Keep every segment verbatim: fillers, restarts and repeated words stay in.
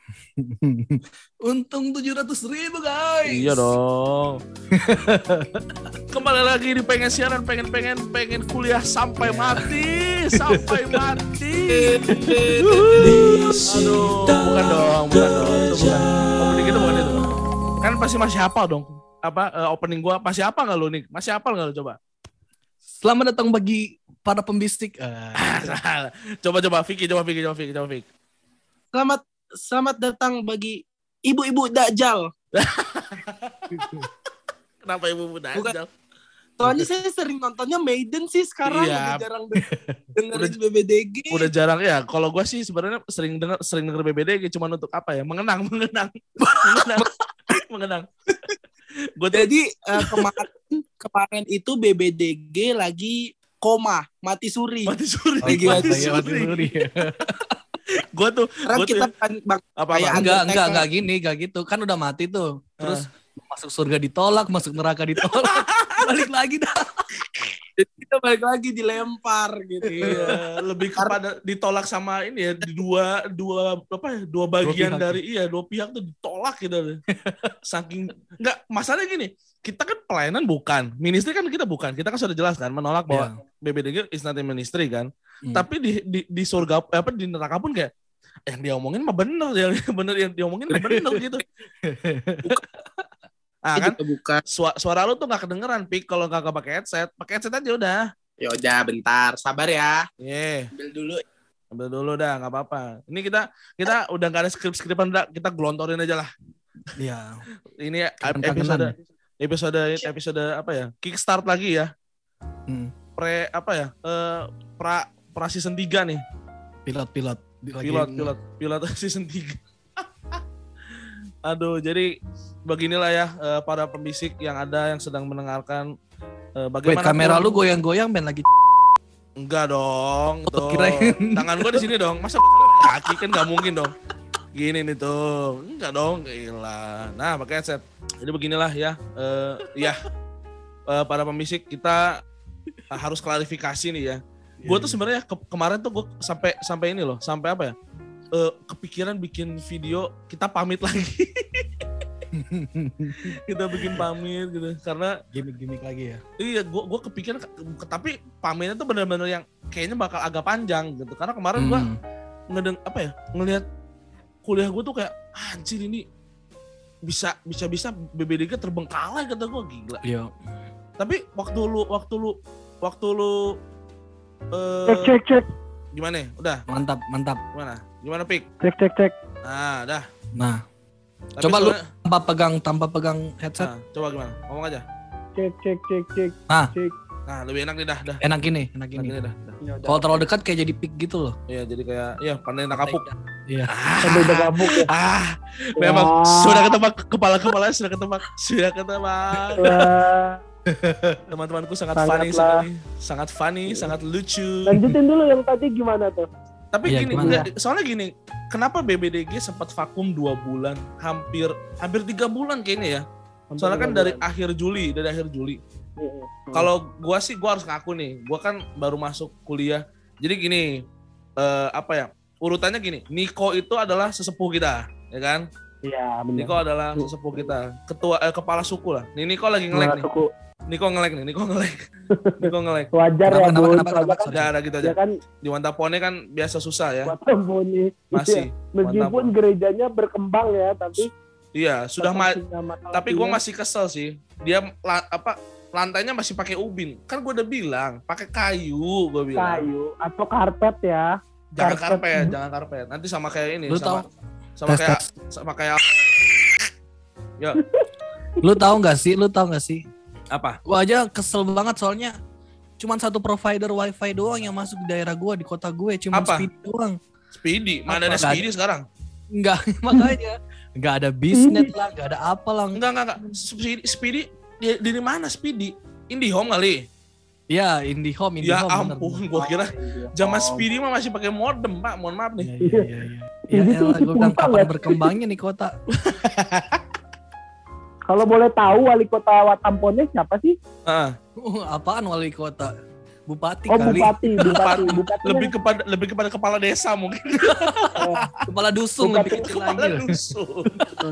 Untung tujuh ratus ribu guys. Iya dong. Kembali lagi di pengen siaran, pengen pengen pengen kuliah sampai mati, sampai mati. Aduh, bukan dong, bukan dong, itu bukan. Opening itu bukan itu. Kan pasti masih hafal dong. Apa uh, opening gua masih hafal nggak lu nih? Masih hafal nggak lu coba? Selamat datang bagi para pembisik. Uh. coba coba Vicky, coba Vicky, coba Vicky, coba Vicky. Selamat selamat datang bagi ibu-ibu Dajjal. Kenapa ibu-ibu Dajjal? Soalnya saya sering nontonnya Maiden sih sekarang, iya. udah jarang dengerin B B D G. Udah jarang ya. Kalau gue sih sebenarnya sering denger sering denger B B D G cuma untuk apa ya? Mengenang, mengenang, mengenang, mengenang. Gua jadi uh, kemarin kemarin itu B B D G lagi koma, mati suri. Mati suri. Oh, lagi mati, mati suri. mati suri. Gue tuh, gua kita tuh, kan bang, apa, kayak apa? Enggak, enggak, enggak gini, enggak gitu. Kan udah mati tuh. Terus uh. masuk surga ditolak, masuk neraka ditolak. Balik lagi dah. Jadi kita balik lagi dilempar gitu. Iya, lebih kepada ditolak sama ini ya, di dua dua apa ya? Dua bagian dua dari iya, dua pihak tuh ditolak gitu. Saking enggak, masalahnya gini, kita kan pelayanan bukan, ministry kan kita bukan. Kita kan sudah jelas kan menolak bahwa yeah. B B D G is not a ministry kan. Hmm. Tapi di, di di surga apa di neraka pun kayak yang dia omongin mah bener, yang bener yang dia omongin mah bener gitu. Ah kan bukan. Suara, suara lu tuh gak kedengeran Pik kalau gak pakai headset. Pakai headset aja udah. Ya udah bentar, sabar ya. Iya. Yeah. Ambil dulu. Ambil dulu dah, nggak apa-apa. Ini kita kita udah nggak ada skrip-skripan, udah kita gelontorin aja lah. Iya. Ini episode episode episode apa ya? Kickstart lagi ya. Hmm. Pre apa ya? Uh, pra pra season tiga nih. Pilot-pilot. Pilot pilot pilot season tiga. Aduh, jadi beginilah ya uh, para pembisik yang ada yang sedang mendengarkan uh, bagaimana. Wait, kamera lu goyang-goyang Ben lagi. Enggak dong, tuh. Kirain. Tangan gua di sini dong. Masa kaki kan enggak mungkin dong. Gini nih tuh. Enggak dong, gila. Nah, pakai headset. Jadi beginilah ya. Uh, ya. Uh, para pembisik kita uh, harus klarifikasi nih ya. Gue tuh sebenarnya ke- kemarin tuh gue sampai sampai ini loh, sampai apa ya? Uh, kepikiran bikin video kita pamit lagi. Kita bikin pamit gitu karena gimmick-gimmick lagi ya. Iya, gue gue kepikiran tapi pamitnya tuh benar-benar yang kayaknya bakal agak panjang gitu. Karena kemarin hmm. gue ngedeng apa ya? Ngelihat kuliah gue tuh kayak anjir ini bisa bisa bisa B B D G terbengkalai kata gue, gila. Iya. Tapi waktu lu waktu lu waktu lu uh, cek cek cek. Gimana? Udah. Mantap, mantap. Gimana? Gimana Pik? Cek cek cek. Nah, dah. Nah. Tapi coba soalnya, lu tanpa pegang tanpa pegang headset. Nah, coba gimana? Ngomong aja. Cek cek cek cek. Nah. Cek. Nah, lebih enak nih dah, dah. Enak gini, enak gini. Enak dah. dah. Kalau terlalu dekat kayak jadi pick gitu loh. Iya, jadi kayak iya, pandai nak kapuk. Iya. Pandai nak kapuk ya. Ah, memang ah. sudah ketebak kepala-kepala sudah ketebak, sudah ketebak. Teman-temanku sangat Sangatlah. funny sekali, sangat funny, sangat lucu. Lanjutin dulu yang tadi gimana tuh? Tapi ya, gini, enggak, soalnya gini, kenapa B B D G sempat vakum dua bulan, hampir hampir tiga bulan kayaknya ya. Hampir soalnya kan dari bulan. akhir Juli, dari akhir Juli. Hmm. Kalau gua sih, gua harus ngaku nih, gua kan baru masuk kuliah. Jadi gini, uh, apa ya? Urutannya gini, Niko itu adalah sesepuh kita, ya kan? Iya, benar. Niko adalah sesepuh kita, ketua eh, kepala suku lah. Nih Niko lagi ngelek nih. Suku. Niko ngelek nih, Niko ngelek. Niko ngelek. Wajar ya, kenapa, kenapa, kenapa, kenapa, Udah ada gitu aja. Ya kan, di Wantapone kan biasa susah ya. Wantapone. Masih. Ya, meskipun Wantapone. Gerejanya berkembang ya, tapi iya, sudah ma- tapi gue masih kesel sih. Dia la- apa lantainya masih pakai ubin. Kan gue udah bilang, pakai kayu, gue bilang. Kayu atau karpet ya. Jangan karpet, karpet jangan karpet. Nanti sama kayak ini, lu sama tahu? sama tes, kayak tes. sama kayak Ya. Lu tahu enggak sih? Lu tahu enggak sih? Apa? Gua aja kesel banget soalnya cuman satu provider wifi doang yang masuk di daerah gua, di kota gue, cuma Speedy doang. Speedy? Mana ada Speedy sekarang? Enggak, makanya. Enggak ada Biznet lah, enggak ada apa lah. Enggak, enggak, enggak. Speedy, Speedy di, di mana Speedy? IndiHome kali? Iya, IndiHome, IndiHome. Ya ampun, bener. Gua kira zaman Speedy mah masih pakai modem, Pak. Mohon maaf nih. Iya, iya, iya. Ya elah, gua bilang kapan berkembangnya nih kota. Kalau boleh tahu wali kota Watampone siapa sih? Uh. Uh, apaan wali kota? Bupati Oh kali. bupati, bupati, bupati. Lebih kepada lebih kepada kepala desa mungkin. Kepala dusun Bupati. lebih kecil Kepala lagi. dusun.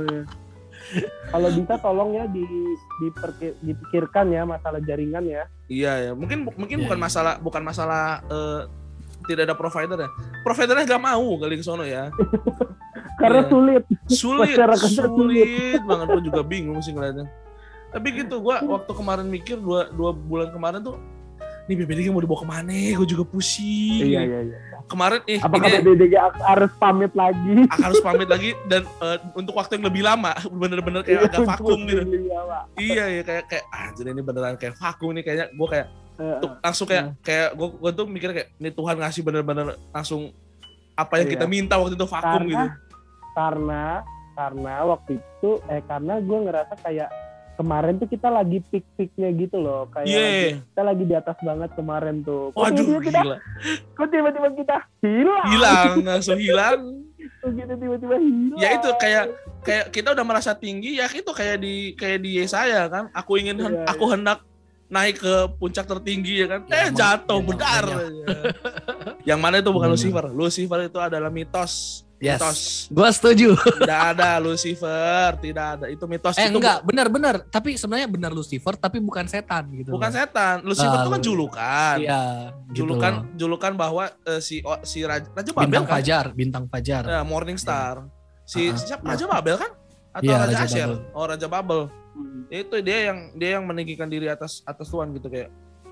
Kalau bisa tolong ya di diperki- dipikirkan ya masalah jaringan ya. Iya ya, mungkin mungkin Iya, bukan iya. masalah bukan masalah eh, tidak ada provider ya. Providernya gak mau kali ke sono ya. Karena Iya. sulit. Sulit, Masyarakatnya sulit banget, gue juga bingung sih ngeliatnya. Tapi gitu, gue waktu kemarin mikir dua dua bulan kemarin tuh, nih B B D G mau dibawa kemana? Gue juga pusing. Iya iya iya. Kemarin eh Apakah ini B B D G harus pamit lagi? harus pamit lagi dan eh, untuk waktu yang lebih lama, bener-bener kayak agak vakum gitu. Iya, Pak. Iya ya kayak kayak anjir ini beneran kayak vakum nih kayaknya. Gue kayak Eh, tuh, langsung kayak kayak gue gue tuh mikir kayak ini Tuhan ngasih bener-bener langsung apa yang Iya. kita minta waktu itu vakum Karena- gitu. karena karena waktu itu eh karena gue ngerasa kayak kemarin tuh kita lagi peak-peaknya gitu loh, kayak Iya. lagi- kita lagi di atas banget kemarin tuh. Kok Waduh tiba-tiba kita, gila. kok tiba-tiba kita hilang? Hilang, langsung hilang. Kok gitu tiba-tiba hilang? Ya itu kayak kayak kita udah merasa tinggi ya itu kayak di kayak di Yesaya kan. Aku ingin hen- Iya, aku hendak naik ke puncak tertinggi ya kan. Ya, eh emang- jatuh ya, bedar. makanya. Yang mana itu bukan Benar. Lucifer. Lucifer itu adalah mitos. Yes. Mitos. Gua setuju. Tidak ada Lucifer, tidak ada. Itu mitos. Eh itu enggak, benar-benar. Tapi sebenarnya benar Lucifer, tapi bukan setan gitu. bukan loh. setan. Lucifer Ah, itu kan julukan. Iya. gitu julukan loh. julukan bahwa eh, si oh, si Raja, Raja Babel Bintang kan. Fajar, bintang Fajar. Ya, Morning Star. Si Ah, ah. siapa Raja Babel kan? Atau Iya, Raja, Raja Asyir? Babel. Oh, Raja Babel. Hmm. Itu dia yang dia yang meninggikan diri atas atas Tuhan gitu kayak.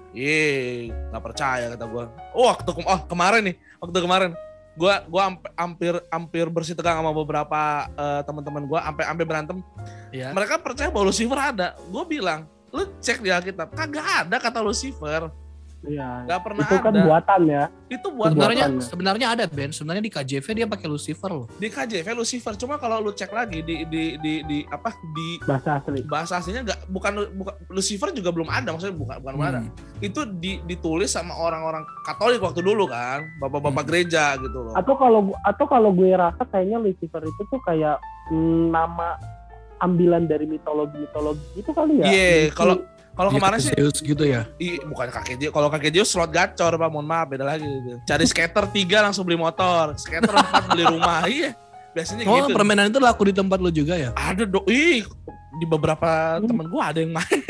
Ye, nggak percaya kata gua. Oh, waktu ke- oh, kemarin nih, waktu kemarin gua gua amp- hampir hampir bersih tegang sama beberapa eh, teman-teman gua sampai sampai berantem. Iya. Mereka percaya bahwa Lucifer ada. Gua bilang, lu cek di Alkitab, kagak ada kata Lucifer. Iya. Nggak pernah Itu kan ada. buatan ya. Itu buat Sebenarnya buatan. sebenarnya ada Ben. Sebenarnya di K J V dia pakai Lucifer loh. di K J V Lucifer. Cuma kalau lu cek lagi di di di, di apa di Bahasa asli. bahasa aslinya nggak bukan bukan Lucifer juga belum ada, maksudnya bukan bukan Hmm. ada. Itu di, ditulis sama orang-orang Katolik waktu dulu kan, bapak-bapak Hmm. gereja gitu loh. Atau kalau gu- atau kalau gue rasa kayaknya Lucifer itu tuh kayak mm, nama ambilan dari mitologi-mitologi itu kali ya. Iya, Mungkin- kalau kalau Dia kemarin ke sih Zeus gitu ya. i, bukan kakek Zeus. Kalau kakek Zeus slot gacor, Pak, mohon maaf beda lagi gitu. Cari skater tiga langsung beli motor, skater empat beli rumah. Iya. Biasanya Oh, gitu. permainan itu laku di tempat lu juga ya? Ada do, ih di beberapa temen gua ada yang main.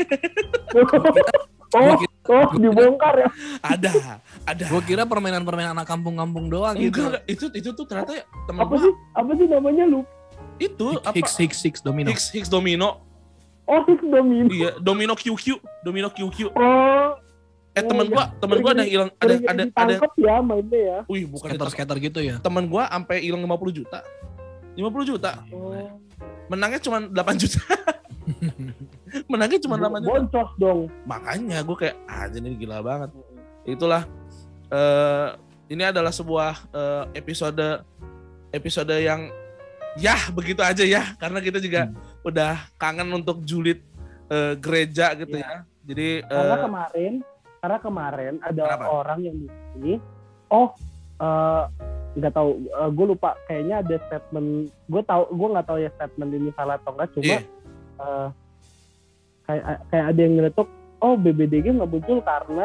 oh, oh dibongkar ya. Ada, ada. Gue kira permainan-permainan anak kampung-kampung doang gitu. Enggak, itu itu tuh ternyata ya, temen Apa gua sih? Apa sih namanya lu? itu apa Hicks, Hicks, Hicks, Domino. Hicks Hicks Domino. Oh, Hicks Domino. Iya, Domino Q Q, Domino Q Q. Oh, Eh temen iya. gua, temen gua ada hilang ada sering ada ada ditangkap ya mainnya ya. wih bukan ditangkap. Skater-skater gitu ya. Temen gua sampai hilang lima puluh juta. lima puluh juta. Oh, Menangnya cuma delapan juta. Menangnya cuma delapan juta. boncos dong. Makanya gua kayak ah ini gila banget. Itulah eh ini adalah sebuah eh, episode episode yang ya begitu aja ya karena kita juga Hmm. udah kangen untuk julid eh, gereja gitu ya. Jadi Karena eh, kemarin, karena kemarin ada Kenapa? orang yang ini, oh eh, nggak tahu, gue lupa. Kayaknya ada statement, gue tahu, gue nggak tahu ya statement ini salah atau enggak. Cuma Iya. eh, kayak kayak ada yang ngeletuk, oh B B D G nggak muncul karena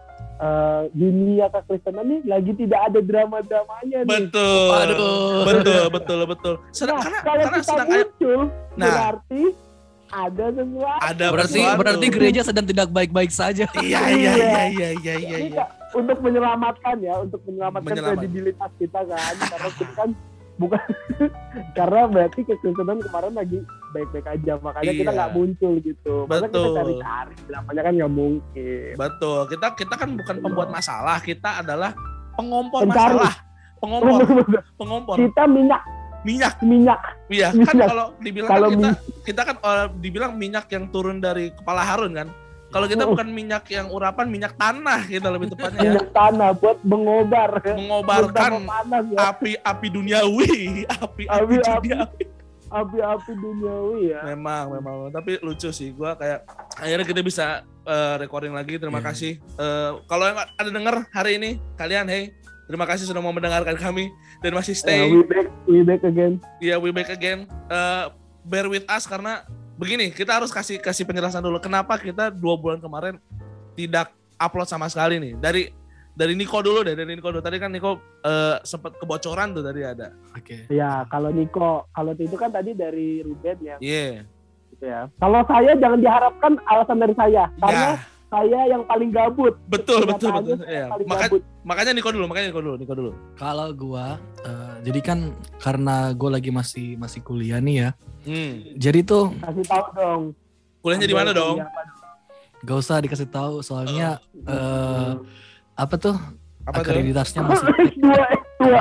eh, dunia kekristenan nih lagi tidak ada drama-dramanya nih. betul. Aduh. Betul, betul, betul. Sedang, Nah, karena kalau karena kita sedang ayat muncul, Nah. berarti ada sesuatu. ada Berarti sesuatu. berarti gereja sedang tidak baik-baik saja. Iya, iya, iya, iya, iya, iya. Ini iya. Kak, untuk menyelamatkan ya, untuk menyelamatkan Menyelamat. kredibilitas kita kan, karena kita kan bukan karena berarti kekristenan kemarin lagi baik-baik aja, makanya kita Iya. nggak muncul gitu. Masa kita Betul. cari-cari, namanya kan nggak mungkin. Betul. Kita kita kan bukan pembuat masalah, kita adalah pengompor Pencari. masalah. Pengompor, pengompor. Kita minyak, Minyak. minyak. Iya, kan Minyak. kalau dibilang Kalau kan kita minyak. kita kan eh, dibilang minyak yang turun dari kepala Harun kan. Kalau kita Oh. bukan minyak yang urapan, minyak tanah kita lebih tepatnya ya. Minyak tanah buat mengobar, Mengobarkan Bersama panas ya, api-api duniawi, api-api Api-api. duniawi. api-api duniawi ya. Memang, memang. Tapi lucu sih, gua kayak akhirnya kita bisa eh, recording lagi. Terima Iya. kasih. Eh, kalau yang ada denger hari ini, kalian, hey, terima kasih sudah mau mendengarkan kami dan masih Eh, stay. we back, we back again. Ya, we back again. Eh, bear with us karena begini, kita harus kasih kasih penjelasan dulu. Kenapa kita dua bulan kemarin tidak upload sama sekali nih. Dari dari Niko dulu deh, dari Niko dulu. Tadi kan Niko uh, sempat kebocoran tuh tadi ada. Oke. Okay. Ya, kalau Niko, kalau itu kan tadi dari Ruben yang Iya. Yeah. Gitu ya. Kalau saya jangan diharapkan alasan dari saya, karena Ya. saya yang paling gabut. Betul, betul, betul. Ya. Maka, makanya Niko dulu, makanya Niko dulu, Niko dulu. Kalau gua, uh, jadi kan karena gua lagi masih masih kuliah nih ya. Hmm. Jadi tuh Kasih tahu dong. Kuliahnya di mana dong? Gak usah dikasih tahu, soalnya uh. uh, apa tuh? Apa akreditasnya masih S dua, S dua.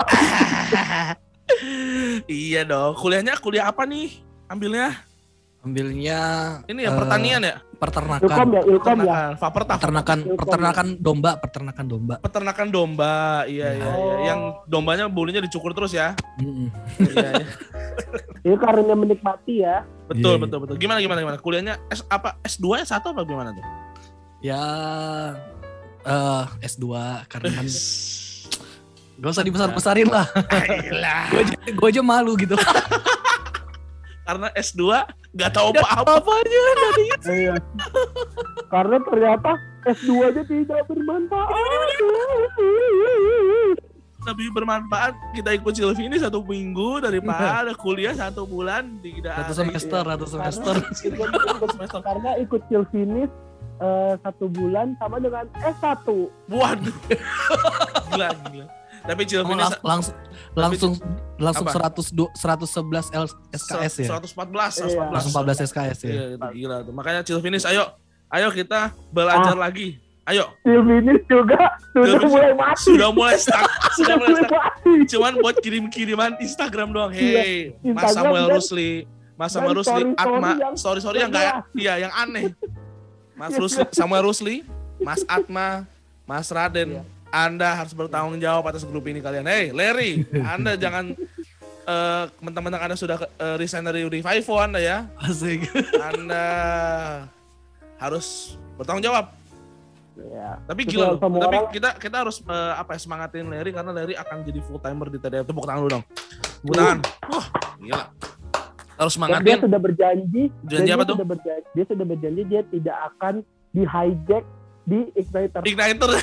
Iya dong. Kuliahnya kuliah apa nih? Ambilnya? Ambilnya ini ya uh, pertanian ya? Peternakan. Ilkom ya, Ilkom ya. Faperta. Peternakan, peternakan domba, peternakan domba. Peternakan domba, iya iya. Oh. iya. Yang dombanya bulunya dicukur terus ya? Mm-mm. Iya iya. Ini karena menikmati ya. Betul Yeah, betul betul. Gimana gimana gimana? Kuliahnya S apa? S dua S satu apa gimana tuh? Ya uh, S dua karena kan gak usah dibesar-besarin lah. Gue aja, gue aja malu gitu. Karena S dua gak tahu apa-apa aja dari Iya. Karena ternyata S dua aja tidak bermanfaat. Lebih bermanfaat kita ikut Silvini satu minggu daripada kuliah satu bulan tidak Satu ada. semester, satu semester. Karena, karena ikut Silvinis uh, satu bulan sama dengan S satu. Waduh. Gila gila. Tapi Silvini Lang, langsung langsung langsung apa? seratus sebelas S K S ya. seratus empat belas, Iya. Langsung empat belas S K S ya. Iya, itu gila tuh. Makanya Silvinis ayo ayo kita belajar Ah. lagi. Ayo. Silvinis juga sudah Silvinis mulai mati. Sudah mulai stuck. Sudah mulai stuck. mati. Cuman buat kirim-kiriman Instagram doang. Hey, Iya, Mas Instagram Samuel dan- Rusli, Mas dan Samuel Rusli, story-story Atma, yang- sorry-sorry yang yang enggak jelas. iya yang aneh. Mas Rusli, Samuel Rusli, Mas Atma, Mas Raden, Iya. Anda harus bertanggung jawab atas grup ini kalian. Hey, Larry, Anda jangan eh mentang-mentang Anda sudah uh, resign dari Revivo Anda ya. Asik. Anda harus bertanggung jawab. Ya. Tapi Betul, gila loh. semua Tapi orang- kita kita harus uh, apa ya semangatin Larry karena Larry akan jadi full timer di T D F. Tepuk tangan dulu dong. Tepuk tangan. Wah, gila. Harus Dan dia semangatin. sudah berjanji, Janji dan apa dia tuh? sudah berjanji, dia sudah berjanji dia tidak akan di hijack di Igniter. Igniter.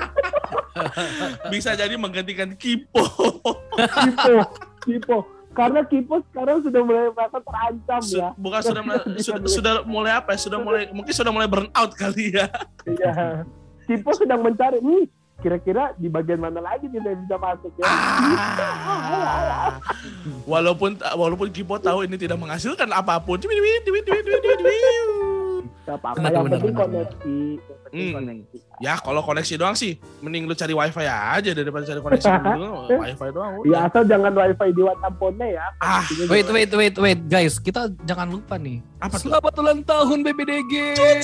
Bisa jadi menggantikan Kipo. Kipo, Kipo. Karena Kipo sekarang sudah mulai merasa terancam Su- ya. Bukan sudah mulai, sudah, sudah mulai apa ya? Sudah mulai mungkin sudah mulai burn out kali ya. Iya. Kipo sedang mencari, hmm, kira-kira di bagian mana lagi nih saya bisa masuk ya. Ah. Walaupun walaupun Kipo tahu ini tidak menghasilkan apapun. Duit, duit, duit, duit, duit, duit, duit. Gak apa-apa, Benar, yang benar, penting benar. koneksi. Yang penting Hmm. koneksi. Ya kalau koneksi doang sih, mending lu cari wifi aja daripada cari koneksi dulu. Wifi doang. Ya Udah. asal jangan wifi di WhatsApp phone ya. Ah, Wait, wait, wait, wait, guys. Kita jangan lupa nih. apa tuh? Selamat ulang tahun B B D G.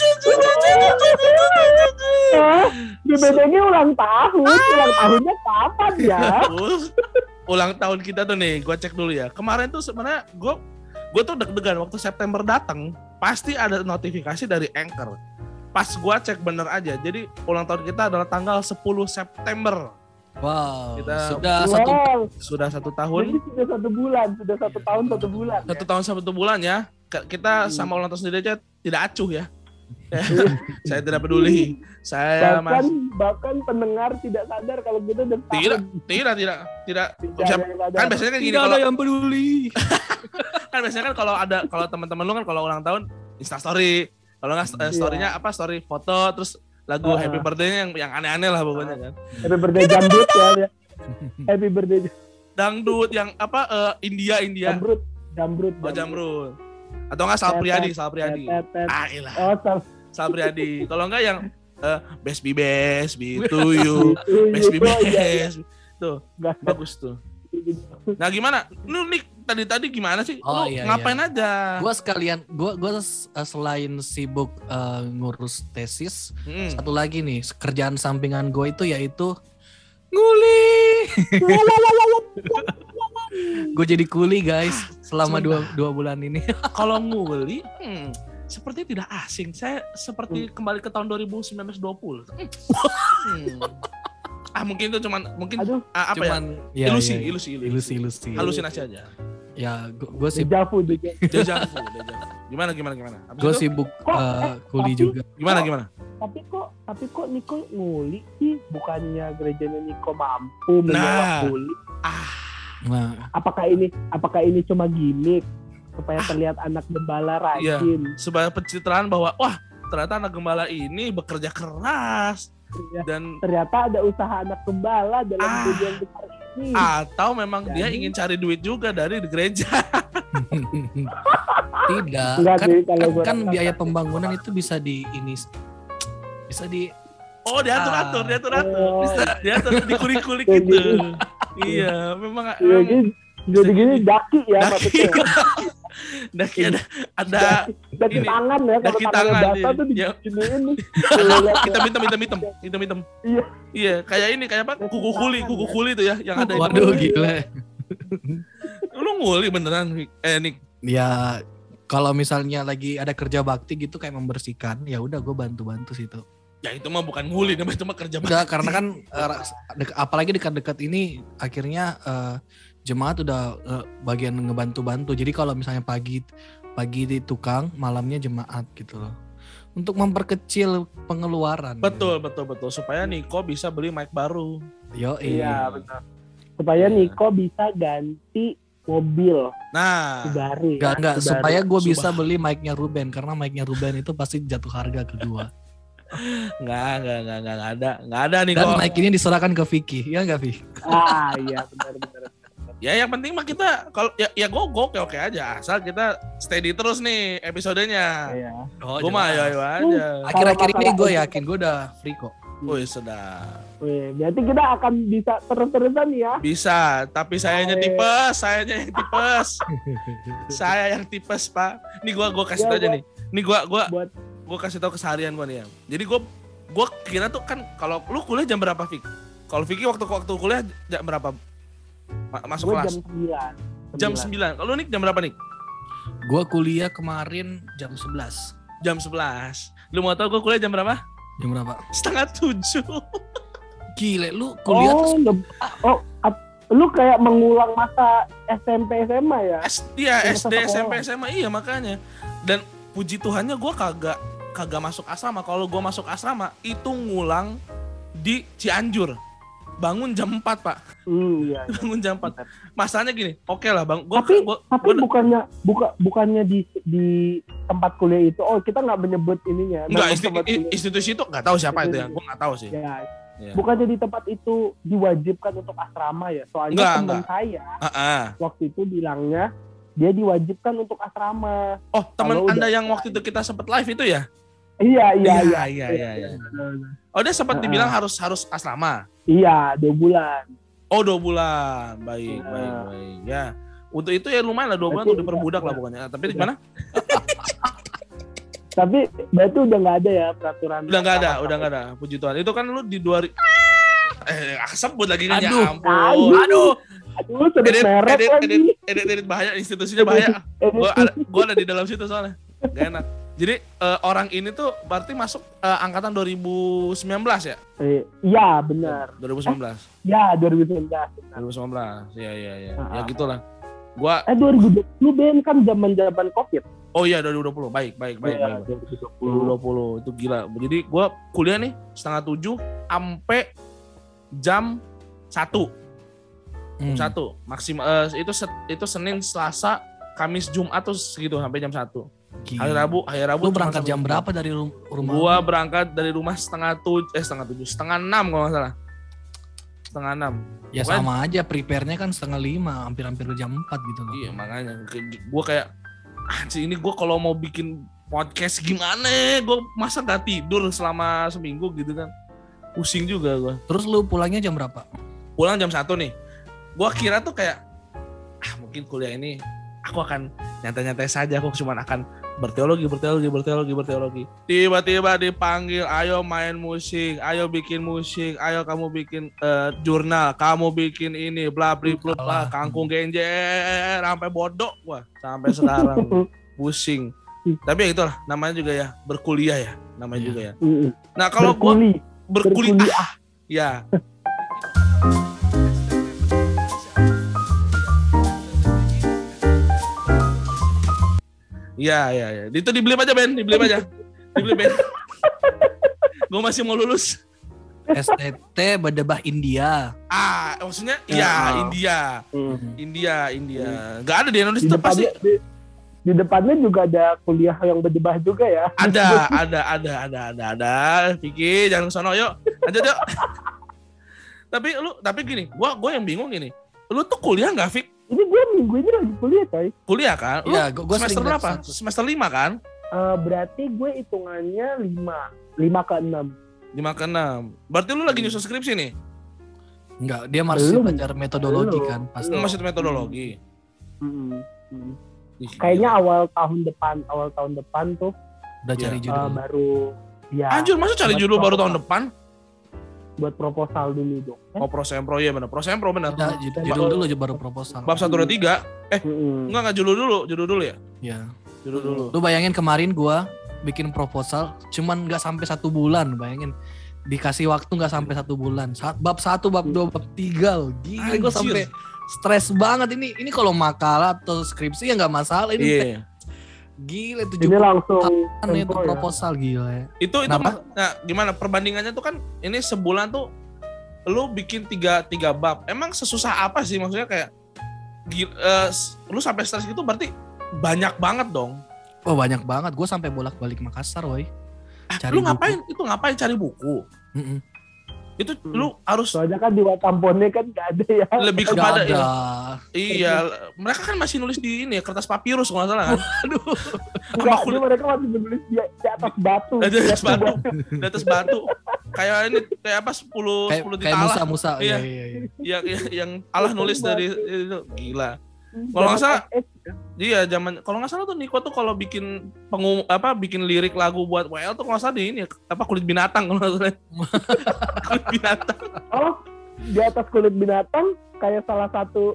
Eh, di B D G ulang tahun, ulang tahunnya kapan ya? Terus ulang tahun kita tuh nih, gue cek dulu ya. Kemarin tuh sebenarnya gue gue tuh deg-degan waktu September datang, pasti ada notifikasi dari Anchor. Pas gue cek bener aja, jadi ulang tahun kita adalah tanggal sepuluh September. Wow. Kita- Sudah satu Wow, Sudah satu jadi tahun, sudah satu bulan, sudah satu tahun satu bulan. satu ya? tahun satu bulan ya. K- Kita Hmm. sama ulang tahun sendiri aja tidak acuh ya. Saya tidak peduli. Saya bahkan mas bahkan pendengar tidak sadar kalau kita udah tahun. tidak tidak tidak tidak. Tidak Siap- ada yang sadar. Kan biasanya kan gini Tidak kalau ada yang peduli. kan biasanya kan kalau ada kalau teman-teman lu kan kalau ulang tahun Insta story, kalau nggak Iya. eh, story-nya apa story foto terus lagu Ah. happy birthday-nya yang yang aneh-aneh lah pokoknya kan. Happy birthday jambut ya, ya. Happy birthday Dangdut yang apa eh, India India. jambrut, jambrut. Oh Jamrut. Atau enggak Sal Priadi, Sal Priadi. Tet, tet. Ah, ilah. Oh, sal. Sal Priadi. Kalau enggak yang eh, best be best be to you. Itu, Best be itu, iya, iya. best. Tuh, Nggak, bagus tuh. Nah, gimana? Lu nih tadi-tadi gimana sih? Oh, Lu iya, ngapain aja? Gua sekalian, gua gua s- uh, selain sibuk uh, ngurus tesis, Hmm. satu lagi nih kerjaan sampingan gue itu yaitu nguli. Gue jadi kuli guys selama dua, dua bulan ini. Kalau nguli, hmm, seperti tidak asing. Saya seperti kembali ke tahun dua ribu sembilan belas dua puluh. Hmm. Ah mungkin itu cuman mungkin Aduh, ah, apa Cuman ya? ya, Ilusi, ya, ilusi, ilusi, ilusi, ilusi. Halusinasi aja. Ya, gue sibuk, dejavu, dejavu. Deja vu, deja vu. Gimana gimana gimana? Habis gue itu, sibuk Kok, uh, eh, kuli tapi- juga. gimana gimana? tapi kok tapi kok Niko nguli sih, bukannya gerejanya Niko mampu menjawab Nah. nguli. Ah, Nah, Apakah ini apakah ini cuma gimmick supaya terlihat anak gembala rajin? sebagai pencitraan bahwa wah ternyata anak gembala ini bekerja keras Ya, dan ternyata ada usaha anak gembala dalam Ah. dunia yang besar ini. atau memang dia Jadi- ingin cari duit juga dari gereja. tidak. Enggak Kan, sih, kalau kan, gua kan rasa biaya sih. pembangunan itu bisa di ini bisa di Oh diatur atur, Ah. diatur atur, Oh. bisa diatur dikulik-kulik Kayak gitu. gitu. Iya, memang Ya, memang gini, jadi gini daki ya Daki. maksudnya. daki ada ada Daki Ini, tangan ya, kalau daki tangannya tangan, basah iya. tuh Ya. diginiin nih. hitam hitam hitam hitam hitam hitam. Iya. Iya, kayak ini kayak apa? Kuku kuli, kuku kuli itu ya yang ada. itu. waduh gila. Lu nguli beneran, eh Nick. Ya kalau misalnya lagi ada kerja bakti gitu kayak membersihkan, ya udah gue bantu-bantu situ. Ya itu mah bukan nguli, namanya itu mah kerja bakti. Udah karena kan eh, ras- dek- apalagi dekat-dekat ini akhirnya eh, jemaat udah eh, bagian ngebantu-bantu. Jadi kalau misalnya pagi pagi di tukang, malamnya jemaat gitu loh. Untuk memperkecil pengeluaran. Betul, betul, betul. Supaya Niko bisa beli mic baru. Yo, Iya, benar. Supaya Niko bisa ganti mobil Nah, Subaru. Enggak, enggak. Subaru. Supaya gue Subaru. bisa beli mic-nya Ruben. Karena mic-nya Ruben itu pasti jatuh harga ke gue. enggak, enggak, enggak, enggak, enggak ada. Enggak ada Niko. Dan mic ini diserahkan ke Vicky. Ya enggak, Vi? Ah, iya benar-benar. Ya yang penting mah kita kalau ya ya gue gue oke oke aja asal kita steady terus nih episodenya. Iya. Oh, Gue mah ayo ayo aja. Akhir-akhir ini Kalau gue masalah- yakin gue udah free kok. Wih sedap. Wih, berarti kita akan bisa terus-terusan ya. Bisa, tapi sayanya Ayo. tipes, sayanya yang tipes. Saya yang tipes, Pak. Nih gua gua kasih Ya, tau aja buat- nih. Nih gua gua buat- gua kasih tahu keseharian gua nih ya. Jadi gua gua kira tuh kan kalau lu kuliah jam berapa, Fik? Kalau Vicky waktu waktu kuliah jam berapa? Ma- Masuk Gue kelas. jam sembilan. Jam sembilan. Kalau Nik jam berapa, Nik? Gue kuliah kemarin jam sebelas. Jam sebelas. Lu mau tahu gua kuliah jam berapa? Jam berapa? Setengah tujuh. Gile, lu kuliah oh, tuh nge- oh, ap- lu kayak mengulang masa S M P S M A ya? S, iya, Masa S D, S M P, sekolah. S M A, iya makanya. Dan puji Tuhannya gue kagak kagak masuk asrama. Kalau gue masuk asrama itu ngulang di Cianjur. Bangun jam empat, Pak. Hmm, iya. iya. Bangun jam empat. Masalahnya gini, oke lah, Bang. Gua, Tapi gua, tapi gua- bukannya buka bukannya di di tempat kuliah itu, oh kita nggak menyebut ininya. enggak nama isti- tempat i- kuliah. institusi itu enggak tahu siapa itu ya. Gue enggak tahu sih. Ya, Iya. bukannya di tempat itu diwajibkan untuk asrama ya? Soalnya Enggak, teman enggak. saya Heeh. waktu itu bilangnya dia diwajibkan untuk asrama. Oh, teman Kalau Anda udah- yang waktu itu kita sempat live itu ya? Iya iya iya. iya, iya, iya, iya. Oh, dia sempat Heeh. dibilang harus harus asrama. Iya, dua bulan. Oh, dua bulan. Baik, Iya. baik, baik. Ya. Untuk itu ya lumayan lah dua bulan Berarti untuk diperbudak udah- lah pokoknya. Tapi di mana? Tapi berarti udah nggak ada ya peraturan. Udah nggak ada, asrama. udah nggak ada. Puji Tuhan. Itu kan lu di dua ribu eh sebut lagi kan ya Aduh. ampun. Aduh. Aduh. Aduh, sebut Edit, merek edit, lagi. edit, edit, edit bahaya, institusinya bahaya. Edit. Gua ada, gua ada di dalam situ soalnya. Gak enak. Jadi eh, orang ini tuh berarti masuk eh, angkatan dua ribu sembilan belas ya? Eh, Iya, benar. dua ribu sembilan belas. Ya, dua ribu sembilan belas. dua ribu sembilan belas. Iya, iya, iya. Ah, Ya ah. gitulah. Gua Eh, dua ribu dua puluh Ben kan zaman-zaman Covid. oh iya dua ribu dua puluh. Baik, baik, baik, Iya, baik. dua ribu dua dua ribu puluh. dua puluh itu gila. Jadi gua kuliah nih setengah tujuh sampai jam satu. Jam Hmm. satu maksimal eh, itu set- itu Senin, Selasa, Kamis, Jumat tuh segitu sampai jam satu. Gila. Hari Rabu, hari Rabu Lu cuma berangkat sampai jam berapa dari rum- rumah? Gua lu? berangkat dari rumah setengah tujuh, eh setengah tujuh, setengah enam kalau nggak salah. Setengah enam. Ya Pokoknya- sama aja, prepare-nya kan setengah lima, hampir-hampir jam empat gitu loh. Iya makanya, Kayak- gua kayak anjir ini gua kalau mau bikin podcast gimana? ya? Gua masa nggak tidur selama seminggu gitu kan? Pusing juga gua. Terus lu pulangnya jam berapa? Pulang jam satu nih. Gua kira tuh kayak ah mungkin kuliah ini aku akan nyantai-nyantai saja, aku cuma akan berteologi, berteologi, berteologi, berteologi. Tiba-tiba dipanggil, ayo main musik, ayo bikin musik, ayo kamu bikin eh, jurnal, kamu bikin ini, bla bla bla, bla, kangkung genjer, sampai bodoh, wah sampai sekarang pusing. Tapi ya itulah, namanya juga ya berkuliah ya, namanya Iya. juga ya. Mm-mm. Nah kalau gua Berkuli, berkuliah, berkuliah. ya. Iya, iya, iya. Itu dibeli aja, Ben. Dibeli aja. Dibeli, Ben. Gue masih mau lulus. S T T Bedebah India. Ah, maksudnya iya Ya. India. Hmm. India, India. Gak ada di Di Indonesia pasti. depannya di, di depannya juga ada kuliah yang berdebah juga ya. Ada, ada, ada, ada, ada, ada. Vicky, jangan sono, yuk. Lanjut yuk. Tapi lu, tapi gini, gua, gua yang bingung gini. Lu tuh kuliah nggak, Vick? Ini gue minggu ini lagi kuliah coy. Kuliah kan? Lu Iya, gua, gua semester sering berapa? satu. Semester lima kan? Uh, berarti gue hitungannya lima, lima ke enam. lima ke enam. Berarti lu lagi nyusun skripsi nih? Enggak, dia masih Belum. belajar metodologi Belum. kan pasti. Lu masih metodologi. Hmm. Hmm. Ih, Kayaknya gila. awal tahun depan, awal tahun depan tuh Udah Iya. cari uh, judul. baru ya Anjir, masa cari buat judul baru proposal. tahun depan? buat proposal dulu dong. Eh? Oh, prosempro ya benar. Prosempro benar. Udah, judul, judul dulu aja baru proposal. Bab satu dua tiga. Eh, Mm-mm. enggak enggak judul dulu, judul dulu ya? Ya. Judul dulu. Lu bayangin kemarin gua bikin proposal cuman nggak sampai satu bulan, bayangin. Dikasih waktu nggak sampai satu bulan. Sa- Bab satu, bab dua, bab tiga. loh. Gila, gue Anjir. sampai stres banget ini. Ini kalau makalah atau skripsi ya nggak masalah. Ini Iya. gila Ini tujuh langsung bulan itu tempo ya. proposal gila ya. Itu itu Kenapa? mas- nah, gimana perbandingannya tuh kan ini sebulan tuh lu bikin tiga tiga bab. Emang sesusah apa sih maksudnya kayak gil- eh, s- lu sampai stres gitu berarti banyak banget dong. Oh banyak banget. Gue sampai bolak-balik Makassar, woi. Ah, Cari lu buku. ngapain? Itu ngapain cari buku? Mm-mm. Itu Hmm. lu harus Soalnya kan di Watamponnya kan gak ada ya. lebih Nggak kepada ada. iya, mereka kan masih nulis di ini ya, kertas papirus kalau nggak salah kan. Aduh. Enggak, Sama ini mereka masih menulis di, di atas batu. Di atas Batu batu. Di atas batu. Kayak ini kayak apa sepuluh Kayak, sepuluh kayak ditala. Musa-Musa. Iya. Iya, iya, iya. Yang, yang yang Allah nulis dari itu gila. Kalau nggak Zaman salah- S S ya. Iya, zaman kalau nggak salah tuh Niko tuh kalau bikin pengum apa bikin lirik lagu buat W L tuh kalau nggak salah di ini ya, apa kulit binatang kalau nggak salah. Kulit binatang. Oh, di atas kulit binatang kayak salah satu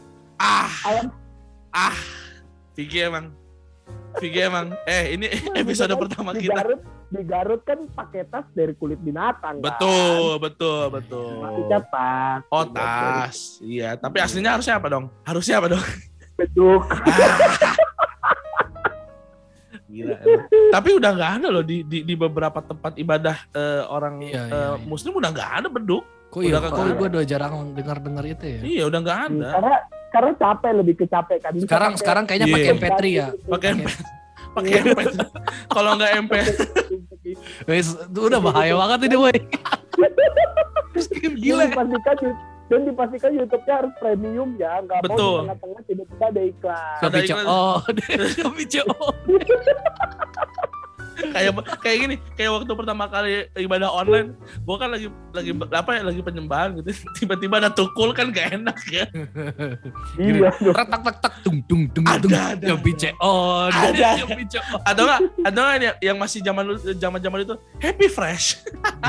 Ah, ayam. ah. Vicky emang. Vicky emang. Eh, ini episode pertama di kita. Garut, di Garut kan pakai tas dari kulit binatang. Betul, betul, betul. Kan? Maksudnya tas. Oh, tas. Iya, tapi aslinya harusnya apa dong? Harusnya apa dong? Beduk. Gila. Tapi udah nggak ada loh di, di di beberapa tempat ibadah eh, orang Iya, eh, iya, iya. Muslim udah nggak ada beduk. Kok iya, Udah kok kagak gue udah jarang dengar-dengar itu ya. Iya, udah nggak ada. Karena karena capek, lebih ke capek kan. Bisa Sekarang pakai- sekarang kayaknya Iya. pakai M P tiga ya. Pakai M P, pakai M P. Kalau nggak M P, Wes, itu udah bahaya banget ini, boy. Gila. Dan dipastikan dan dipastikan YouTube-nya harus premium ya, nggak mau di Betul. tengah-tengah tiba-tiba ada iklan. Ada Shopee iklan. Co. Oh, Shopee Co. kayak kayak gini, kayak waktu pertama kali ibadah online, gua kan lagi lagi apa ya, lagi penyembahan gitu. Tiba-tiba ada tukul kan gak enak ya. Iya, dong. Tak tak tak tak tung tung tung Ada, tung. ada, Shopee Co. Ada. Shopee Co. Ada nggak? Ada nggak yang, yang masih zaman zaman-zaman itu Happy Fresh?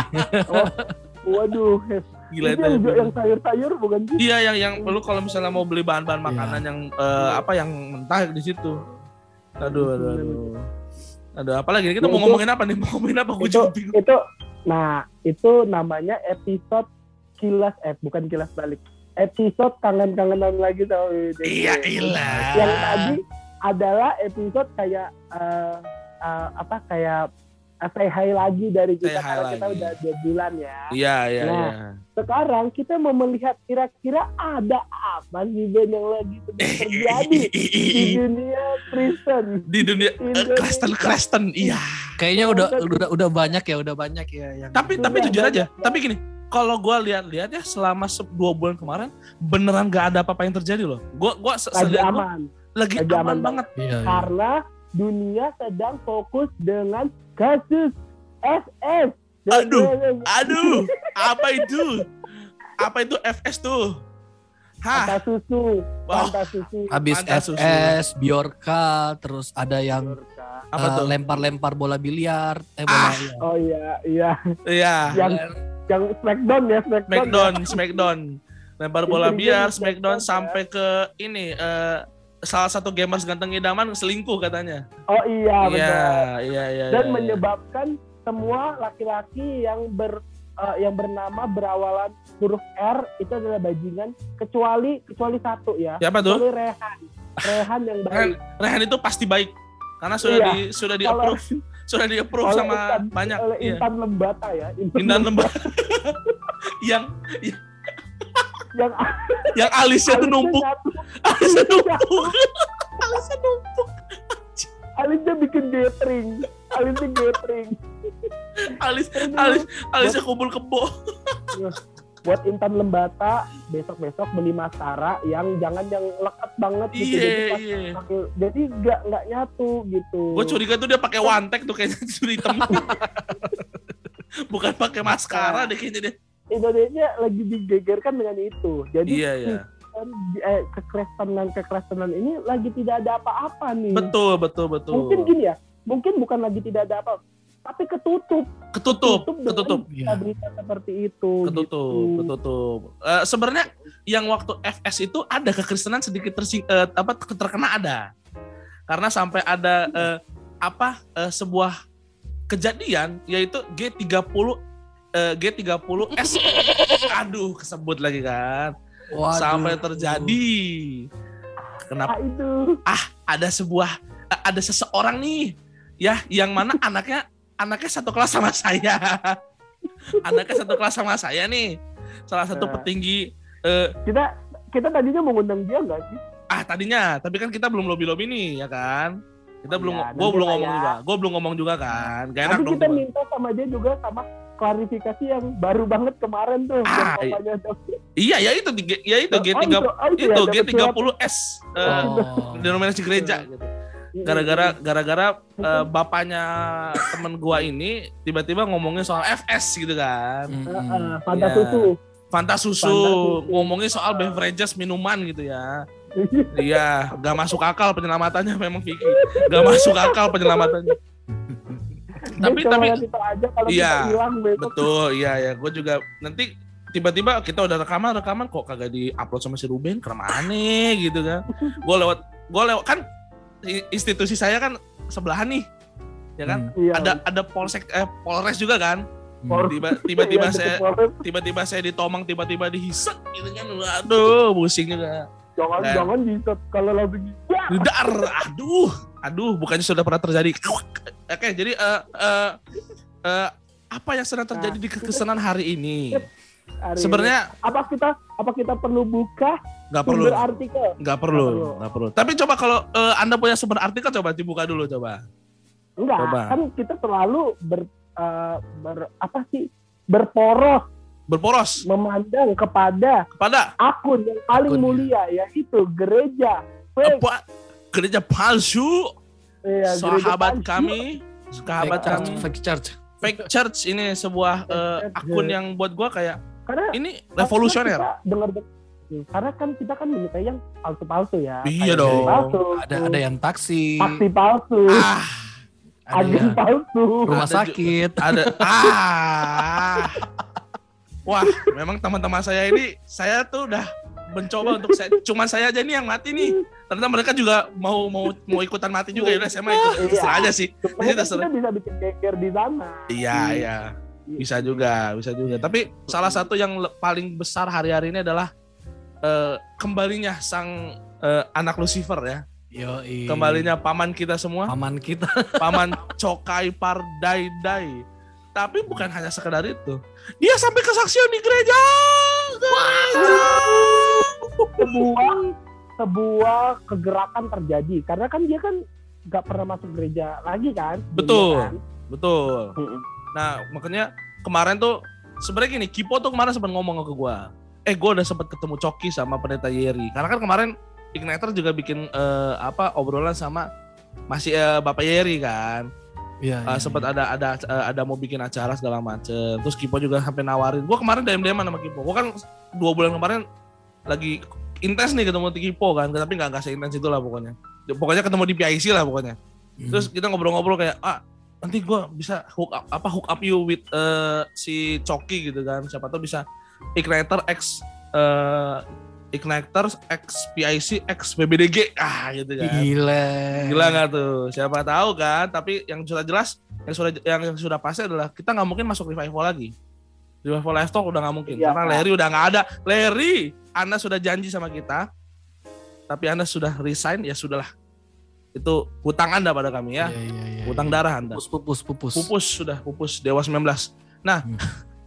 Waduh, Gila itu itu. yang, yang sayur-sayur bukan sih? Iya, yang yang lu kalau misalnya mau beli bahan-bahan makanan yang eh, apa yang mentah di situ. Aduh, aduh, aduh. Aduh, apa lagi? Kita Ya, mau itu- ngomongin apa nih? Mau ngomongin apa? Gue itu juga bingung. itu nah itu namanya episode kilas eh bukan kilas balik, episode kangen-kangenan lagi tau. Iya, ilah. Yang tadi adalah episode kayak eh, eh, apa kayak eh, say hi lagi dari Say kita hi karena kita lagi. udah dua bulan ya. Iya, iya, Nah. iya. Sekarang kita mau melihat kira-kira ada apa sih Ben yang lagi sedang terjadi di dunia Kristen. Di dunia Indonesia. Kristen Kristen, iya. Kayaknya udah udah udah banyak ya, udah banyak ya yang Tapi Sudah tapi jujur banyak. aja. Tapi gini, kalau gue lihat-lihat ya selama se- dua bulan kemarin beneran gak ada apa-apa yang terjadi loh. Gue gue se- Lagi selihat gua aman lagi Lagi aman aman banget. Iya, iya. karena dunia sedang fokus dengan kasus S S. Aduh, Aduh, apa itu? Apa itu F S tuh? Hah? Fanta susu, Wah. Fanta susu. Habis Fanta F susu. S, Bjorka, terus ada yang Apa eh, tuh? lempar-lempar bola biliar, eh bola Ah. iya. Oh iya, iya. Iya. Yang yang Smackdown ya, Smackdown. Smackdown, Smackdown. Lempar bola Intrigunya biar di Smackdown Smackdown, sampai ke ini eh, salah satu gamers ganteng idaman selingkuh katanya. Oh iya, Iya, benar. iya, iya. Dan iya, menyebabkan semua laki-laki yang ber eh, yang bernama berawalan huruf R itu adalah bajingan kecuali kecuali satu ya. iya. Siapa tuh? Kecuali Rehan. Rehan yang Rehan, baik. Rehan itu pasti baik karena sudah Iya. di sudah di Kalau approve sudah di approve Oleh sama Intan, banyak. oleh Iya. Intan Lembata ya. Intan Lembata yang yang, yang yang alisnya tuh alisnya numpuk, nyatu. alisnya numpuk, alisnya numpuk, Alisnya bikin gathering, alisnya gathering. alis alis alisnya kumpul kebo. Buat Intan Lembata, besok-besok beli maskara yang jangan yang lekat banget gitu. Iya Jadi pas iya. pakai- jadi nggak nggak nyatu gitu. Gue curiga tuh dia pakai one take tuh kayaknya curi hitam. Bukan pakai maskara deh kayaknya dia. Indonesia lagi digegerkan dengan itu. Jadi Iya iya. kan, eh, kekerasan-kekerasan ini lagi tidak ada apa-apa nih. Betul betul betul. Mungkin gini ya, mungkin bukan lagi tidak ada apa, tapi ketutup. Ketutup dengan ketutup. berita-berita seperti itu. Ketutup, gitu. ketutup. Uh, sebenarnya yang waktu F S itu ada kekristenan sedikit tersing, uh, apa terkena ada. Karena sampai ada uh, apa uh, sebuah kejadian yaitu G tiga puluh uh, G tiga puluh S. Aduh, kesebut lagi kan. Waduh. Sampai terjadi. Kenapa? Ah, itu. Ah, ada sebuah uh, ada seseorang nih ya yang mana anaknya anaknya satu kelas sama saya. Anaknya satu kelas sama saya nih. Salah satu Nah. petinggi eh, Kita kita tadinya mau ngundang dia nggak sih? ah tadinya, tapi kan kita belum lobby-lobby nih, ya kan? Kita Oh belum iya, gue nanti belum lah ngomong ya. juga. Gue belum ngomong juga kan. Gak enak Nanti dong. kita gua. minta sama dia juga sama klarifikasi yang baru banget kemarin tuh. Ah, yang iya. papanya tuh. Iya, ya itu di- ya itu G Oh, tiga itu, oh, itu itu ya, G dapet tiga surat. puluh S eh, Oh. denominasi gereja gitu. Gara-gara gara-gara eh, bapaknya temen gua ini tiba-tiba ngomongin soal F S gitu kan. Mm-mm. Heeh, Fanta Iya. susu. Fanta susu, Fanta susu. ngomongin soal beverages minuman gitu ya. Iya, gak masuk akal penyelamatannya memang Vicky. Gak masuk akal penyelamatannya. tapi Dia cuma tapi ngasih tau aja kalau iya, kita hilang besok. betul, iya ya. Gue juga nanti tiba-tiba kita udah rekaman rekaman kok kagak di-upload sama si Ruben, kemana gitu kan. Gue lewat gue lewat kan i- institusi saya kan sebelahan nih. Ya kan? Hmm. Iya. Ada ada polsek eh Polres juga kan. Por- Tiba- Tiba-tiba Iya, saya deket Polres. tiba-tiba saya ditomang, tiba-tiba dihisap gitu kan. Aduh, pusing juga. Jangan Nah. jangan bisa kalau langsung ya. Dar, aduh, aduh, bukannya sudah pernah terjadi. Oke, jadi eh eh eh, apa yang sedang terjadi di kekristenan hari ini? Hari Sebenarnya ini. apa kita apa kita perlu buka nggak perlu, sumber artikel? nggak perlu, Nggak perlu. nggak perlu. Tapi coba kalau eh, Anda punya sumber artikel, coba dibuka dulu, coba. Enggak, Coba. kan kita selalu ber, eh, ber apa sih? Berporos Berporos memandang kepada kepada akun yang paling Akunnya. mulia, yaitu gereja fake. apa gereja palsu, Iya, gereja sahabat palsu. kami, sahabat Fake church, kami, fake church. fake church ini sebuah eh, Fake church. akun yang buat gua kayak Karena ini revolusioner. karena kita dengar karena kan kita kan menyukai yang palsu-palsu ya. Iya Kayak dong. gereja palsu, Ada ada yang taksi, taksi palsu, Ah, ada agen yang palsu. rumah Ada ju- sakit. ada ah wah memang teman-teman saya ini saya tuh udah mencoba untuk saya cuman saya aja nih yang mati nih, ternyata mereka juga mau mau mau ikutan mati juga. Ya udah saya mah ikut Iya. terserah aja sih. Sebenarnya kan terserah. kita bisa bikin geger di sana. Iya iya bisa juga bisa juga tapi salah satu yang le- paling besar hari-hari ini adalah eh, kembalinya sang eh, anak Lucifer ya, Yoi. kembalinya paman kita semua, paman kita. paman Cokai Pardaidai. Tapi bukan hanya sekedar itu, dia sampai kesaksian di gereja. sebuah sebuah kegerakan terjadi karena kan dia kan nggak pernah masuk gereja lagi kan. Betul. Dia kan? Betul. Mm-mm. Nah makanya kemarin tuh sebenarnya gini, Kipo tuh kemarin sempat ngomong ke gua, eh gua udah sempat ketemu Coki sama pendeta Yeri, karena kan kemarin Igniter juga bikin eh, apa obrolan sama masih eh, Bapak Yeri kan. Iya. Uh, iya, sempat iya. ada ada uh, ada mau bikin acara segala macem. Terus Kipo juga sampai nawarin. Gue kemarin D M-D M sama Kipo. Gue kan dua bulan kemarin lagi intens nih ketemu di Kipo kan, tapi nggak nggak seintens itu lah pokoknya. Pokoknya ketemu di P I C lah pokoknya. Hmm. Terus kita ngobrol-ngobrol kayak, ah nanti gue bisa hook up apa hook up you with uh, si Coki gitu kan. Siapa tahu bisa Igniter X uh, Igniter X P I C X B B D G ah gitu kan. Gila. Gila nggak tuh? Siapa tahu kan. Tapi yang sudah jelas, yang sudah yang, yang sudah pasti adalah kita nggak mungkin masuk revival lagi. Revival Live Talk udah nggak mungkin Iya, karena Pak. Larry udah nggak ada. Larry, Anda sudah janji sama kita, tapi Anda sudah resign, ya sudahlah. Itu hutang Anda pada kami ya. Iya, iya, iya, Hutang iya. darah Anda. Pupus, pupus, pupus. Pupus sudah, pupus Dewa sembilan belas. Nah. Hmm.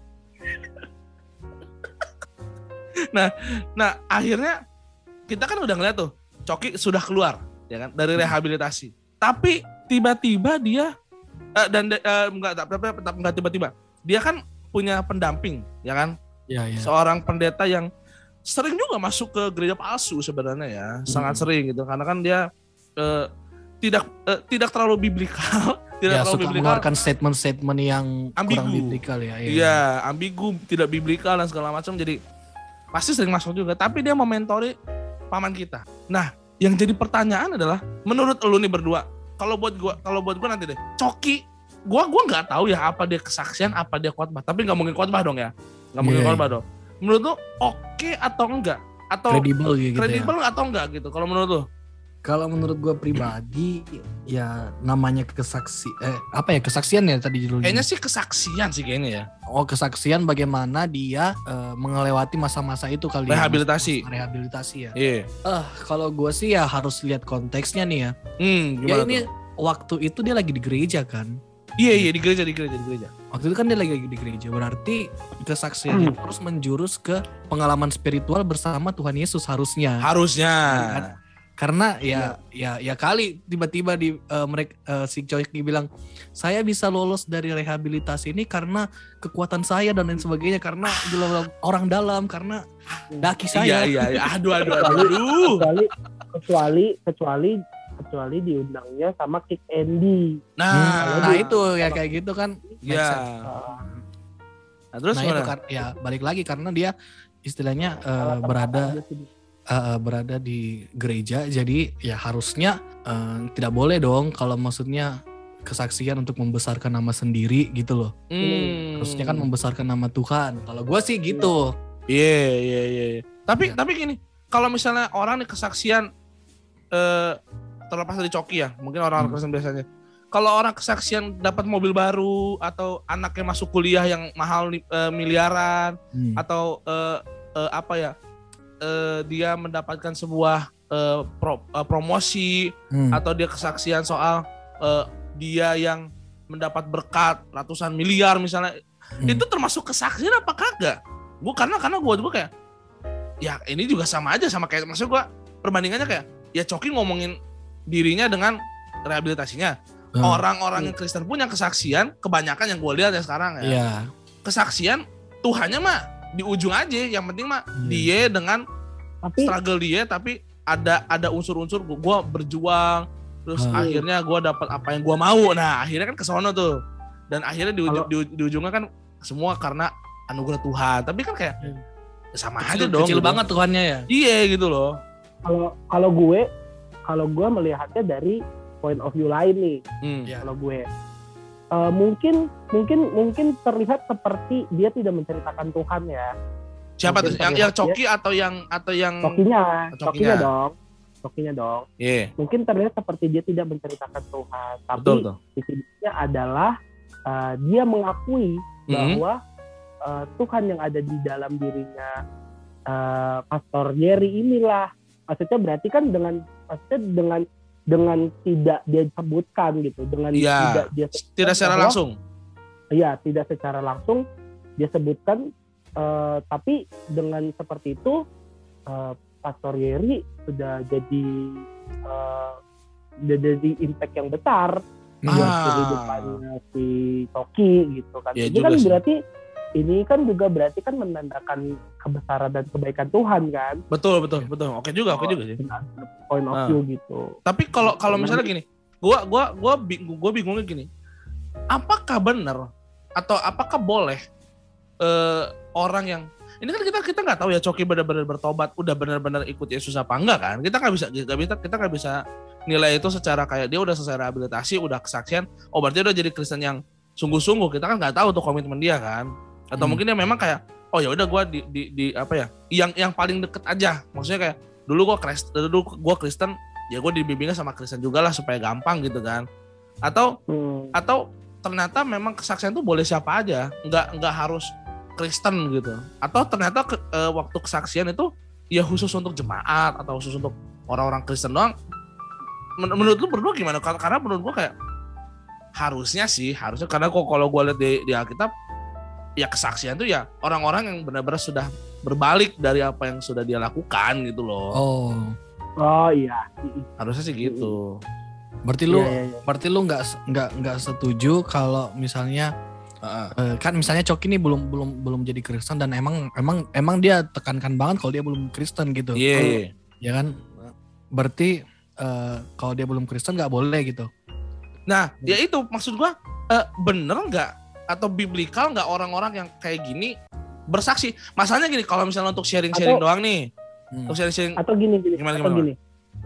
nah, nah akhirnya kita kan udah ngeliat tuh Coki sudah keluar ya kan dari rehabilitasi. Tapi tiba-tiba dia uh, dan uh, enggak tapi enggak tiba-tiba. Dia kan punya pendamping ya kan? Iya, iya. Seorang pendeta yang sering juga masuk ke gereja palsu sebenarnya ya, hmm. sangat sering gitu karena kan dia uh, tidak uh, tidak terlalu biblikal, tidak ya, terlalu suka biblikal. mengeluarkan statement-statement yang ambigu. Kurang biblikal ya. Iya, ya, ambigu, tidak biblikal dan segala macam, jadi pasti sering masuk juga. Tapi dia mementori paman kita. Nah, yang jadi pertanyaan adalah, menurut lu nih berdua, kalau buat gua, kalau buat gua nanti deh, Coki, gua gua nggak tahu ya apa dia kesaksian, apa dia khotbah. Tapi nggak mungkin khotbah dong ya, nggak mungkin yeah. khotbah dong. Menurut lu oke okay atau enggak? Atau kredibel gitu kredibel ya? atau enggak gitu? Kalau menurut lu? Kalau menurut gue pribadi ya namanya kesaksi eh apa ya kesaksian ya tadi judulnya. Kayaknya sih kesaksian sih kayaknya ya. Oh kesaksian bagaimana dia uh, mengelewati masa-masa itu kali rehabilitasi. ya. Masa rehabilitasi ya. Iya. Yeah. Uh, kalau gue sih ya harus lihat konteksnya nih ya. Hmm, gimana ya ini tuh? Waktu itu dia lagi di gereja kan. Iya iya di gereja di gereja di gereja. Waktu itu kan dia lagi di gereja, berarti kesaksiannya Hmm. terus menjurus ke pengalaman spiritual bersama Tuhan Yesus harusnya. Harusnya. Kan? Karena ya ya ya kali tiba-tiba di uh, mereka uh, si Coki bilang saya bisa lolos dari rehabilitasi ini karena kekuatan saya dan lain sebagainya, karena orang dalam, karena daki saya. Iya iya iya. Aduh aduh aduh. aduh. kecuali kecuali kecuali kecuali diundangnya sama Kick Andy. Nah, Hmm, nah itu ya kayak gitu kan. make ya. sense. Nah, terus Nah mana? itu kan ya balik lagi karena dia istilahnya uh, berada uh, berada di gereja, jadi ya harusnya uh, tidak boleh dong kalau maksudnya kesaksian untuk membesarkan nama sendiri gitu loh. Hmm. Harusnya kan membesarkan nama Tuhan. Kalau gue sih gitu. Iya iya iya. Tapi Ya. tapi gini, kalau misalnya orang nih kesaksian eh, terlepas dari Coki ya, mungkin orang-orang Hmm. Kristen biasanya. Kalau orang kesaksian dapat mobil baru atau anaknya masuk kuliah yang mahal eh, miliaran Hmm. atau eh, eh, apa ya? Eh, dia mendapatkan sebuah eh, pro, eh, promosi Hmm. atau dia kesaksian soal eh, dia yang mendapat berkat ratusan miliar misalnya, Hmm. itu termasuk kesaksian apa kagak? Gue karena karena gue gue kayak ya ini juga sama aja sama kayak maksud gue perbandingannya kayak ya Coki ngomongin dirinya dengan rehabilitasinya. Hmm. Orang-orang yang Kristen punya kesaksian kebanyakan yang gue lihat ya sekarang ya. Iya. Kesaksian Tuhannya mah di ujung aja, yang penting mah Hmm. dia dengan Tapi struggle dia, tapi ada ada unsur-unsur gue berjuang, terus Hmm. akhirnya gue dapat apa yang gue mau. Nah akhirnya kan kesono tuh, dan akhirnya di, Kalau- di, di ujungnya kan semua karena anugerah Tuhan. Tapi kan kayak Hmm. sama Kecil, aja dong. kecil gitu. banget Tuhannya ya. Iya gitu loh. kalau kalau gue kalau gue melihatnya dari point of view lain nih. Hmm. Ya. Kalau gue Eh, mungkin mungkin mungkin terlihat seperti dia tidak menceritakan Tuhan ya. Siapa tuh? Mungkin Yang, yang terlihat Coki atau yang atau yang? Cokinya, Cokinya. Cokinya dong. Cokinya dong. Iya. Mungkin terlihat seperti dia tidak menceritakan Tuhan, tapi Betul tuh. sisinya adalah eh, dia mengakui Mhm. bahwa eh, Tuhan yang ada di dalam dirinya eh, Pastor Jerry inilah. Maksudnya berarti kan dengan maksudnya dengan dengan tidak dia sebutkan gitu, dengan Iya. tidak dia sebutkan Tidak secara bahwa- langsung. Iya, tidak secara langsung dia sebutkan, eh, tapi dengan seperti itu eh, Pastor Yeri sudah jadi eh, sudah jadi impact yang besar buat Ah. kehidupannya si Coki gitu kan. Iya Ini juga kan sih. berarti ini kan juga berarti kan menandakan kebesaran dan kebaikan Tuhan kan, Betul betul betul. Oke juga oke juga sih. point of Ah. view gitu. Tapi kalau kalau misalnya gini, gua gua gua bingung gua bingungnya gini. Apakah benar atau apakah boleh eh, orang yang ini kan kita kita nggak tahu ya Coki benar-benar bertobat, udah benar-benar ikut Yesus apa enggak kan? Kita nggak bisa nggak bisa kita nggak bisa nilai itu secara kayak dia udah selesai rehabilitasi, udah kesaksian, oh berarti udah jadi Kristen yang sungguh-sungguh. Kita kan nggak tahu tuh komitmen dia kan? Atau Hmm. mungkin dia memang kayak oh ya udah gua di, di di apa ya? Yang yang paling deket aja. Maksudnya kayak dulu gua Kristen, dulu gua Kristen, ya gua dibimbingnya sama Kristen juga lah supaya gampang gitu kan. Atau Hmm. atau ternyata memang kesaksian tuh boleh siapa aja, nggak nggak harus Kristen gitu. Atau ternyata ke, eh, waktu kesaksian itu ya khusus untuk jemaat atau khusus untuk orang-orang Kristen doang. men- menurut lu berdua gimana? Kar- Karena menurut gua kayak harusnya sih, harusnya karena kok kalau gua lihat di, di Alkitab ya kesaksian tuh ya orang-orang yang benar-benar sudah berbalik dari apa yang sudah dia lakukan gitu loh. Oh. Oh iya. Harusnya sih gitu. Berarti lu Iya, iya, iya. berarti lu nggak nggak nggak setuju kalau misalnya Heeh. eh, kan misalnya Coki ini belum belum belum jadi Kristen dan emang emang emang dia tekankan banget kalau dia belum Kristen gitu. Iya. Ya kan? Berarti eh, kalau dia belum Kristen nggak boleh gitu. Nah, ya itu maksud gua eh, bener nggak atau biblikal nggak orang-orang yang kayak gini bersaksi? Masalahnya gini, kalau misalnya untuk sharing-sharing Atau- doang nih, Hmm. untuk sharing-sharing Atau gini gini. Gimana, atau gimana? gini.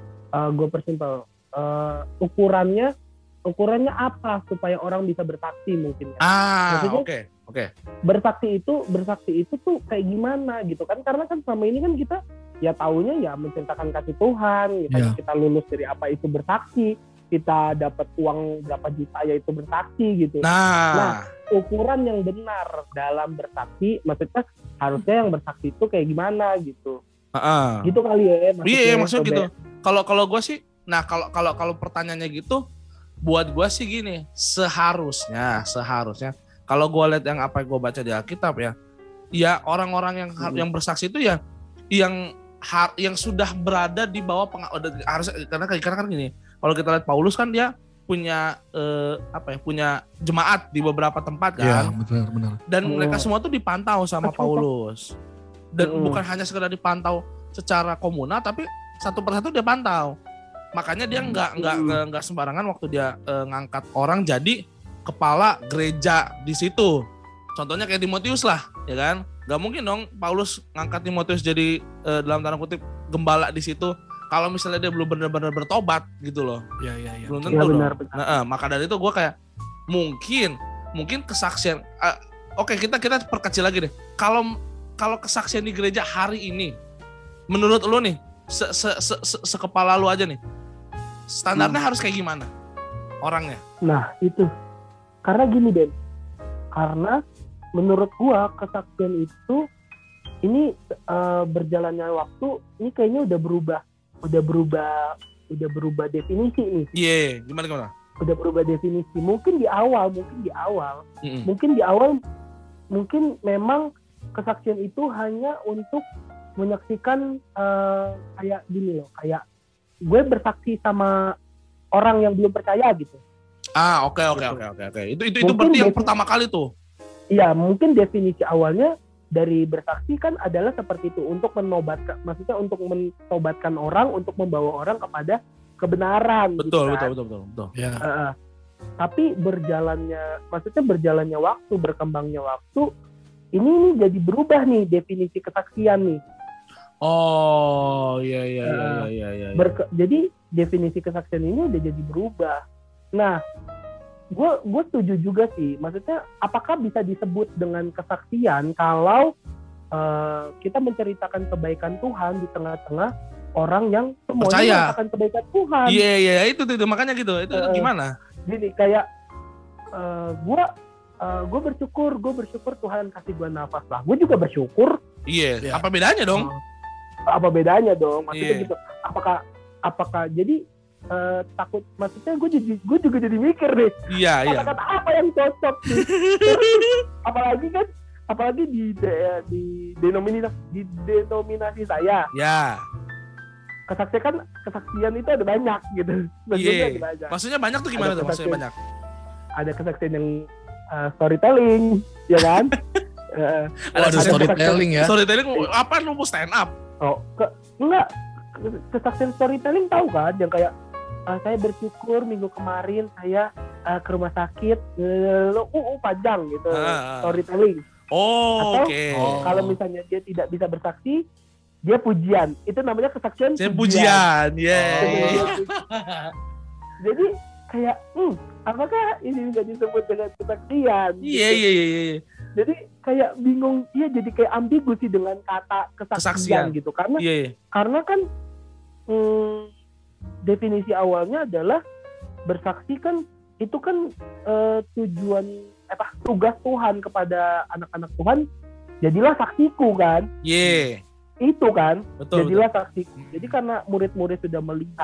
gue persimpel. Uh, ukurannya ukurannya apa supaya orang bisa bersaksi mungkin ya? ah, Maksudnya- oke, oke. Bersaksi itu bersaksi itu tuh kayak gimana gitu kan? Karena kan selama ini kan kita ya taunya ya menceritakan kasih Tuhan, gitu. Iya. Kita lulus dari apa itu bersaksi, kita dapat uang berapa juta ya itu bersaksi gitu. Nah, Nah, ukuran yang benar dalam bersaksi, maksudnya harusnya yang bersaksi itu kayak gimana gitu. heeh. Gitu kali ya maksudnya. Iya, maksudnya Sobe. gitu. Kalau kalau gue sih, nah kalau kalau kalau pertanyaannya gitu, buat gue sih gini, seharusnya, seharusnya kalau gue lihat yang apa yang gue baca di Alkitab ya, ya orang-orang yang har- Hmm. yang bersaksi itu ya, yang har- yang sudah berada di bawah peng- harus karena karena kan gini, kalau kita lihat Paulus kan dia punya eh, apa ya, punya jemaat di beberapa tempat Iya, kan, benar benar. dan Oh. mereka semua tuh dipantau sama Contoh. Paulus. Dan Mm. bukan hanya sekedar dipantau secara komunal, tapi satu persatu dia pantau. Makanya dia nggak nggak Mm. nggak- nggak sembarangan waktu dia eh, ngangkat orang jadi kepala gereja di situ. Contohnya kayak Timotius lah, ya kan? Gak mungkin dong Paulus ngangkat Timotius jadi eh, dalam tanda kutip gembala di situ kalau misalnya dia belum benar-benar bertobat gitu loh. Iya iya iya. Belum Iya, tentu dong. benar, benar. Nah, eh, maka dari itu gue kayak mungkin mungkin kesaksian. eh, Oke, kita kita perkecil lagi deh. Kalau kalau kesaksian di gereja hari ini, menurut lu nih, se, se, se, se, sekepala lu aja nih, standarnya Hmm. harus kayak gimana orangnya? Nah itu karena gini Ben, karena menurut gua kesaksian itu ini eh, berjalannya waktu ini kayaknya udah berubah, udah berubah, udah berubah definisi nih, Iya, gimana gimana? udah berubah definisi. Mungkin di awal, mungkin di awal, Mm-mm. mungkin di awal, mungkin memang kesaksian itu hanya untuk menyaksikan eh, kayak gini loh, kayak gue bersaksi sama orang yang belum percaya gitu. Ah, oke oke Gitu. oke oke oke. Itu itu itu Mungkin berarti yang definisi- pertama kali tuh. Iya, mungkin definisi awalnya dari bersaksi kan adalah seperti itu, untuk menobatkan, maksudnya untuk mentobatkan orang, untuk membawa orang kepada kebenaran. gitu Betul kan. betul betul betul betul. Iya. Heeh. Tapi berjalannya, maksudnya berjalannya waktu, berkembangnya waktu, ini ini jadi berubah nih definisi kesaksian nih. Oh, iya iya iya iya iya iya. Berke- jadi definisi kesaksian ini udah jadi berubah. Nah, gue gue setuju juga sih. Maksudnya, apakah bisa disebut dengan kesaksian kalau eh, kita menceritakan kebaikan Tuhan di tengah-tengah orang yang semuanya Percaya. merasakan kebaikan Tuhan? Iya iya itu tuh itu, makanya gitu. Itu, itu Eh, gimana? Jadi kayak eh, gue eh, gue bersyukur, gue bersyukur Tuhan kasih gue nafas lah. Gue juga bersyukur. Iya, Iya. apa bedanya dong? Apa bedanya dong? Maksudnya Iya. gitu. Apakah apakah jadi eh, takut? Maksudnya gue jadi gue juga jadi mikir deh. Iya iya. Kata-kata apa yang cocok nih? Terus, apalagi kan, apalagi di de- di denominasi di denominasi saya, Ya. kesaksian kan kesaksian itu ada banyak gitu. Maksudnya Iya. ada banyak. Maksudnya banyak tuh gimana Ada tuh? Maksudnya kesaksian. banyak. Ada kesaksian yang eh, storytelling, ya kan? Eh, Waduh, ada storytelling ya. Storytelling apa lu mau stand up? oh, ke, enggak kesaksian storytelling tahu kan? Yang kayak eh, saya bersyukur minggu kemarin saya eh, ke rumah sakit, eh, lo uh, uh, panjang gitu, Ah. storytelling. Oh, Atau- oke. Oh. Kalau misalnya dia tidak bisa bersaksi, dia pujian. Itu namanya kesaksian Saya pujian. Yeay. Oh. Jadi kayak, hmm, apakah ini bisa disebut dengan kesaksian? Iya Gitu. iya iya iya. Jadi kayak bingung, iya jadi kayak ambigu sih dengan kata kesaksian, Kesaksian. gitu. Karena Iya iya. karena kan hmm, definisi awalnya adalah bersaksi kan itu kan eh, tujuan apa tugas Tuhan kepada anak-anak Tuhan, jadilah saksiku kan. Iya. Itu kan. Betul. betul. Jadilah saksiku. Jadi karena murid-murid sudah melihat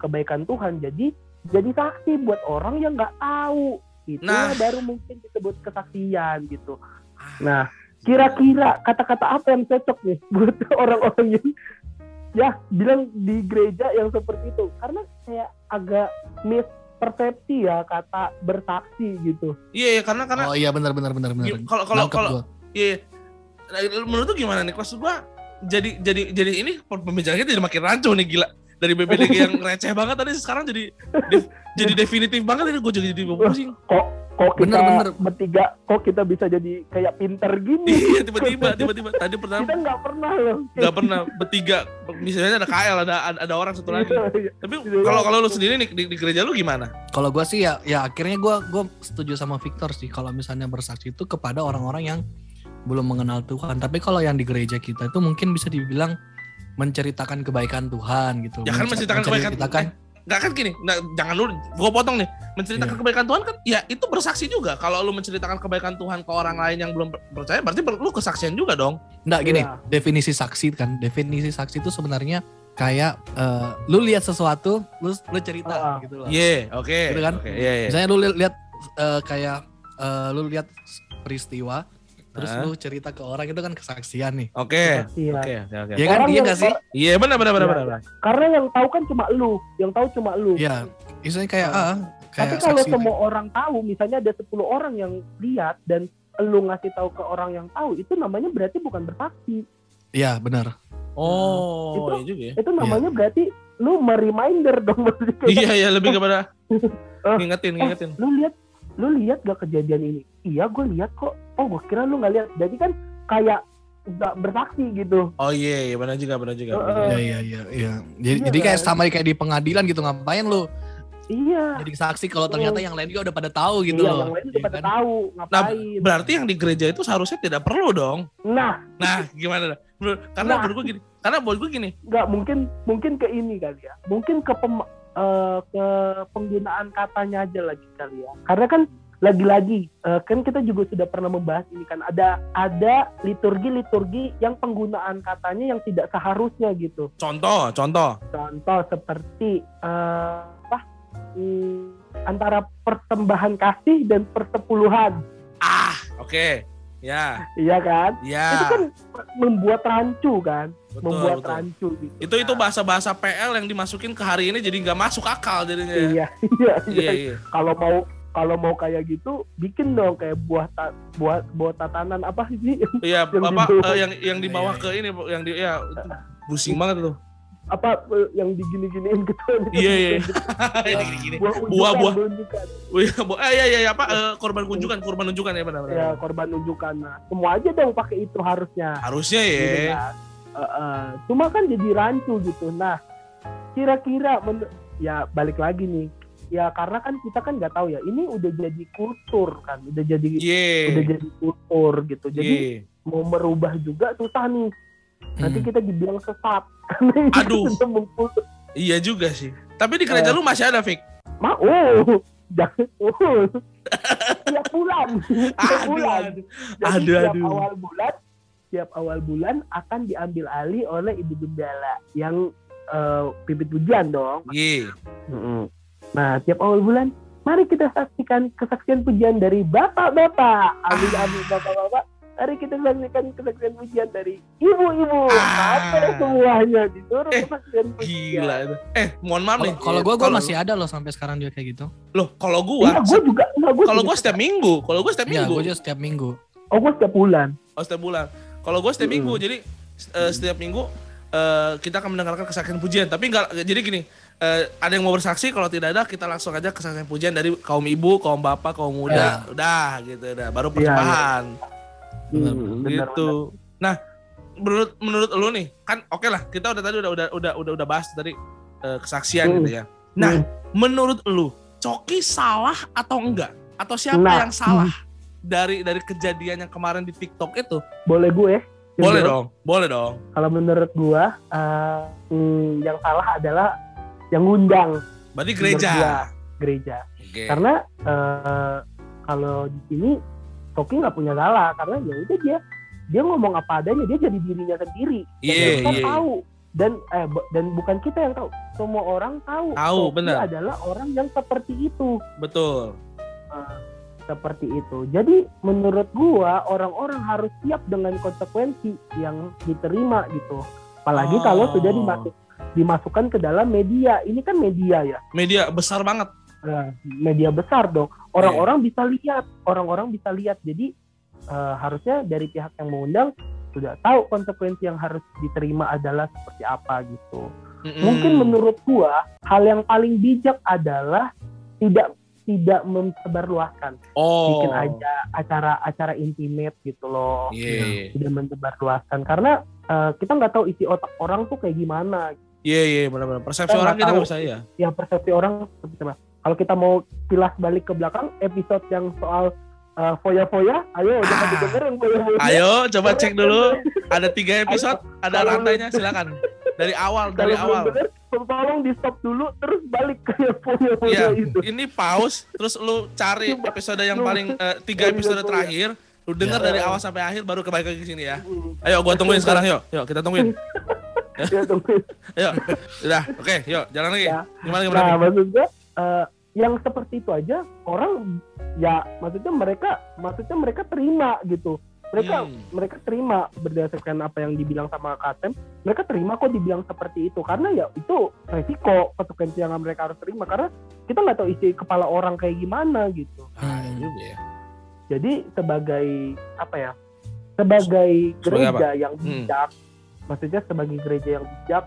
kebaikan Tuhan, jadi jadi saksi buat orang yang nggak tahu. Itu Nah. baru mungkin disebut kesaksian gitu. Nah, kira-kira kata-kata apa yang cocok nih buat orang-orang yang ya bilang di gereja yang seperti itu? Karena kayak agak mispersepsi ya kata bersaksi gitu. Iya, iya, karena karena Oh iya benar benar benar benar. Gim- kalau- kalau- Nangkep kalau- gua. iya. Nah, menurut lu gimana nih? Maksud gua jadi jadi jadi ini pembicaraan kita jadi makin rancu nih, gila. Dari B B D G yang receh banget tadi sekarang jadi def- jadi definitif banget ini, gue juga jadi pusing. Kok kok kita Bener-bener. bertiga kok kita bisa jadi kayak pinter gini? Iya, tiba-tiba tiba-tiba tadi pertama Kita nggak pernah loh. nggak pernah bertiga, misalnya ada K L, ada ada, ada orang satu lagi. Iya, iya. Tapi kalau kalau lu sendiri nih di, di gereja lu gimana? Kalau gue sih ya, ya akhirnya gue gue setuju sama Victor sih. Kalau misalnya bersaksi itu kepada orang-orang yang belum mengenal Tuhan. Tapi kalau yang di gereja kita itu mungkin bisa dibilang menceritakan kebaikan Tuhan gitu. Ya kan Mencer- menceritakan kebaikan menceritakan Nggak kan gini, nah, jangan lu, gue potong nih. Menceritakan Iya. kebaikan Tuhan kan, ya itu bersaksi juga. Kalau lu menceritakan kebaikan Tuhan ke orang lain yang belum percaya, berarti lu kesaksian juga dong. Enggak gini, Iya. definisi saksi kan. Definisi saksi itu sebenarnya kayak eh, lu lihat sesuatu, lu lu cerita Ah. gitu loh. Iya, oke. Gitu kan? Oke, iya, iya. Misalnya lu li- lihat eh, kayak eh, lu lihat peristiwa, terus Hah? lu cerita ke orang itu kan kesaksian nih. Oke. Iya. Oke, oke, oke. Iya kan? Orang Iya yang- nggak sih? Iya, benar benar benar Iya, benar. Karena yang tahu kan cuma lu, yang tahu cuma lu. Iya, misalnya kayak Ah. ah, Tapi kayak kalau saksi. semua orang tahu, misalnya ada sepuluh orang yang lihat dan lu ngasih tahu ke orang yang tahu, itu namanya berarti bukan bersaksi. Iya, benar. Oh, Itu- iya juga ya. Itu namanya berarti lu mereminder dong maksudnya. kayak, Iya, iya, lebih kepada Eh, ngingetin, ngingetin. Lu lihat, lu lihat gak kejadian ini? Iya, gue lihat kok. Oh, gue kira lu nggak lihat. Jadi kan kayak nggak bersaksi gitu. Oh iya, iya, benar juga, benar juga. benar Eh, juga. Iya, iya, iya, iya. Jadi, Iya jadi kayak kan? sama kayak di pengadilan gitu, ngapain lu Iya. jadi saksi kalau ternyata yang lain juga udah pada tahu gitu iya, loh. yang lain udah Iya pada kan? tahu Nah, ngapain. berarti yang di gereja itu seharusnya tidak perlu dong. Nah, Nah, gimana? Menurut, karena Nah. menurut gue gini, karena menurut gue gini. nggak mungkin mungkin ke ini kali ya. Mungkin ke pem, eh, ke penggunaan katanya aja lagi kali ya. Karena kan lagi-lagi eh, kan kita juga sudah pernah membahas ini kan, ada ada liturgi-liturgi yang penggunaan katanya yang tidak seharusnya gitu. Contoh, contoh. Contoh seperti eh, apa? Hmm, antara persembahan kasih dan persepuluhan, Ah, oke. Ya, iya kan? ya. Itu kan membuat rancu kan, Betul, membuat betul. rancu gitu. Itu itu bahasa-bahasa P L yang dimasukin ke hari ini jadi nggak masuk akal jadinya. ya. Iya, iya, iya. Iya, iya. Kalau mau kalau mau kayak gitu, bikin dong kayak buah ta, buah buah tatanan apa sih? Iya, Yang apa di- eh, yang yang di bawah Iya, ke ini, yang di ya itu pusing banget tuh. apa eh, yang digini-giniin gitu. Iya, iya. Ini gini-gini. Buah Buah, buah. unjukan. Oh iya, Bo. Eh, iya, iya, iya, apa eh, korban kunjungan, korban kunjungan ya benar-benar. Ya, korban unjukan. Nah, semua aja dong pakai itu harusnya. Harusnya Gitu ya. kan. Eh, eh. Cuma kan jadi rancu gitu. Nah, kira-kira men- ya balik lagi nih. Ya karena kan kita kan nggak tahu ya. Ini udah jadi kultur kan, udah jadi Iya. udah jadi kultur gitu. Jadi Iya. mau merubah juga susah nih. Nanti Hmm. kita dibilang sesat. Karena itu Aduh. sudah mengkultur. Iya juga sih. Tapi di gereja Eh. lu masih ada, Fik? Ma, oh, jangan, oh, tiap bulan, tiap Aduh, bulan. aduh. Jadi Aduh, tiap aduh. awal bulan, tiap awal bulan akan diambil alih oleh ibu gembala yang eh, pimpin pujian dong. Iya. Nah, tiap awal bulan, mari kita saksikan kesaksian pujian dari bapak-bapak. Amin, amin, bapak-bapak. Mari kita saksikan kesaksian pujian dari ibu-ibu. Ah. Sampai semuanya disuruh Eh, kesaksian pujian. Gila itu. Eh, mohon maaf nih. Kalau gue gue Kalau- masih ada loh sampai sekarang juga kayak gitu. Loh, kalau gua Iya, gue juga. Enggak, gua kalau juga. gua setiap minggu, kalau gua setiap Iya, minggu. gue juga setiap minggu. Oh, gue setiap bulan. Oh, setiap bulan. Kalau gua setiap Mm-mm. minggu, jadi eh, setiap minggu eh, kita akan mendengarkan kesaksian pujian. Tapi enggak, jadi gini, eh, ada yang mau bersaksi, kalau tidak ada kita langsung aja kesaksian pujian dari kaum ibu, kaum bapak, kaum muda. Udah, gitu udah. Baru Iya, persembahan. Benar, Hmm, benar, Gitu. Nah, menurut menurut lu nih, kan oke lah, kita udah tadi udah udah udah udah udah bahas tadi eh, kesaksian Hmm. gitu ya. Nah, Hmm. menurut lu, Coki salah atau enggak? Atau siapa Nah, yang salah dari dari kejadian yang kemarin di TikTok itu? boleh gue? Boleh Jujur. dong, boleh dong. Kalau menurut gue, eh, hmm, yang salah adalah yang ngundang Berarti Menurut gereja. gua, gereja. Oke. Karena eh, kalau di sini Toki nggak punya salah karena ya udah dia dia ngomong apa adanya, dia jadi dirinya sendiri. Dan Iya, kita iya. tahu dan eh dan bukan kita yang tahu, semua orang tahu. Tahu, Toki benar. adalah orang yang seperti itu. Betul. Uh, seperti itu. Jadi menurut gua orang-orang harus siap dengan konsekuensi yang diterima gitu. Apalagi Oh. kalau sudah dimasuk dimasukkan ke dalam media. Ini kan media ya. Media besar banget. Nah, media besar dong. Orang-orang bisa lihat, orang-orang bisa lihat. Jadi uh, harusnya dari pihak yang mengundang sudah tahu konsekuensi yang harus diterima adalah seperti apa gitu. Mm-mm. Mungkin menurut gua hal yang paling bijak adalah tidak tidak menyebarluaskan. Oh. Bikin aja acara-acara intimate gitu loh. Iya. Tidak menyebarluaskan karena uh, kita nggak tahu isi otak orang tuh kayak gimana. Iya, iya, benar-benar. Persepsi Kita orang nggak kita tahu. nggak bisa ya. Ya persepsi orang seperti apa. Kalau kita mau kilas balik ke belakang episode yang soal uh, foya-foya, ayo jangan Ah. didengerin foya-foya. Ayo coba cek dulu. Ada tiga episode, ada Kalau- rantainya, silakan. Dari awal, dari Kalau belum awal. bener, tolong di stop dulu terus balik ke foya-foya Iya, itu. ini pause, terus lu cari Coba. episode yang Lu- paling eh, tiga episode Episode terakhir, lu denger Ya. dari awal sampai akhir baru kembali ke sini ya. Hmm. Ayo gua tungguin sekarang yuk. Yuk kita tungguin. Ya, tungguin. Yuk. Udah, oke, yuk jalan lagi. Ya. Gimana gimana? Nah, Nih? maksud gue eh, yang seperti itu aja orang ya maksudnya mereka maksudnya mereka terima gitu. Mereka Hmm. mereka terima berdasarkan apa yang dibilang sama Katem. Mereka terima kok dibilang seperti itu karena ya itu resiko konsekuensi yang mereka harus terima karena kita nggak tahu isi kepala orang kayak gimana gitu. Ah, iya juga ya. Jadi sebagai apa ya? Sebagai Sebagai gereja yang Hmm. bijak, maksudnya sebagai gereja yang bijak,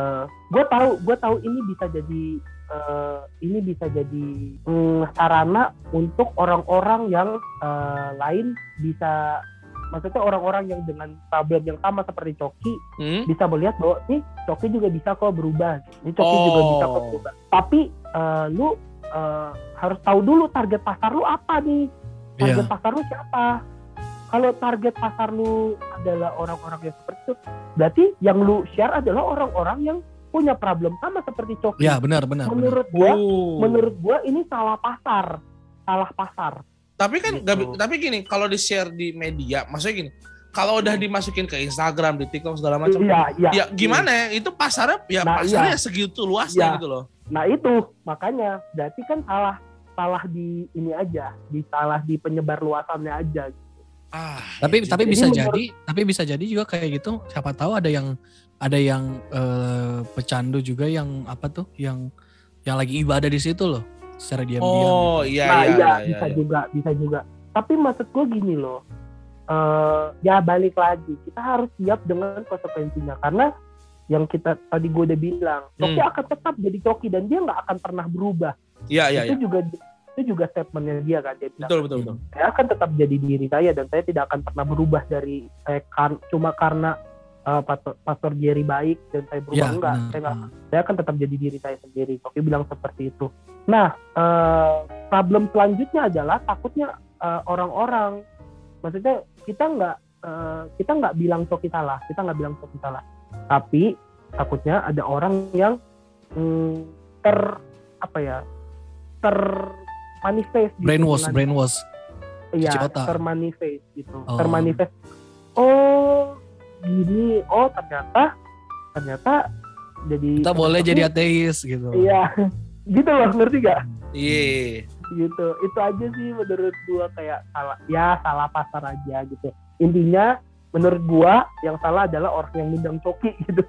gue tahu gue tahu ini bisa jadi eh, ini bisa jadi mm, sarana untuk orang-orang yang eh, lain bisa, maksudnya orang-orang yang dengan problem yang sama seperti Coki Hmm? bisa melihat bahwa nih Coki juga bisa kok berubah, nih Coki Oh. juga bisa kok berubah. Tapi eh, lu eh, harus tahu dulu target pasar lu apa nih. Target Iya. pasar lu siapa? Kalau target pasar lu adalah orang-orang yang seperti itu, berarti yang lu share adalah orang-orang yang punya problem sama seperti Coki. Ya, benar, benar. benar. menurut gua, Oh. menurut gua ini salah pasar, salah pasar. Tapi kan Gitu. nggak bi- tapi gini, kalau di-share di media, maksudnya gini, kalau udah dimasukin ke Instagram, di TikTok segala macam, Iya, iya. ya gimana ya? Itu pasarnya ya Nah, pasarnya iya. segitu luasnya Iya. gitu loh. Nah itu makanya, berarti kan salah, salah di ini aja, di salah di penyebar luasannya aja. Ah, Tapi iya tapi juga. bisa menurut- jadi, tapi bisa jadi juga kayak gitu. Siapa tahu ada yang ada yang eh, pecandu juga yang apa tuh, yang yang lagi ibadah di situ loh, secara diam-diam. Oh, gitu. iya nah iya iya, iya. bisa iya. juga, bisa juga. Tapi maksud gua gini loh, eh ya balik lagi, kita harus siap dengan konsekuensinya karena yang kita tadi gue udah bilang, Coki Hmm. akan tetap jadi Coki dan dia nggak akan pernah berubah. Iya iya itu iya. juga itu juga statementnya dia kan, dia bilang, Betul betul betul. saya akan tetap jadi diri saya dan saya tidak akan pernah berubah dari saya kan, cuma karena uh, pastor, pastor Jerry baik dan saya berubah, Ya, enggak, benar. saya enggak, saya akan tetap jadi diri saya sendiri. Coki bilang seperti itu. Nah, uh, problem selanjutnya adalah takutnya uh, orang-orang, maksudnya kita nggak uh, kita nggak bilang Coki salah, kita nggak bilang Coki salah, tapi takutnya ada orang yang mm, ter apa ya ter manifest gitu Brainwash, dengan- brainwash. iya, cuci otak. termanifest gitu, Oh. termanifest. Oh, gini, oh ternyata, ternyata jadi. Kita boleh jadi ateis gitu. Iya, gitu loh, ngerti gak? Iya. Gitu, itu aja sih menurut gua kayak salah, ya salah pasar aja gitu. Intinya, menurut gua yang salah adalah orang yang ngundang Coki gitu,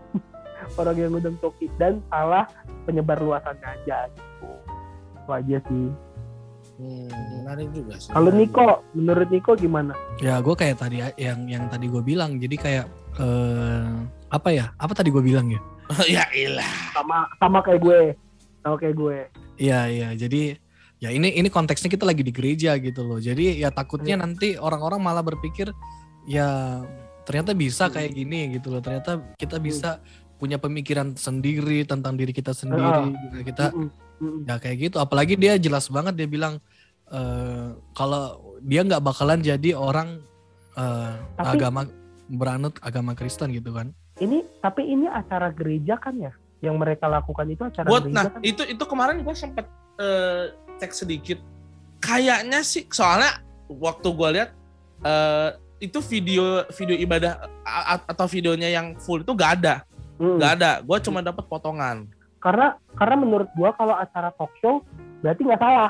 orang yang ngundang Coki dan salah penyebar luasannya aja gitu. Itu aja sih. Hmm, menarik juga sih. Kalau Niko, menurut Niko gimana? Ya gue kayak tadi yang yang tadi gue bilang. Jadi kayak eh, apa ya? Apa tadi gue bilang ya? ya ilah. Sama sama kayak gue, sama kayak gue. Iya iya. Jadi ya ini ini konteksnya kita lagi di gereja gitu loh. Jadi ya takutnya Iya. nanti orang-orang malah berpikir ya ternyata bisa kayak gini gitu loh. Ternyata kita bisa punya pemikiran sendiri tentang diri kita sendiri. Gitu. Kita Mm-mm, mm-mm. ya kayak gitu. Apalagi dia jelas banget dia bilang eh, kalau dia nggak bakalan jadi orang eh, Tapi- agama beranut agama Kristen gitu kan. Ini tapi ini acara gereja kan ya? Yang mereka lakukan itu acara Buat gereja nah kan? itu itu kemarin gue sempet eh, cek sedikit. Kayaknya sih soalnya waktu gue lihat eh, itu video video ibadah a- a- atau videonya yang full itu gak ada. Hmm. Nggak ada, gue cuma dapat potongan. Karena karena menurut gua kalau acara talk show berarti nggak salah.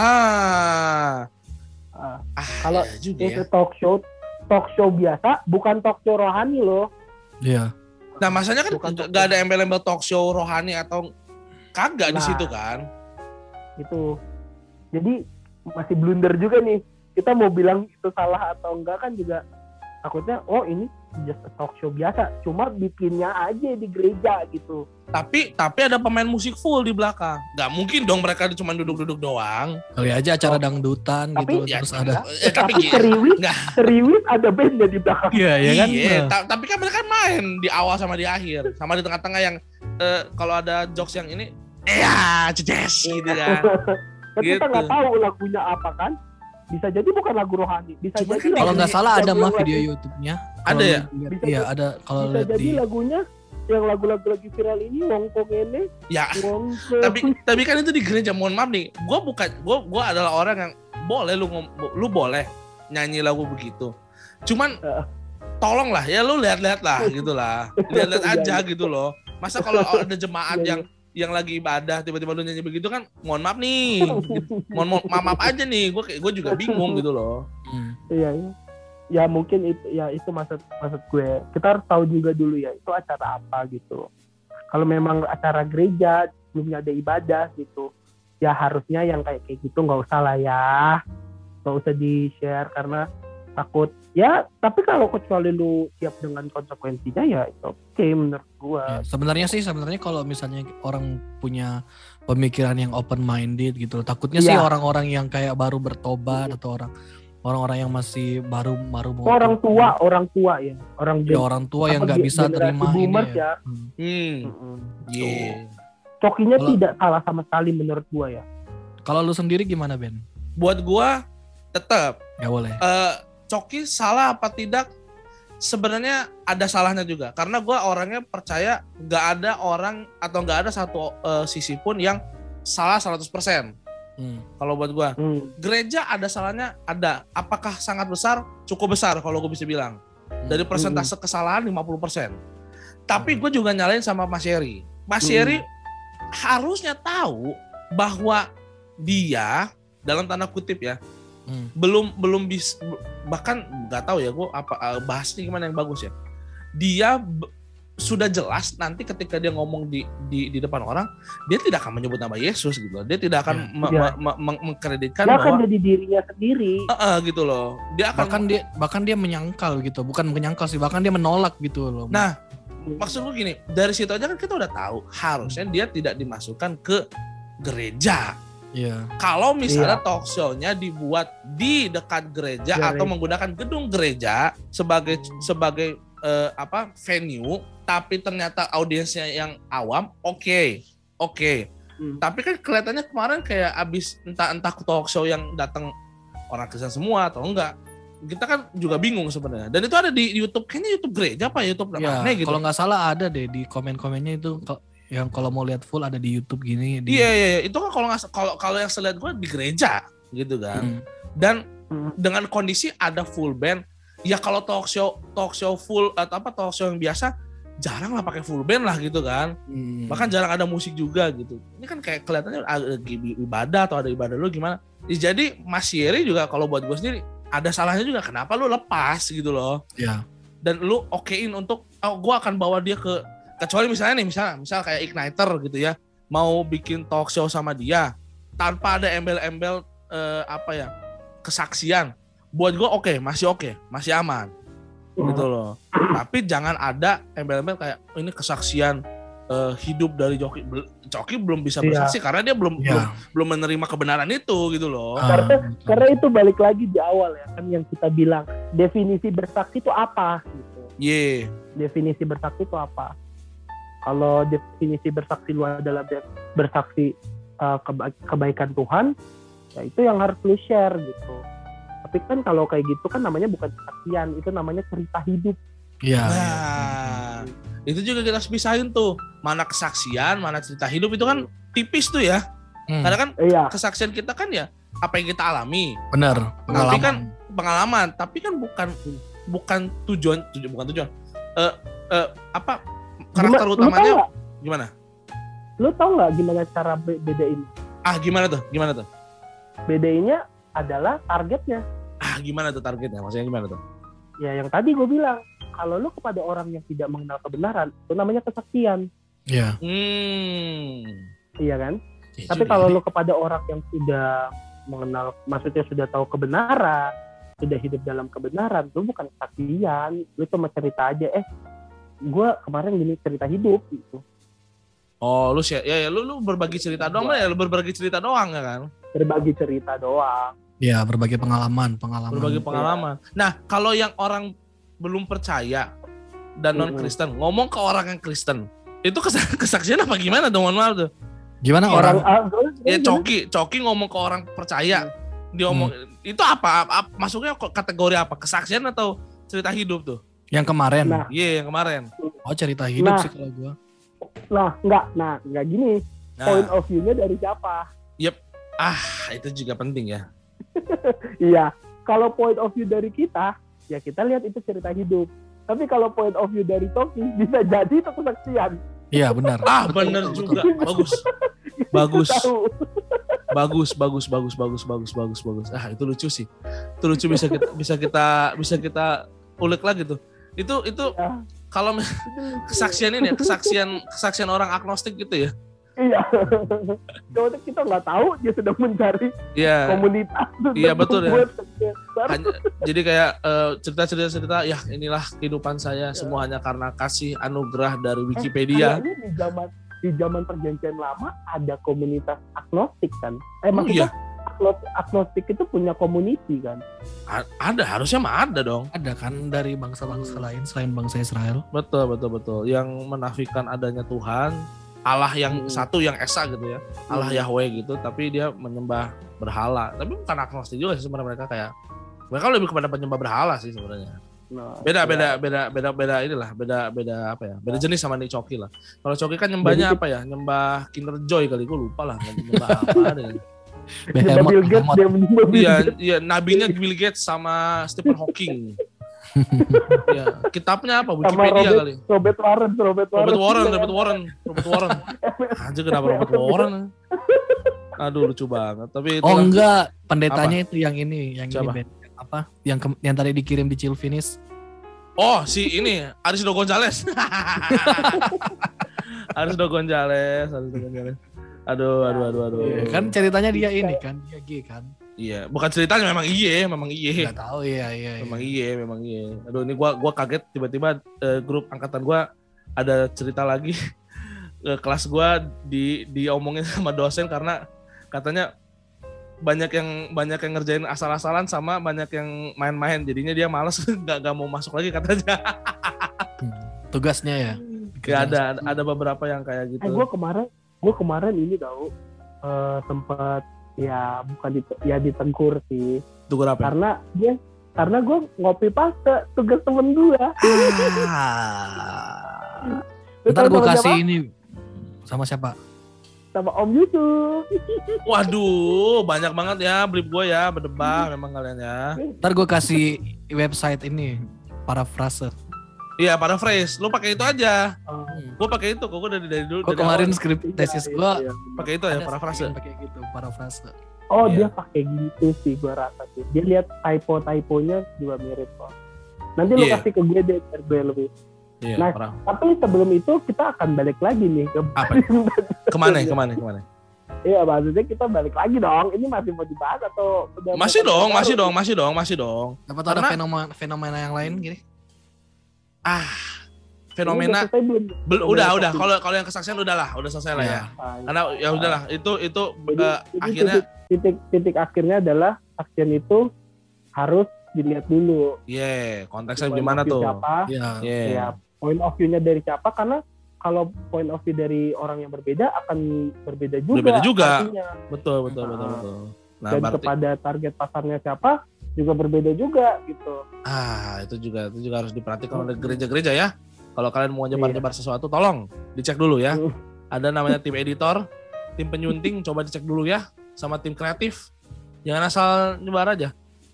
Ah, Uh, ah kalau ya juga itu ya. talk show talk show biasa, bukan talk show rohani loh. Iya. Nah masanya kan Bukan talk nggak show. ada embel-embel talk show rohani atau kagak di Nah. situ kan? Itu. Jadi masih blunder juga nih. Kita mau bilang itu salah atau enggak kan juga takutnya oh ini just a talk show biasa, cuma bikinnya aja di gereja gitu. Tapi tapi ada pemain musik full di belakang. Nggak mungkin dong mereka cuma duduk-duduk doang. Kali aja acara dangdutan Tapi- gitu Ya, terus ada. Eh, tapi Tapi gi- seriwis, nggak. seriwis ada bandnya di belakang. Iya ya kan. Iya, ta- tapi kan mereka main di awal sama di akhir, sama di tengah-tengah yang eh, kalau ada jokes yang ini, ya ceces gitu kan. Tapi kita Gitu. nggak tahu lagunya apa kan. Bisa jadi bukan lagu rohani. Bisa Cuma jadi kan Kalau nggak lagu- salah ada lagu mah yang video lagi- YouTube-nya. Ada Kalau ya? lu lihat- Bisa Iya jadi- ada kalau Bisa lihat jadi di. lagunya yang lagu-lagu lagi viral ini Wongko ini, Ya, Wongko. tapi tapi kan itu di gereja. Mohon maaf nih, gue bukan gue gue adalah orang yang boleh lu ngom, lu boleh nyanyi lagu begitu. Cuman Heeh. tolong lah ya lu lihat-lihat lah gitu lah, lihat-lihat Iya, aja iya. gitu loh. Masa kalau ada jemaat Iya, yang yang lagi ibadah tiba-tiba lu nyanyi begitu kan, mohon maaf nih, mohon mohon- maaf, maaf aja nih, gue kayak gue juga bingung gitu loh. Hmm. Iya, iya. Ya mungkin itu ya itu maksud maksud gue. Kita harus tahu juga dulu ya itu acara apa gitu. Kalau memang acara gereja belum ada ibadah gitu, ya harusnya yang kayak kayak gitu nggak usah lah ya, nggak usah di share karena takut. Ya tapi kalau kecuali lu siap dengan konsekuensinya ya itu oke menurut gue. Ya, sebenarnya sih sebenarnya kalau misalnya orang punya pemikiran yang open minded gitu loh. Takutnya sih Iya. orang-orang yang kayak baru bertobat atau orang orang-orang yang masih baru baru mau Orang tua, orang tua ya, orang ya, orang tua yang apa, nggak ge- bisa generasi terima ini boomers ya. ya. Hmm. Hmm, Mm-mm. yeah. Cokinya Kalau- tidak salah sama sekali menurut gua ya. Kalau lu sendiri gimana Ben? Buat gue tetap Gak boleh. eh Coki salah apa tidak sebenarnya ada salahnya juga karena gue orangnya percaya nggak ada orang atau nggak ada satu eh, sisi pun yang salah seratus persen Hmm. kalau buat gue. Hmm. Gereja ada salahnya, ada. Apakah sangat besar? Cukup besar kalau gue bisa bilang. Dari persentase kesalahan lima puluh persen. Tapi gue juga nyalain sama Mas Yeri. Mas Hmm. Yeri harusnya tahu bahwa dia dalam tanda kutip ya Hmm. belum belum bisa, bahkan nggak tahu ya gue apa eh, bahasnya gimana yang bagus ya. Dia b- sudah jelas nanti ketika dia ngomong di, di di depan orang, dia tidak akan menyebut nama Yesus gitu loh. Dia tidak akan me- Ya. me- me- meng- mengkreditkan Dia akan bahwa jadi dirinya sendiri. "Eh, eh," gitu loh. Dia akan Bahkan dia bahkan dia menyangkal gitu, bukan menyangkal sih, bahkan dia menolak gitu loh. Nah, maksud gue gini, dari situ aja kan kita udah tahu harusnya dia tidak dimasukkan ke gereja. Iya. Kalau misalnya talk show-nya dibuat di dekat gereja Gereja. atau menggunakan gedung gereja sebagai sebagai eh, apa venue, tapi ternyata audiensnya yang awam, oke, oke. Hmm. Tapi kan kelihatannya kemarin kayak abis entah entah talk show yang datang orang Kristen semua atau enggak. Kita kan juga bingung sebenarnya. Dan itu ada di YouTube, kayaknya YouTube gereja apa YouTube Ya, mana gitu. kalau nggak salah ada deh di komen-komennya itu kok yang kalau mau lihat full ada di YouTube gini. Di, Iya iya iya. Itu kan kalau nggak kalau kalau yang saya lihat gue di gereja gitu kan. Hmm. Dan Hmm. dengan kondisi ada full band, ya kalau talk show talk show full atau apa talk show yang biasa jarang lah pakai full band lah gitu kan. Hmm. Bahkan jarang ada musik juga gitu. Ini kan kayak kelihatannya ada ibadah atau ada ibadah lu gimana. Ya, jadi Mas Yeri juga kalau buat gue sendiri ada salahnya juga, kenapa lu lepas gitu loh. Ya. Dan lu okein untuk oh gue akan bawa dia ke, kecuali misalnya nih misalnya misal kayak Igniter gitu ya, mau bikin talk show sama dia tanpa ada embel-embel eh, apa ya kesaksian, buat gue oke, masih oke, masih aman gitu loh. Tapi jangan ada embel-embel kayak oh, ini kesaksian eh, hidup dari Coki. Bel- Coki belum bisa Iya. bersaksi karena dia belum belum Ya. belum menerima kebenaran itu gitu loh. Ah, Karena itu balik lagi di awal ya kan yang kita bilang definisi bersaksi itu apa gitu. Ye. Definisi bersaksi itu apa? Kalau definisi bersaksi lu adalah ber- bersaksi uh, keba- kebaikan Tuhan, ya itu yang harus lu share gitu. Tapi kan kalau kayak gitu kan namanya bukan kesaksian, itu namanya cerita hidup. Iya. Nah, itu juga kita harus pisahin tuh. Mana kesaksian, mana cerita hidup itu kan tipis tuh ya. Hmm, Karena kan Iya. kesaksian kita kan ya apa yang kita alami, benar. Tapi kan Pengalaman. pengalaman, tapi kan bukan bukan tujuan, tujuan bukan tujuan. Eh eh, apa karakter Gima- utamanya lu tau gimana? nggak? Lu tau nggak gimana cara be- bedain? Ah, gimana tuh? Gimana tuh? Bedainnya adalah targetnya. Ah, gimana tuh targetnya? Maksudnya gimana tuh? Ya yang tadi gue bilang, kalau lu kepada orang yang tidak mengenal kebenaran, itu namanya kesaksian, Iya. Hmm. iya kan? Ya Tapi juga. kalau lu kepada orang yang sudah mengenal, maksudnya sudah tahu kebenaran, sudah hidup dalam kebenaran, lu bukan kesaksian, lu cuma cerita aja, eh, gue kemarin gini cerita hidup gitu, Oh, lu sih ya, ya lu lu berbagi cerita doang ya, lu berbagi cerita doang ya kan? berbagi cerita doang. Iya, berbagi pengalaman, pengalaman. Berbagi pengalaman. Nah, kalau yang orang belum percaya dan non Kristen ngomong ke orang yang Kristen, itu kes- kesaksian apa gimana dong? Mohon maaf tuh. Gimana orang, Orang, ah, Ya Coki, Coki ngomong ke orang percaya, dia ngomong itu apa, apa? Masuknya kok kategori apa? Kesaksian atau cerita hidup tuh? yang kemarin? Nah. Iya, yang kemarin. Oh, cerita hidup Nah. sih kalau gua. nah nggak, nah nggak gini, Nah, point of view-nya dari siapa? ah itu juga penting ya. Iya, kalau point of view dari kita, ya kita lihat itu cerita hidup. Tapi kalau point of view dari Toki, bisa jadi itu kesaksian. Iya, benar. Ah, Betul, bener betul, juga. betul. Bagus. Bagus. Tahu. Bagus, bagus, bagus, bagus, bagus, bagus, bagus. Ah, itu lucu sih. Itu lucu bisa kita bisa kita bisa kita ulik lagi tuh. Itu itu Ya. kalau kesaksian ini ya, kesaksian kesaksian orang agnostik gitu ya. Iya. Kalau kita nggak tahu, dia sedang mencari Iya. komunitas. Iya, betul ya. Buat sukses. Hanya- jadi kayak eh, cerita-cerita cerita ya inilah kehidupan saya semua hanya karena kasih anugerah dari Wikipedia. Kayaknya di zaman di zaman perjanjian lama ada komunitas agnostik kan? Eh Oh, maksudnya iya. agnos- agnostik itu punya community kan? A- ada, harusnya mah ada dong. Ada kan dari bangsa-bangsa lain selain bangsa Israel. Betul, betul, betul. Yang menafikan adanya Tuhan, Allah yang Hmm. satu yang esa gitu ya. Allah Hmm. Yahweh gitu, tapi dia menyembah berhala. Tapi bukan agnostik juga sih sebenarnya, mereka kayak mereka lebih kepada penyembah berhala sih sebenarnya. Nah, Beda, ya. beda, beda, beda, beda inilah, beda, beda apa ya? Beda jenis sama nih Coki lah. Kalau Coki kan nyembahnya Jadi- apa ya? Nyembah Kinder Joy kali, gue lupa lah. Nyembah apa deh. Nyembah Behemoth, Bill Gates, behemoth. dia menyembah Bill Iya, Gates. iya, nabinya Bill Gates sama Stephen Hawking. Iya, kitabnya apa? Sama Wikipedia Robert, kali. Robert Warren, Robert Warren. Robert Warren, Iya, Robert Warren, Robert Warren. Anjir, kenapa Robert Warren? Aduh, lucu banget. Tapi Oh itulah. enggak, pendetanya itu yang ini, yang Siapa? ini Ben. Apa? Yang ke- yang tadi dikirim di Chilfinis. Oh, si ini Arisdo Gonzales. Arisdo Gonzales, Arisdo Gonzales. Aduh, aduh, aduh, aduh. Iya, kan ceritanya dia ini kan, dia G kan. Iya, bukan ceritanya memang iye, memang iye. Enggak tahu iya iya. iya. Memang iye, memang iye. Aduh, ini gua gua kaget tiba-tiba eh, grup angkatan gua ada cerita lagi ke kelas gua di diomongin sama dosen karena katanya banyak yang banyak yang ngerjain asal-asalan sama banyak yang main-main, jadinya dia malas nggak nggak mau masuk lagi katanya. Hmm, tugasnya ya. Kayak ada ada beberapa yang kayak Eh, gitu. gue kemarin, gue kemarin ini tahu eh, sempat ya bukan di, ya ditengkur sih, Tugas apa? karena dia karena gue ngopi paste tugas temen gue. Ah. Ntar gue kasih ini sama siapa? Sama Om Yusuf. Waduh, banyak banget ya brief gue ya, berdebah memang kalian ya. Ntar gue kasih website ini paraphrase. Iya, paraphrase. Lu pakai itu aja. Oh, Gue pakai itu, kok gue dari dari dulu. Gue dari kemarin awal skrip tesis gue iya, iya. pakai itu ya, ada paraphrase. yang pakai gitu, paraphrase. Oh Iya. dia pakai gitu sih gue rasa sih. Dia lihat typo typonya juga mirip kok. Nanti lu Iya. kasih ke gue deh biar gue lebih. Iya, Nah, parah. Tapi sebelum itu kita akan balik lagi nih ke Apa? Kemana? Kemana? Kemana? Iya maksudnya kita balik lagi dong. Ini masih mau dibahas atau udah Masih mau dong, baru? masih dong, masih dong, masih dong. Dapat ada Karena- fenomena fenomena yang lain gini. Ah, Ini fenomena. udah selesai belum? Bel- udah, udah. Kalau kalau yang kesaksian udahlah, udah selesai lah ya. Ah, Karena ya udahlah, itu itu Jadi, eh, jadi akhirnya titik, titik titik akhirnya adalah action itu harus dilihat dulu. yeah, konteksnya Point gimana of view tuh? Siapa? Iya. Yeah. Ya, point of view-nya dari siapa? Karena kalau point of view dari orang yang berbeda akan berbeda juga. Berbeda juga. artinya. Betul, betul, betul, Ah. betul. Nah, Dan berarti kepada target pasarnya siapa juga berbeda juga gitu. ah itu juga itu juga harus diperhatikan oleh gereja-gereja ya. Kalau kalian mau nyebar-nyebar sesuatu, tolong dicek dulu ya. Hmm. Ada namanya tim editor, tim penyunting, coba dicek dulu ya, sama tim kreatif. Jangan asal nyebar aja.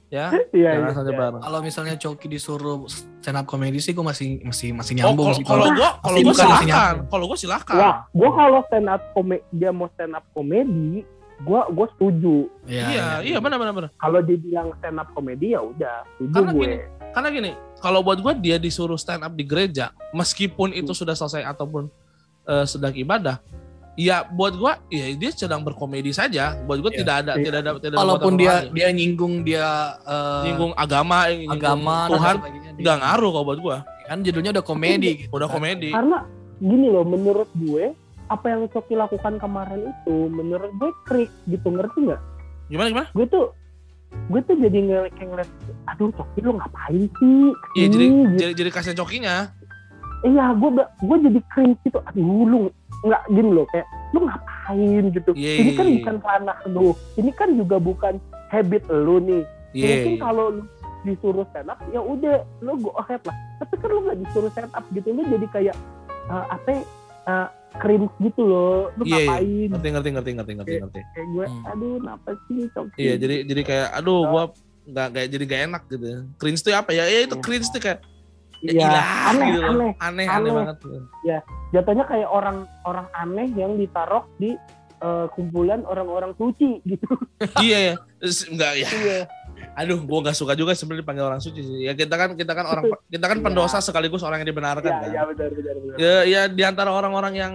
Ya, Iya, jangan iya, sampai iya. bareng. Kalau misalnya Coki disuruh stand up comedy sih gue masih masih masih nyambung Oh, sih. kalau gua kalau Masih gua bukan masih silakan. nyambung. Kalau gua silakan. Wah, gue kalau stand up komedi, dia mau stand up komedi, gue gue setuju. Iya, Iya, iya benar benar benar. Kalau dia bilang stand up komedi ya udah, setuju Karena gue. gini, karena gini, kalau buat gua dia disuruh stand up di gereja, meskipun itu sudah selesai ataupun uh, sedang ibadah, ya buat gua ya dia sedang berkomedi saja. Buat gua Iya. tidak ada Iya. tidak ada tidak ada Walaupun muatan dia rohani. dia nyinggung dia eh, nyinggung agama, nyinggung agama dan Tuhan, sebagainya, dia- nggak ngaruh kalau buat gua. Kan judulnya udah komedi gitu. Udah kan. komedi. Karena gini loh, menurut gue apa yang Coki lakukan kemarin itu, menurut gue krik gitu, ngerti nggak? Gimana gimana? Gue tuh gue tuh jadi ngeliat kayak ngeliat, aduh Coki lu ngapain sih? Iya jadi, Kesini, gitu. jadi jadi kasihan Cokinya. Iya, gue gue jadi cringe gitu. Aduh, lu nggak gini loh, kayak lu ngapain gitu. Iya, Ini kan iya, bukan ranah lu. Ini kan juga bukan habit lu nih. Iya. Mungkin kalau lu disuruh stand up, ya udah lu go ahead lah. Tapi kan lu nggak disuruh stand up gitu, lu jadi kayak uh, apa? ya, Uh, cringe gitu loh. Lu Iya, iya. ngapain? Ngerti ngerti ngerti ngerti ngerti ngerti. Kayak gue, Hmm. aduh, kenapa sih Coki? Iya jadi jadi kayak aduh gua nggak kayak jadi gak enak gitu. Cringe tuh apa ya? Ya itu cringe tuh kayak ya Iya, ilah aneh, gitu loh. aneh. Aneh, aneh, Aneh. banget. Jatuhnya kayak orang orang aneh yang ditaruh di uh, kumpulan orang-orang suci gitu. Iya ya. Enggak ya. Iya. Aduh, gua nggak suka juga sebenarnya dipanggil orang suci sih. Ya kita kan kita kan orang kita kan Iya. pendosa sekaligus orang yang dibenarkan Iya, kan. iya benar benar benar. Ya, ya di antara orang-orang yang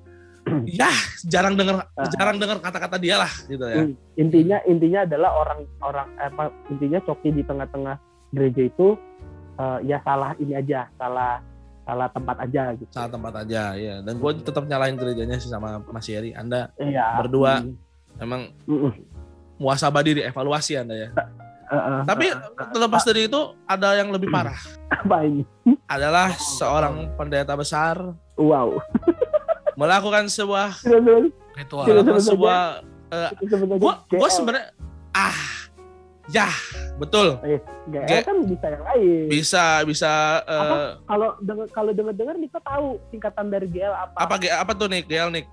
ya jarang dengar Ah. jarang dengar kata-kata dia lah gitu ya. Hmm, intinya intinya adalah orang-orang apa intinya Coki di tengah-tengah gereja itu uh, ya salah ini aja, salah salah tempat aja gitu. Saat tempat aja ya. Dan gua tetap nyalain gerejanya sih sama Mas Yeri. Anda Iya. berdua Hmm. memang Mm-mm. muasabah diri, evaluasi Anda ya. Uh-uh. Tapi terlepas dari itu ada yang lebih parah. Apa ini? Adalah seorang pendeta besar Wow. melakukan sebuah Benar-benar Ritual. Iya. melakukan sebut sebuah eh, itu sebenarnya gua gua G L. sebenarnya ah ya betul G L G- kan bisa yang lain. bisa bisa eh, Apa? Kalau dengar kalau dengar-dengar Niko tahu singkatan dari G L apa? apa G- apa tuh Nick G L Nick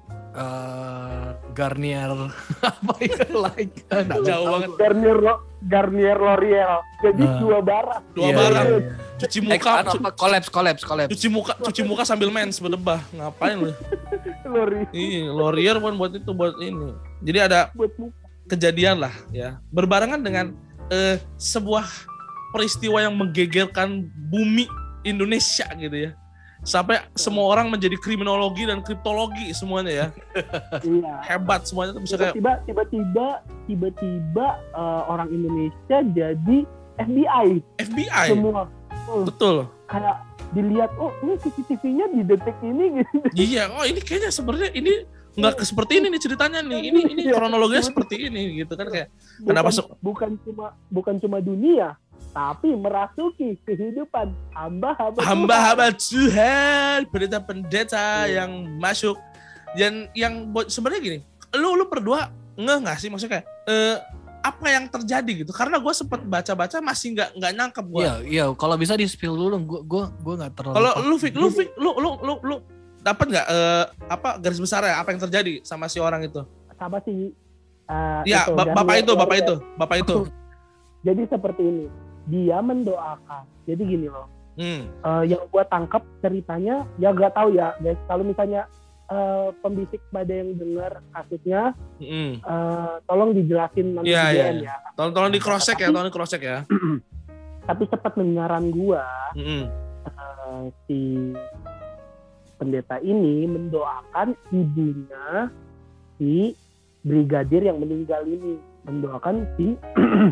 Eh, Garnier apa itu like Nggak Jauh tahu. banget. Garnier Lo- Garnier L'Oreal. Jadi Nah. dua barang. dua Iya, barang iya, iya. cuci Eh, muka kan apa kolaps kolaps kolaps cuci muka cuci muka sambil mens berdebah ngapain lu L'Oreal iya Laurier bukan buat itu buat ini jadi ada buat muka. kejadian lah ya berbarengan dengan eh, sebuah peristiwa yang menggegerkan bumi Indonesia gitu ya sampai semua orang menjadi kriminologi dan kriptologi semuanya ya Iya. hebat semuanya tuh bisa kayak Tiba-tiba tiba-tiba tiba-tiba uh, orang Indonesia jadi F B I F B I semua. Uh, betul kayak dilihat oh ini C C T V-nya di detik ini gitu. iya oh ini kayaknya sebenarnya ini nggak ke- seperti ini nih ceritanya nih ini ini Iya. kronologinya seperti ini gitu kan kayak Bukan, Kenapa su- bukan cuma bukan cuma dunia tapi merasuki kehidupan hamba-hamba Tuhan. hamba-hamba Tuhan pendeta-pendeta Iya. yang masuk dan yang buat sebenarnya gini lu lu berdua ngeh nggak sih maksudnya kayak eh, apa yang terjadi gitu karena gue sempet baca-baca masih nggak nggak nangkep gue Iya, iya. Kalau bisa di spill dulu, gue gue gue nggak terlalu. kalau paham. lu Fik, lu Fik, lu lu lu lu dapat nggak eh, apa garis besarnya apa yang terjadi sama si orang itu Sama si uh, ya itu, ba- Garnier bapak itu bapak L'Oreal. itu bapak itu Jadi seperti ini, dia mendoakan. Jadi gini loh, hmm. uh, yang gua tangkap ceritanya, ya gak tahu ya guys. Kalau misalnya uh, pembisik pada yang dengar kasusnya, Hmm. uh, tolong dijelasin nanti Iya, di iya, D M iya. ya. tolong tolong di cross check ya tolong di cross check ya Tapi cepat menyaran gua, Hmm. uh, si pendeta ini mendoakan ibunya si brigadir yang meninggal ini, mendoakan si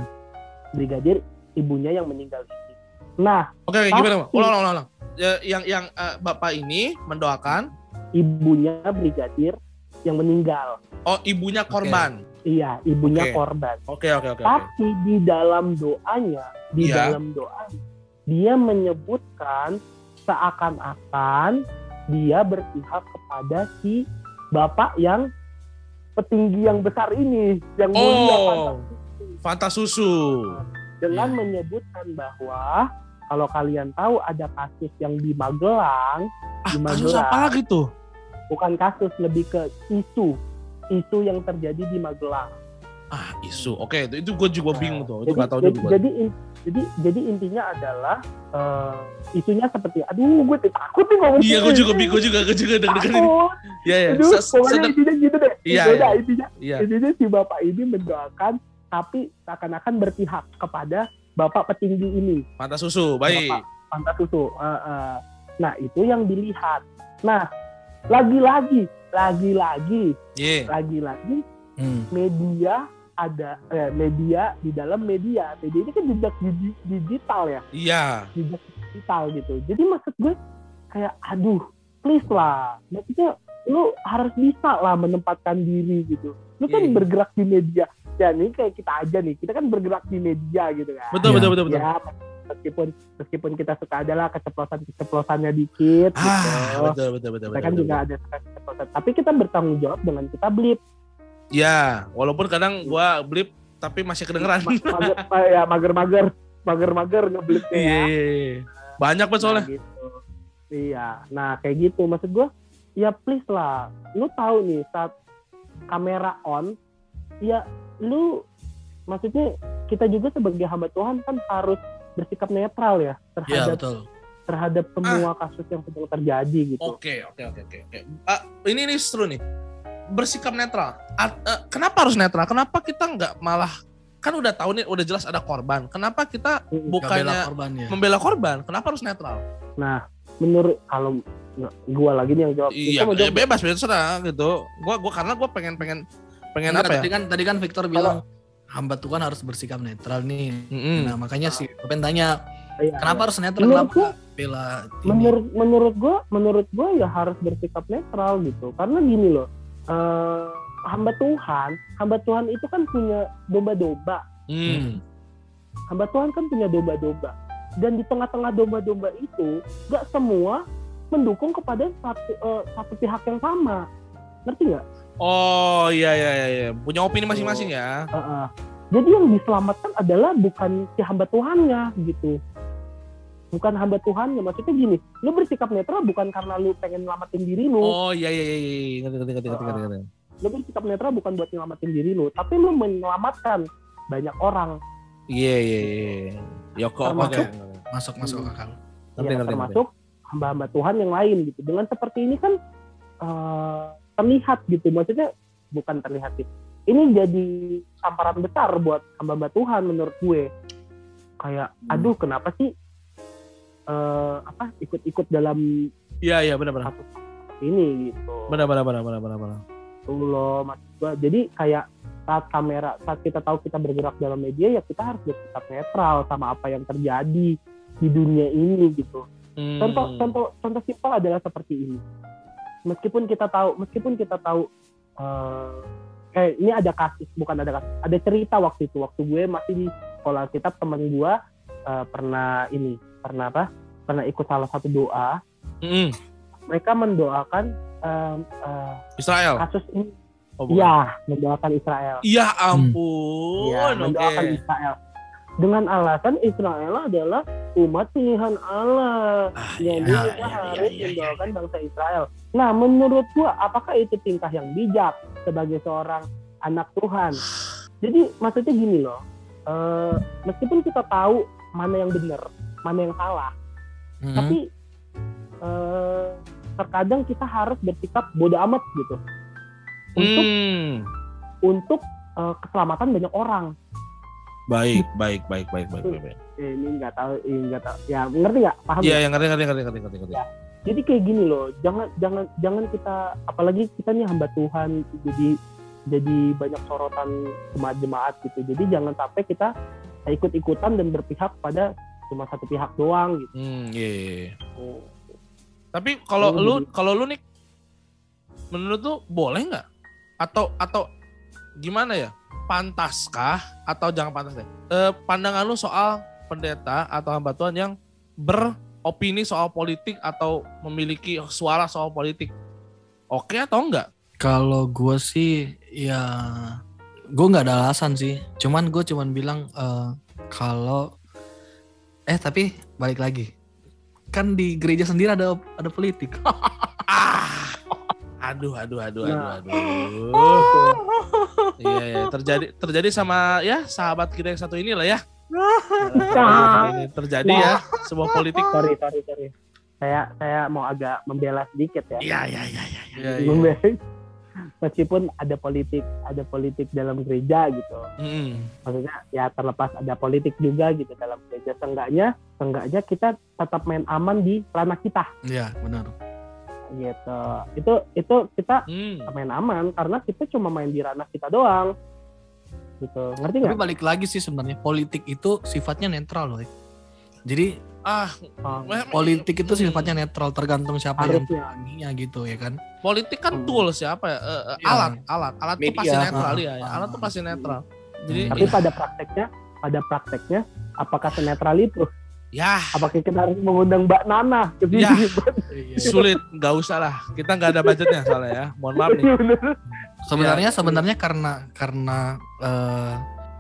brigadir ibunya yang meninggal ini. Nah, Oke, oke, gimana? Pasti. Ulang, ulang, ulang. Ya, yang yang eh, bapak ini mendoakan, ibunya brigadir yang meninggal. oh ibunya korban. Iya, ibunya Oke. korban. Oke, oke, oke. oke. Tapi di dalam doanya, di Iya. dalam doanya, dia menyebutkan seakan-akan dia berpihak kepada si bapak yang petinggi yang besar ini, yang mulia Oh, pantas, Fanta susu. dengan Iya. menyebutkan bahwa kalau kalian tahu ada kasus yang di Magelang, Ah, di kasus Magelang, apa lagi tuh? bukan kasus, lebih ke isu, isu yang terjadi di Magelang. Ah, isu. Oke, itu itu gue juga bingung tuh. Itu Jadi, nggak tahu jadi, juga. jadi, in- jadi, jadi intinya adalah uh, isunya seperti, aduh, gue takut nih ngomong. Iya, gue juga bingung juga, gue juga deg-degan ini. Takut. Iya, iya. Aduh, Se- pokoknya sedek- intinya gitu deh. Iya, Yaudah, iya. intinya, Iya. intinya si bapak ini mendoakan, tapi seakan-akan berpihak kepada bapak petinggi ini. Mata susu, baik. Bapak pantas susu. Uh, uh. Nah, itu yang dilihat. Nah, lagi-lagi, lagi-lagi, Iya. lagi-lagi Hmm. media ada eh, media di dalam media. Media ini kan jejak digi- digital ya, Iya. jejak digital gitu. Jadi maksud gue kayak aduh, please lah. Maksudnya lu harus bisa lah menempatkan diri gitu. Lu kan Iya. bergerak di media. Ya ini kayak kita aja nih, kita kan bergerak di media gitu kan. Betul, Iya. betul, betul, betul. Ya, meskipun meskipun kita suka adalah keceplosan-keceplosannya dikit Ah, gitu. betul, betul, betul, Kita betul. kan betul, juga ada suka keceplosan. Tapi kita bertanggung jawab dengan kita blip. Ya, walaupun kadang gua blip tapi masih kedengeran. Ma- mager, ya mager-mager, mager-mager ngeblipnya Iya, ya. iya, iya. Banyak banget soalnya. Nah, gitu. Iya, nah kayak gitu maksud gue. Ya please lah, lu tahu nih saat kamera on, ya lu maksudnya kita juga sebagai hamba Tuhan kan harus bersikap netral ya Iya, terhadap betul. terhadap semua kasus yang sedang terjadi gitu. Oke, oke, oke, oke. oke. Ah, ini ini seru nih. Bersikap netral. At- eh, kenapa harus netral? Kenapa kita nggak malah kan udah tahu nih, udah jelas ada korban. Kenapa kita Mm, Gak bela bukannya korbannya. membela korban? Kenapa harus netral? Nah, menurut kalau nggak, gua lagi nih yang jawab. Iya, Kita mau ya jawab. bebas, bebas serah gitu. Gua, gua karena gua pengen, pengen, pengen Enggak, apa ya? tadi kan tadi kan Victor bilang hamba Tuhan harus bersikap netral nih. Mm-mm. Nah, makanya si Ruben tanya, Iya, kenapa iya. harus netral? Menurut Kenapa nggak bela ini? menurut menurut gue menurut gue ya harus bersikap netral gitu karena gini loh eh, hamba Tuhan hamba Tuhan itu kan punya domba-domba Hmm. hamba Tuhan kan punya domba-domba dan di tengah-tengah domba-domba itu gak semua mendukung kepada satu eh, satu pihak yang sama, ngerti nggak? Oh iya, iya, iya, iya. Punya opini masing-masing ya. Uh, uh. Jadi yang diselamatkan adalah bukan si hamba Tuhannya gitu. Bukan hamba Tuhannya, maksudnya gini, lu bersikap netral bukan karena lu pengen nyelamatin diri lu. Oh iya, iya, iya, iya. Ngerti, ngerti, ngerti, ngerti, ngerti, ngerti. Lu bersikap netral bukan buat nyelamatin diri lu, tapi lu menyelamatkan banyak orang. Iya, iya, iya. Yoko, oke. Termasuk- Masuk masuk akal. Ngerti, Ya, ngerti, termasuk hamba-hamba Tuhan yang lain gitu. Dengan seperti ini kan eh, terlihat gitu, maksudnya bukan terlihat sih. Ini jadi tamparan besar buat hamba-hamba Tuhan menurut gue. Kayak, aduh kenapa sih eh, apa ikut-ikut dalam Iya, iya, benar-benar. kasus ini gitu. Benar-benar, benar-benar, benar-benar. Itu loh maksud gue. Jadi kayak saat kamera, saat kita tahu kita bergerak dalam media ya kita harus bersikap netral sama apa yang terjadi di dunia ini gitu. Hmm. Contoh contoh contoh simpel adalah seperti ini. Meskipun kita tahu, meskipun kita tahu eh kayak ini ada kasus, bukan ada kasus, ada cerita waktu itu waktu gue masih di sekolah kitab, teman gue eh, pernah ini, pernah apa? Pernah ikut salah satu doa. Mm-mm. Mereka mendoakan eh, eh, Israel. kasus ini. Oh, bukan. Iya, mendoakan Israel. Iya ampun. Iya, Oke. mendoakan Israel. Dengan alasan Israel adalah umat pilihan Allah. Ah, Jadi iya, kita iya, harus iya, iya, mendoakan bangsa Israel. Nah, menurut gua, apakah itu tingkah yang bijak sebagai seorang anak Tuhan? Jadi maksudnya gini loh, eh, meskipun kita tahu mana yang benar, mana yang salah, Hmm. tapi eh, terkadang kita harus bersikap bodoh amat gitu untuk Hmm. untuk eh, keselamatan banyak orang. Baik, baik, baik, baik, baik, baik. baik. Eh, ini nggak tahu, ini nggak tahu. Ya ngerti nggak? Paham? Iya, nggak? yang ngerti, ngerti, ngerti, ngerti, ngerti, ngerti. Jadi kayak gini loh, jangan jangan jangan kita, apalagi kita nih hamba Tuhan, jadi jadi banyak sorotan jemaat-jemaat gitu. Jadi jangan sampai kita ikut-ikutan dan berpihak pada cuma satu pihak doang gitu. Hmm, iya, iya, iya. Tapi kalau Oh, lu, jadi- kalau lu nih, menurut lu boleh nggak? Atau atau gimana ya? Pantaskah atau jangan pantas deh? Eh, pandangan lu soal pendeta atau hamba Tuhan yang beropini soal politik atau memiliki suara soal politik, oke atau enggak? Kalau gue sih ya gue nggak ada alasan sih. Cuman gue cuman bilang eh, kalau eh tapi balik lagi kan di gereja sendiri ada ada politik. Ah, aduh, aduh, aduh, aduh, Nah. aduh. Iya, ya, terjadi terjadi sama ya sahabat kita yang satu ini lah ya. Nah. Ini terjadi ya sebuah politik. Sorry, sorry, sorry. Saya saya mau agak membela sedikit ya. Iya, iya, iya, iya. Iya, iya. Membela- Meskipun ada politik, ada politik dalam gereja gitu. Mm. Maksudnya ya terlepas ada politik juga gitu dalam gereja. Seenggaknya, seenggaknya kita tetap main aman di ranah kita Iya, benar. gitu. Itu itu kita Mm. main aman karena kita cuma main di ranah kita doang. Gitu. Ngerti Tapi nggak? balik lagi sih sebenarnya politik itu sifatnya netral loh. Ya. Jadi Ah, Oh, politik itu sifatnya netral, tergantung siapa yang Harusnya. menanginya gitu ya kan. politik kan Hmm. tools ya apa ya? Eh, eh, Iya. alat, alat, alat tuh Media. pasti netral Ah, ya. ya. ah, Alat tuh ah. pasti netral. Jadi Tapi pada prakteknya, pada prakteknya, apakah senetral itu? ya Apakah kita harus mengundang Mbak Nana? ke Ya. sini? sulit, nggak usah lah. Kita nggak ada budgetnya soalnya ya. Mohon maaf nih. Bener. Sebenarnya Iya. sebenarnya karena karena eh,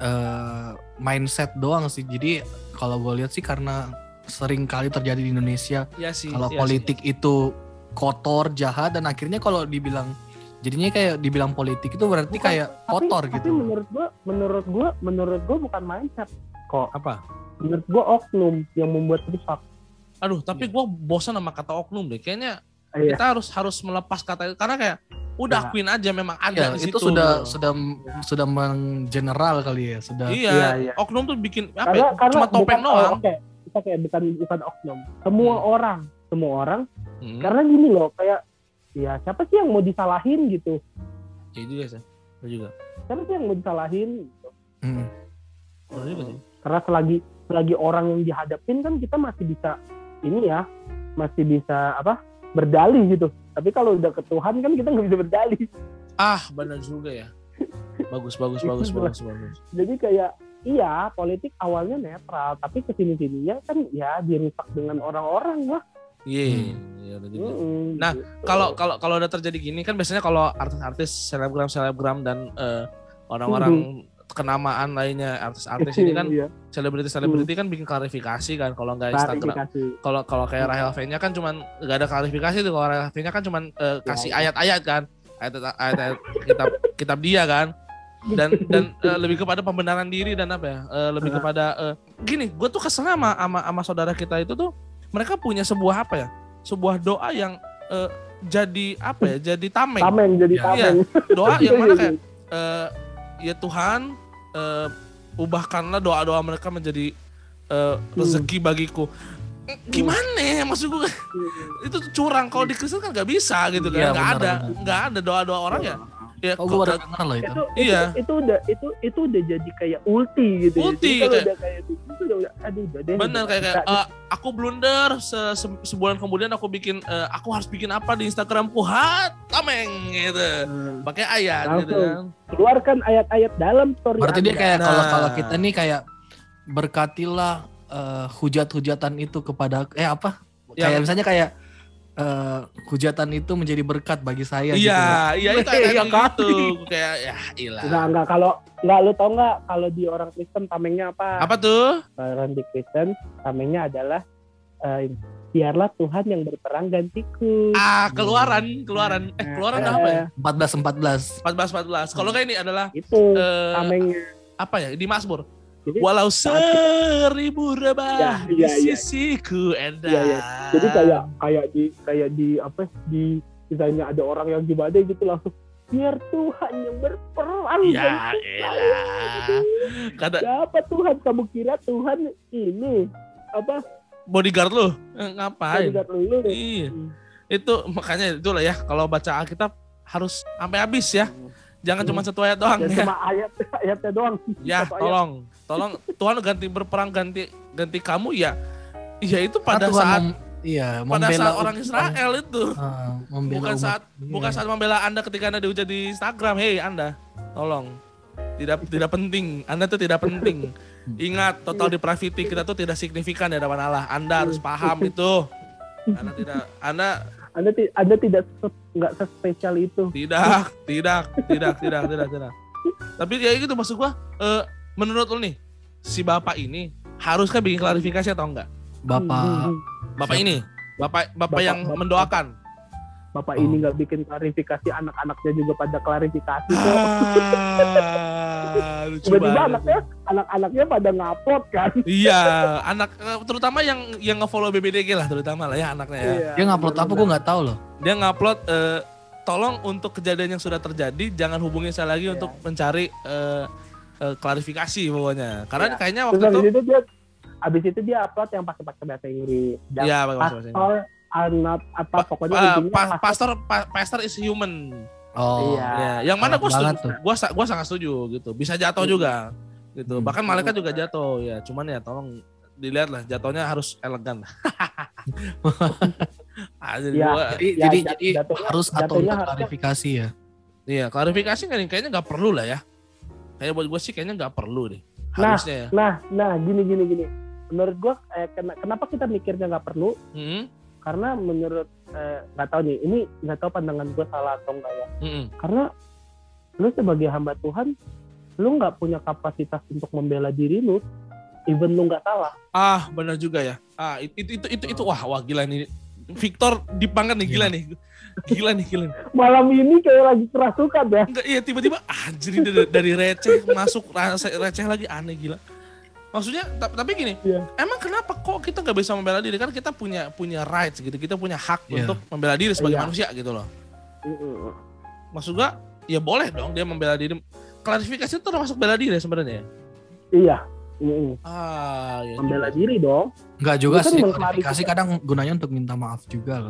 eh, mindset doang sih. Jadi kalau gue lihat sih karena sering kali terjadi di Indonesia Iya sih. kalau iya politik itu kotor, jahat, dan akhirnya kalau dibilang jadinya kayak dibilang politik itu berarti Bukan, kayak Tapi, kotor tapi gitu. menurut gua, menurut gua, menurut gua bukan mindset kok. sih. Apa? Menurut gua oknum yang membuat rusak. Aduh, tapi gue bosan sama kata oknum deh. Kayaknya Iya. kita harus harus melepas kata itu karena kayak udah Ya. akuin aja memang ada Ya, di itu situ. sudah sudah sudah menggeneral kali ya, sudah. Iya, Iya, iya. oknum tuh bikin apa? Karena, ya, karena Cuma topeng bukan, doang. oh, Oke, kita kayak bukan bukan oknum. Semua Hmm. orang, semua orang. Hmm. Karena gini loh, kayak ya siapa sih yang mau disalahin gitu? Ya juga sih. Itu juga. Siapa sih yang mau disalahin? Gitu. Hmm. Benar juga sih. Karena selagi selagi orang yang dihadapin kan kita masih bisa ini ya, masih bisa apa? Berdalih gitu. Tapi kalau udah ke Tuhan kan kita nggak bisa berdalih. Ah, benar juga ya. Bagus, bagus, Itu bagus, gua. bagus, bagus. Jadi kayak iya politik awalnya netral, tapi kesini sininya kan ya dirusak dengan orang-orang lah. Iya, iya udah juga. Mm-mm, Nah, gitu. Kalau kalau kalau udah terjadi gini kan biasanya kalau artis-artis, selebgram, selebgram dan eh, orang-orang kenamaan lainnya, artis-artis ini kan Iya, selebriti-selebriti kan bikin klarifikasi kan kalau nggak Instagram. klarifikasi. Kalau kalau kayak Rahel V-nya kan cuman nggak ada klarifikasi tuh. Kalau Rahel V-nya kan cuman eh, kasih Ya, ya. ayat-ayat kan, ayat-ayat kitab kitab dia kan. Dan dan eh, lebih kepada pembenaran diri dan apa ya? eh, lebih Uh-huh. kepada eh, gini, gue tuh kesel sama, sama sama saudara kita itu tuh mereka punya sebuah apa ya? Sebuah doa yang eh, jadi apa ya? Jadi tameng. Tameng jadi Iya. tameng. Doa yang mana kayak eh, ya Tuhan eh, ubahkanlah doa-doa mereka menjadi eh, rezeki bagiku. Eh, Gimana ya maksud gue? Itu tuh curang. Kalau di Kristen kan nggak bisa gitu kan, Iya, nggak benar, ada, benar. nggak ada doa-doa orang ya. Ya, Oh, gue baru dengar loh itu. itu, Iya. itu, itu udah itu itu udah jadi kayak ulti gitu. ya. Ulti, Jadi kalau kayak- udah kayak gitu itu udah, udah aduh udah deh. bener udah kayak, kayak bisa. eh, aku blunder se- se- sebulan kemudian aku bikin eh, aku harus bikin apa di Instagramku, hat tameng gitu, Hmm. pakai ayat gitu Langsung. kan. Keluarkan ayat-ayat dalam story. Berarti dia Anda. kayak kalau Nah. kalau kita nih kayak berkatilah eh, hujat-hujatan itu kepada eh apa? Yang- Kayak misalnya kayak eh, hujatan itu menjadi berkat bagi saya gitu. Iya, iya itu Iya, kayak kan? gitu, kayak ya ilah. Enggak, enggak kalau enggak lu tau enggak kalau di orang Kristen tamengnya apa? Apa tuh? Orang di Kristen tamengnya adalah eh, biarlah Tuhan yang berperang gantiku. Ah, keluaran, keluaran. Eh, keluaran Eh, apa ya? empat belas empat belas. empat belas empat belas. Kalau kayak ini adalah Itu eh, tamengnya. apa ya? Di Mazmur. Jadi, Walau seribu Ya, rebah di iya, iya. sisiku endah. Iya, iya. jadi kayak kayak di kayak di apa di misalnya ada orang yang gimana gitu langsung biar Tuhan yang berperang. Ya elah. Kata Siapa Tuhan? Kamu kira Tuhan ini apa? bodyguard lu eh, ngapain? Bodyguard lu nih. Iya. Itu makanya itulah ya kalau baca Alkitab harus sampai habis ya. Jangan Hmm. cuma satu ayat doang Dan ya. cuma ayat ayatnya doang. Ya, Satu ayat. tolong. Tolong Tuhan ganti berperang ganti ganti kamu ya. Iya itu pada Tuhan saat mem- iya, pada membela saat orang Israel itu. Ah, membela Bukan umat. saat Iya. bukan saat membela Anda ketika Anda dihujat di Instagram. Hei Anda, tolong. Tidak tidak penting. Anda tuh tidak penting. Ingat, total depravity kita tuh tidak signifikan di hadapan Allah. Anda harus paham itu. Anda tidak Anda Anda ti- Anda tidak se- nggak sespesial itu. tidak, tidak, tidak, tidak, tidak, tidak. Tapi ya gitu maksud gua, eh, menurut lu nih, si bapak ini haruskah bikin klarifikasi atau enggak? Bapak Hmm, hmm, Bapak Siapa? ini, bapak bapak Bapak- yang bapak- mendoakan. Bapak Oh. ini nggak bikin klarifikasi, anak-anaknya juga pada klarifikasi kok. Ah, lucu Tiba-tiba banget. anaknya, anak-anaknya pada ngupload kan. Iya, anak eh, terutama yang yang nge-follow B B D G lah terutama lah ya anaknya ya. Iya, Dia ngupload apa benar-benar. gue nggak tahu loh. Dia ngupload eh, tolong untuk kejadian yang sudah terjadi jangan hubungi saya lagi Iya. untuk mencari eh, eh, klarifikasi pokoknya. Karena Iya. kayaknya Terus waktu itu habis itu dia, habis itu dia upload yang pakai-pakai bahasa Inggris. Dan iya pakai bahasa Inggris. pastor, anak apa Pa- pokoknya pa- intinya pa- pastor pa- pastor is human. Oh. Iya. Ya, yang mana gue Banget setuju, tuh. gue gue sangat setuju gitu. Bisa jatuh juga gitu. Hmm. Bahkan malaikat juga jatuh ya. Cuman ya tolong dilihat lah jatuhnya harus elegan. ah, jadi Iya. gua, Jadi Ya, jadi jat- jadi jatuhnya- harus atau jatuhnya untuk harusnya- klarifikasi ya. iya klarifikasi kan kayaknya nggak perlu lah ya. Kayak buat gue sih kayaknya nggak perlu deh. Nah. Harusnya ya. Nah, nah gini gini gini. Menurut gua eh, ken- kenapa kita mikirnya nggak perlu? Mm-mm, Karena menurut eh, nggak tahu nih, ini nggak tahu pandangan gua salah atau enggak ya. mm-mm. Karena lu sebagai hamba Tuhan, lu nggak punya kapasitas untuk membela diri lu, even lu nggak salah. Ah benar juga ya. Ah itu itu itu, itu, itu. wah wah gila nih. Victor deep banget nih gila nih. Gila nih gila. Nih. Malam ini kayak lagi kerasukan ya. Enggak, iya tiba-tiba anjir ini dari, dari receh masuk rasa- receh lagi aneh gila. Maksudnya ta- tapi gini, Iya. emang kenapa kok kita nggak bisa membela diri? Kan kita punya punya rights gitu, kita punya hak Iya. untuk membela diri sebagai Iya. manusia gitu loh. Mm-mm. Maksud gua ya boleh dong dia membela diri. Klarifikasi itu termasuk bela diri sebenarnya. Iya. Mm-mm. Ah, ya. Membela diri dong. Enggak juga Itu kan sih, mengklarifikasi. klarifikasi kadang gunanya untuk minta maaf juga loh.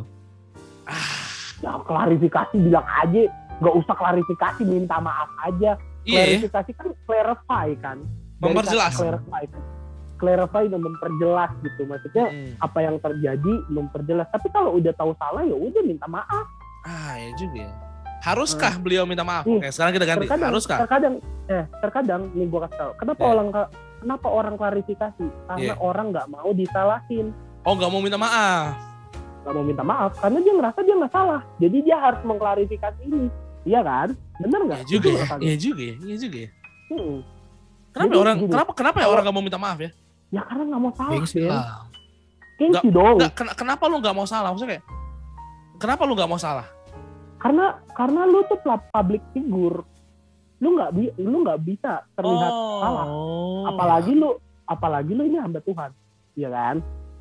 Ya klarifikasi bilang aja, nggak usah klarifikasi, minta maaf aja. Iya, ya. Klarifikasi kan clarify kan. Dari Memperjelas. kata Clarify kan. Clarify dan memperjelas gitu. Maksudnya Hmm. apa yang terjadi memperjelas. Tapi kalau udah tahu salah ya udah minta maaf. Ah, ya juga ya. Haruskah beliau minta maaf? Hmm. Oke, sekarang kita ganti. Terkadang, Haruskah? terkadang, eh terkadang nih gua kasih tahu. Kenapa Ya. orang kenapa orang klarifikasi? Karena Iya. orang nggak mau disalahin, Oh, nggak mau minta maaf. nggak mau minta maaf karena dia ngerasa dia nggak salah. Jadi dia harus mengklarifikasi ini. Iya kan? Bener nggak? Iya juga Itu ya. rasanya. Iya juga ya. Iya juga ya. Hmm. Kenapa Jadi orang gini, kenapa kenapa ya kalau- orang nggak mau minta maaf ya? Ya karena nggak mau salah. Gengsi Ben. lah. Gengsi dong. Nggak, ken- kenapa lu nggak mau salah? Maksudnya kayak kenapa lu nggak mau salah? Karena karena lu tuh pla- public figure. Lu nggak bi- lu nggak bisa terlihat oh. salah. Apalagi lu apalagi lu ini hamba Tuhan. Iya kan?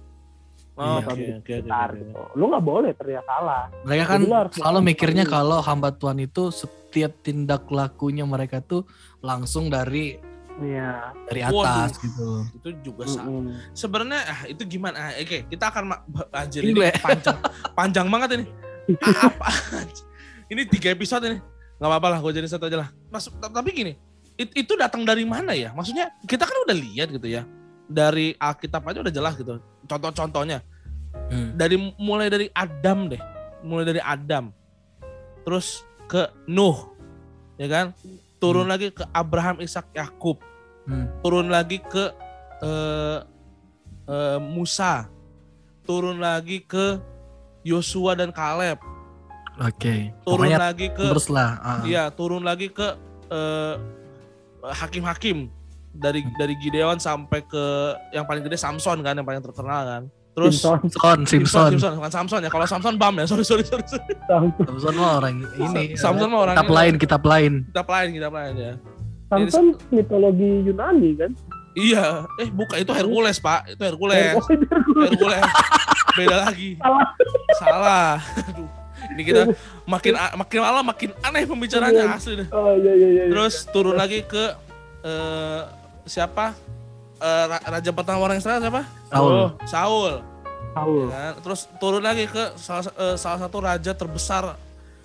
Oh, Hamba oke Tuhan oke oke. besar oke. gitu. Lu nggak boleh terlihat salah. Mereka kan Jadi lo harus selalu melakukan mikirnya ini. kalau hamba Tuhan itu setiap tindak lakunya mereka tuh langsung dari Iya. dari atas gitu. Itu juga salah. Mm-mm. Sebenarnya ah, itu gimana? Ah, Oke, kita akan ma- ba- anjir Gile. ini panjang panjang banget ini. Ah, apa? Ini tiga episode ini. Nggak apa-apa lah, gue jadi satu aja lah. Mas, t- tapi gini, it- itu datang dari mana ya? Maksudnya kita kan udah lihat gitu ya. Dari Alkitab aja udah jelas gitu. Contoh-contohnya. Hmm. Dari mulai dari Adam deh. Mulai dari Adam. Terus ke Nuh. Ya kan? Turun lagi ke Abraham, Ishak, Yakub. Hmm. Turun lagi ke eh, eh, Musa. Turun lagi ke Yosua dan Kaleb. Oke. Turun Pokoknya lagi ke terus lah. ah. iya, turun lagi ke eh, hakim-hakim dari dari Gideon sampai ke yang paling gede Samson kan, yang paling terkenal kan. Terus Simpson, Simpson, Simpson. Simpson, bukan Samson ya. Kalau Samson Bam ya. Sorry sorry sorry. sorry. Samson, Simpson mah orang ini. Samson mah orang kitab lain, kitab lain. Kita lain, kita lain ya. Samson mitologi Yunani kan? Iya, eh bukan itu Hercules, Pak. Itu Hercules. Oh, itu Hercules. Hercules. Beda lagi. Salah. Salah. Aduh. Ini kita makin makin malam makin aneh pembicaranya asli deh. Oh iya iya iya. Terus turun lagi ke eh, siapa? Eh, ra- Raja pertama orang Israel siapa? Saul. Oh, Saul. Saul. Ya kan? Terus turun lagi ke salah, eh, salah satu raja terbesar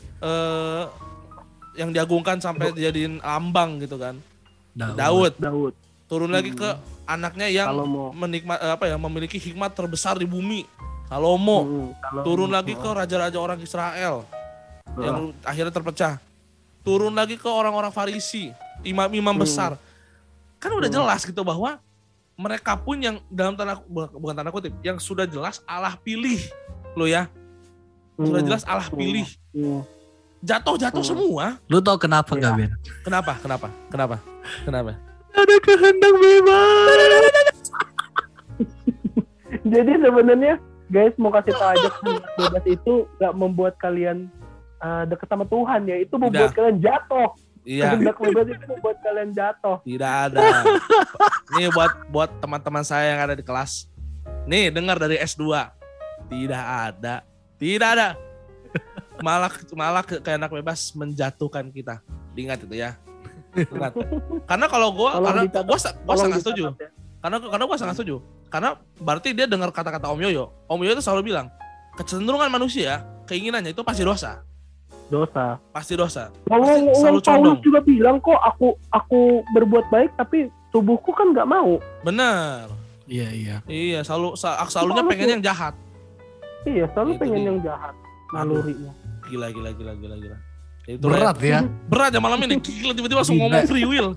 eh, yang diagungkan sampai dijadiin lambang gitu kan. Daud. Daud. Turun lagi Hmm. ke anaknya yang Salomo. menikmat eh, apa ya memiliki hikmat terbesar di bumi. Salomo. Hmm, Salomo. Turun lagi ke raja-raja orang Israel Oh. yang akhirnya terpecah. Turun lagi ke orang-orang Farisi, imam-imam Hmm. besar. Kan udah Hmm. jelas gitu bahwa mereka pun yang dalam tanda bukan tanda kutip, yang sudah jelas Allah pilih lo ya. Sudah Hmm. jelas Allah pilih. Hmm. Jatuh-jatuh Hmm. semua. Lu tau kenapa Iya. nggak Ben? Kenapa? Kenapa? Kenapa? Kenapa? Ada kehendak bebas. Jadi sebenarnya guys mau kasih tahu aja kehendak bebas itu nggak membuat kalian uh, dekat sama Tuhan ya, itu membuat Tidak. kalian jatuh. Iya. Kehendak bebas itu membuat kalian jatuh. Tidak ada. Nih buat buat teman-teman saya yang ada di kelas. Nih dengar dari S dua. Tidak ada. Tidak ada. Malah malah ke- kehendak bebas menjatuhkan kita. Diingat itu ya. Ingat. Karena kalau gua Tolong karena dicatat. gua sa- gua Tolong sangat setuju. dicatat ya. Karena karena gua sangat setuju. Karena berarti dia dengar kata-kata Om Yoyo. Om Yoyo itu selalu bilang, kecenderungan manusia, keinginannya itu pasti dosa. Dosa. Pasti dosa. Kalau Pasti selalu Paulus condong. juga bilang kok aku aku berbuat baik tapi tubuhku kan nggak mau. Bener. Iya iya. Iya, selalu sa- selalunya Paulus pengen tuh- yang jahat. Iya, selalu Itu pengen dia. yang jahat nalurinya. Gila gila gila gila gila. Itu Berat ya. Berat ya malam ini. Gila tiba-tiba langsung Gila. ngomong free will.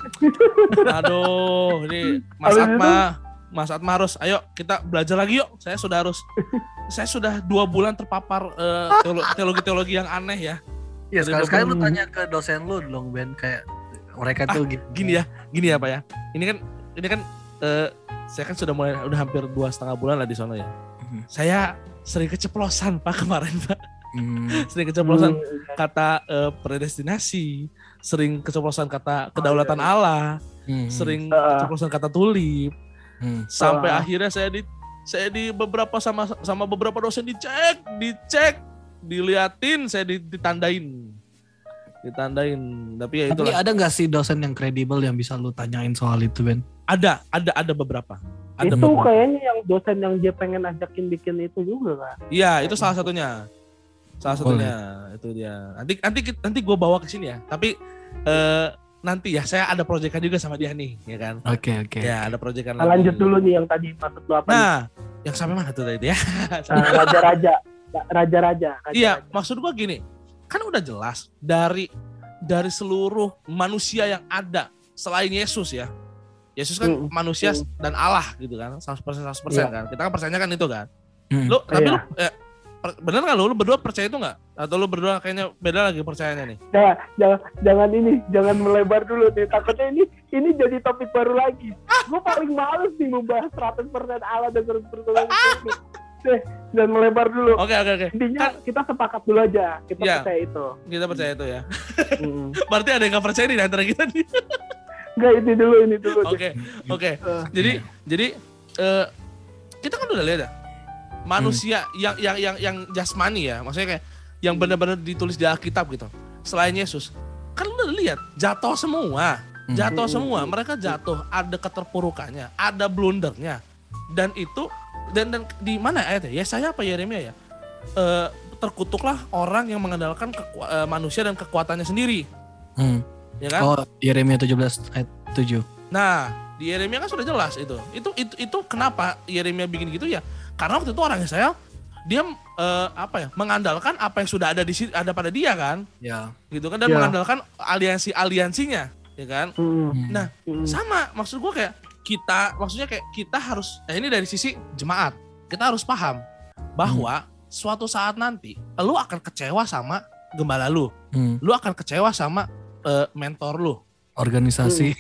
Aduh, ini Mas Habis Atma, Mas Atma harus, ayo kita belajar lagi yuk. Saya sudah harus, saya sudah dua bulan terpapar eh, teolo- teologi-teologi yang aneh ya. Iya, Dari sekali-sekali lu beberapa- tanya ke dosen lu dong, Ben, kayak mereka tuh gitu. Gini ya, gini ya Pak ya. Ini kan, ini kan, eh, saya kan sudah mulai, udah hampir dua setengah bulan lah di sana ya. Mhm. Saya sering keceplosan Pak kemarin Pak. Hmm. Sering keceplosan Hmm, kata eh, predestinasi, sering keceplosan kata Oh, kedaulatan iya, iya. Allah, Hmm. sering Ah. keceplosan kata tulip. Hmm. Sampai Ah. akhirnya saya di saya di beberapa sama sama beberapa dosen dicek, dicek, diliatin, saya di- ditandain. Ditandain. Tapi ya Tapi itulah. ada nggak sih dosen yang kredibel yang bisa lu tanyain soal itu, Ben? Ada, ada ada beberapa. Ada itu beberapa. kayaknya yang dosen yang dia pengen ajakin bikin itu juga kan. Iya, itu salah satunya. Salah satunya itu dia. Nanti nanti kit- nanti gue bawa ke sini ya. Tapi eh, nanti ya saya ada proyekan juga sama dia nih, ya kan? Oke, oke. Ya, ada proyekan Nah, lagi. lanjut dulu nih yang tadi maksud lu apa nih? Nah, yang sampai mana tuh tadi ya? Nah, raja-raja, raja-raja. Iya, raja-raja. maksud gua gini, kan udah jelas dari dari seluruh manusia yang ada selain Yesus ya. Yesus kan Mm. manusia Mm. dan Allah gitu kan, seratus persen seratus persen Iya. kan. Kita kan percaya kan itu kan. Hmm. Lu tapi Iya. lu eh, per- bener nggak lu, lu berdua percaya itu nggak? Atau lu berdua kayaknya beda lagi percayanya nih? Jangan, jangan, jangan ini, jangan melebar dulu nih. Takutnya ini, ini jadi topik baru lagi. Gue paling males nih membahas seratus persen Allah dan seratus persen ini. Deh, jangan melebar dulu. Oke oke oke. Intinya kita sepakat dulu aja. Kita Iya. percaya itu. Kita percaya itu ya. Mm. Berarti ada yang nggak percaya nih di antara kita nih. Enggak, ini dulu, ini dulu. Oke oke. Eh, Jadi jadi eh, kita kan udah lihat ya manusia yang yang yang yang jasmani ya, maksudnya kayak yang benar-benar ditulis di Alkitab gitu. Selain Yesus, kan lu udah lihat jatuh semua, Hmm. jatuh Hmm. semua. Mereka jatuh, ada keterpurukannya, ada blundernya, dan itu dan dan di mana ayatnya? Ya saya apa Yeremia ya? Eh, terkutuklah orang yang mengandalkan keku- eh, manusia dan kekuatannya sendiri, Hmm. ya kan? Oh, Yeremia tujuh belas ayat tujuh. Nah, di Yeremia kan sudah jelas itu. Itu itu itu kenapa Yeremia bikin gitu ya? Karena waktu itu orang Israel dia eh, apa ya? Mengandalkan apa yang sudah ada di si- ada pada dia kan? Ya. Gitu kan dan Ya. mengandalkan aliansi-aliansinya, ya kan? mm, Hmm. Nah, mm. sama maksud gua kayak kita maksudnya kayak kita harus nah ini dari sisi jemaat. Kita harus paham bahwa suatu saat nanti lu akan kecewa sama gembala lu. Hmm. Lu akan kecewa sama eh, mentor lu. Organisasi.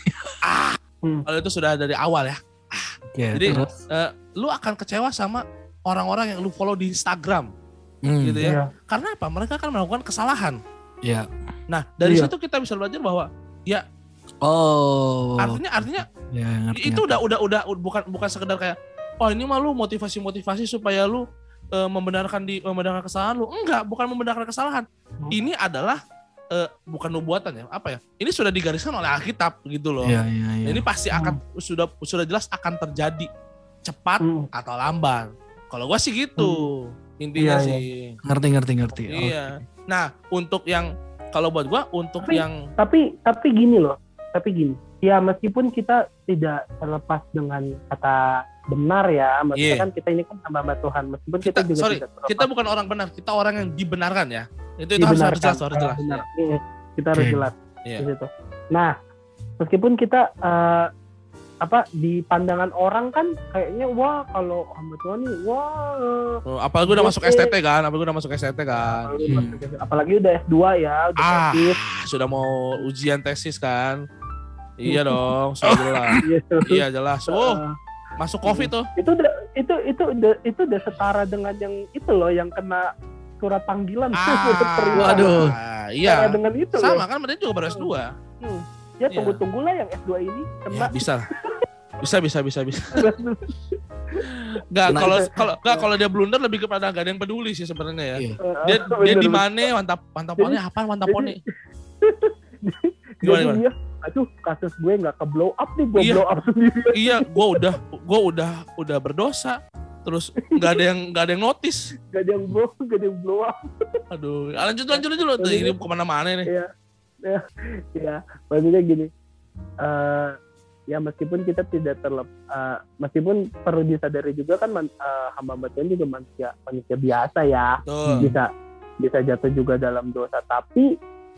Kalau itu sudah dari awal ya. Oke, Jadi, terus. eh, lu akan kecewa sama orang-orang yang lu follow di Instagram Hmm. gitu ya. Iya. Karena apa? Mereka akan melakukan kesalahan. Ya. Nah, dari Iya. situ kita bisa belajar bahwa Oh. artinya artinya Ya, ngerti, itu ngerti. udah udah udah bukan bukan sekedar kayak oh ini mah lu motivasi-motivasi supaya lu eh, membenarkan di membenarkan kesalahan lu. Enggak, bukan membenarkan kesalahan. Hmm. Ini adalah eh, bukan nubuatan ya, apa ya? Ini sudah digariskan oleh Alkitab gitu loh. Iya, iya, iya. Ini pasti akan sudah sudah jelas akan terjadi cepat Mm. atau lambat. Kalau gua sih gitu. Intinya Iya, sih. Ngerti, ngerti, ngerti. Iya. Nah, untuk yang kalau buat gua untuk Tapi- yang Tapi tapi gini loh, tapi gini. Ya meskipun kita tidak terlepas dengan kata benar ya, maksudnya Iya. kan kita ini kan hamba Tuhan, meskipun kita, kita juga sorry, tidak terlepas. kita bukan orang benar, kita orang yang dibenarkan ya. Itu itu harus harus dibenarkan. jelas, harus Ah, jelas. benar. Iya, kita harus Oke. jelas Iya. di situ. Nah, meskipun kita eh, apa di pandangan orang kan kayaknya wah kalau hamba Tuhan nih wah eh, Oh, apalagi udah masuk Oke. S T T kan, apalagi udah masuk S T T kan. Hmm. apalagi udah S dua ya, udah Ah, tesis. sudah mau ujian tesis kan. Iya dong, sudah jelas. Gitu. Iya jelas. Oh, Eh, masuk Covid tuh. itu udah itu itu udah itu udah setara dengan yang itu loh yang kena surat panggilan. Ah, waduh. Ah, iya. Setara dengan itu Sama loh. kan mereka juga baru S dua. Hmm. Ya Iya. tunggu-tunggulah yang S dua ini Ya, kena. bisa lah. Bisa bisa bisa bisa. Enggak Nah, kalau itu- kalau enggak kalau dia blunder lebih kepada enggak ada yang peduli sih sebenarnya ya. Iya. Dia Bener, dia di bener. mana mantap mantaponnya apa mantaponnya. Gimana, Jadi gimana? dia, aduh kasus gue nggak ke blow up nih, gue Iya. blow up sendiri. Iya, gua udah gua udah udah berdosa. Terus nggak ada yang nggak ada yang notice. Gak ada yang blow, gak ada yang blow up. Aduh, lanjut lanjut lanjut loh. Ini kemana-mana nih. Iya, ya, ya. Maksudnya gini, eh ya meskipun kita tidak terlep, eh, meskipun perlu disadari juga kan man, eh, hamba Tuhan juga manusia manusia biasa ya, Tuh. bisa bisa jatuh juga dalam dosa. Tapi,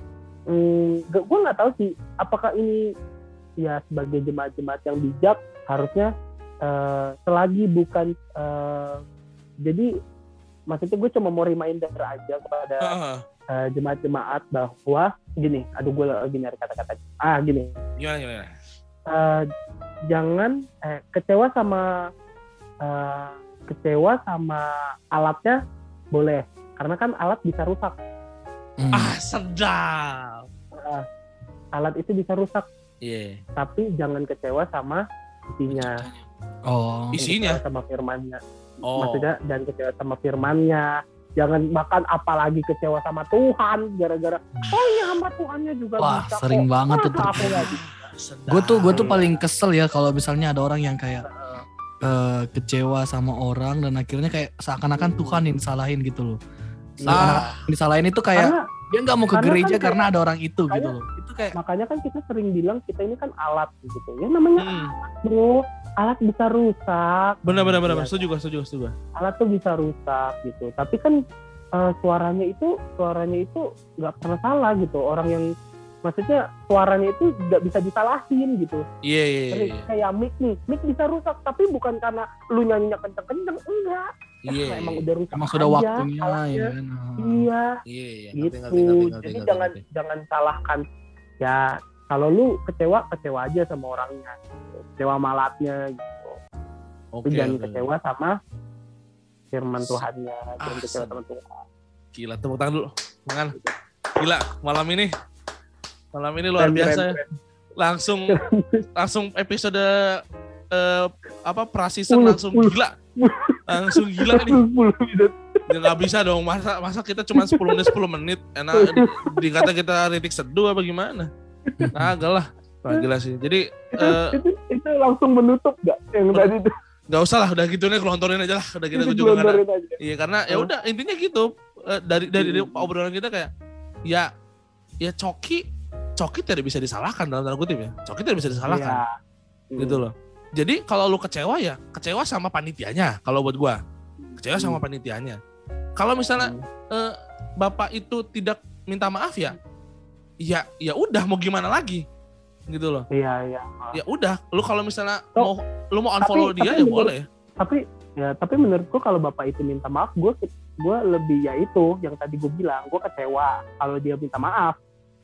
hmm, gue nggak tahu sih, apakah ini ya sebagai jemaat-jemaat yang bijak harusnya eh, selagi bukan, eh, jadi maksudnya gue cuma mau reminder aja kepada Heeh. uh, jemaat-jemaat bahwa gini, aduh gue lagi nyari kata-kata. Ah gini, Gimana gimana? uh, jangan eh, kecewa sama uh, kecewa sama alatnya boleh, karena kan alat bisa rusak. Hmm. Ah, sedap. Uh, alat itu bisa rusak, Iya. tapi jangan kecewa sama isinya, Oh. Isinya? kecewa sama firmannya. Oh. Maksudnya dan kecewa sama firmannya. Jangan bahkan apalagi kecewa sama Tuhan gara-gara oh ini hamba Tuhannya juga Wah, bisa sering kok. banget tuh Masa aku nggak bisa? Sedap. Gue tuh gue tuh paling kesel ya kalau misalnya ada orang yang kayak eh, kecewa sama orang dan akhirnya kayak seakan-akan Tuhan yang disalahin gitu loh. Seakan-akan Ah. yang disalahin itu kayak Karena dia nggak mau ke karena gereja kan kayak- karena ada orang itu gitu kayak- loh. Itu kayak makanya kan kita sering bilang kita ini kan alat gitu ya, namanya Hmm. bro, alat bisa rusak. Benar benar benar. Iya, Setuju gua, setuju, setuju. alat tuh bisa rusak gitu, tapi kan eh, suaranya itu suaranya itu nggak pernah salah gitu. Orang yang maksudnya suaranya itu nggak bisa disalahin gitu. Iya iya iya. Kayak- kayak mic nih, mic bisa rusak tapi bukan karena lu nyanyinya kenceng-kenceng, enggak. Iya. Nah, emang udah rusak emang sudah aja waktunya alatnya. ya kan. Iya Iya iya. gitu. Ngerti, ngerti, ngerti, ngerti, Jadi ngerti, jangan ngerti. jangan salahkan ya, kalau lu kecewa kecewa aja sama orangnya gitu. Kecewa sama alatnya gitu. Oke. Tapi jangan oke. kecewa sama firman Tuhannya, jangan Ah, kecewa sen- sama Tuhan. Gila, tepuk tangan dulu. Tangan. Gila, malam ini malam ini luar Keren, biasa. keren, ya. keren. Langsung langsung episode eh, apa prasisen Sepuluh, langsung sepuluh. gila. Langsung gila nih. sepuluh menit. Ya nggak bisa dong, masa masa kita cuma sepuluh menit sepuluh menit. Enak di, dikata kita ritik seduh apa gimana? Agak lah. Wah, gila sih. Jadi Itu, eh, itu, itu langsung menutup gak yang Men- tadi itu? nggak usah lah, udah gitu nih kelontorin aja lah. Udah kita Itu juga karena gelontorin aja. iya karena ya udah intinya gitu. Eh, dari dari dari obrolan kita kayak ya ya Coki Coki tidak bisa disalahkan dalam tanda kutip ya. Coki tidak bisa disalahkan. Iya. Gitu loh. Jadi kalau lu kecewa ya kecewa sama panitianya kalau buat gua. Kecewa sama Hmm. panitianya. Kalau misalnya Hmm. eh, bapak itu tidak minta maaf ya, ya ya udah mau gimana lagi, gitu loh. Iya, iya. Ya udah, lu kalau misalnya Oh, mau lu mau unfollow tapi- dia tapi ya menurut- boleh. Tapi ya tapi menurutku kalau bapak itu minta maaf, gue gue lebih ya itu yang tadi gue bilang, gue kecewa kalau dia minta maaf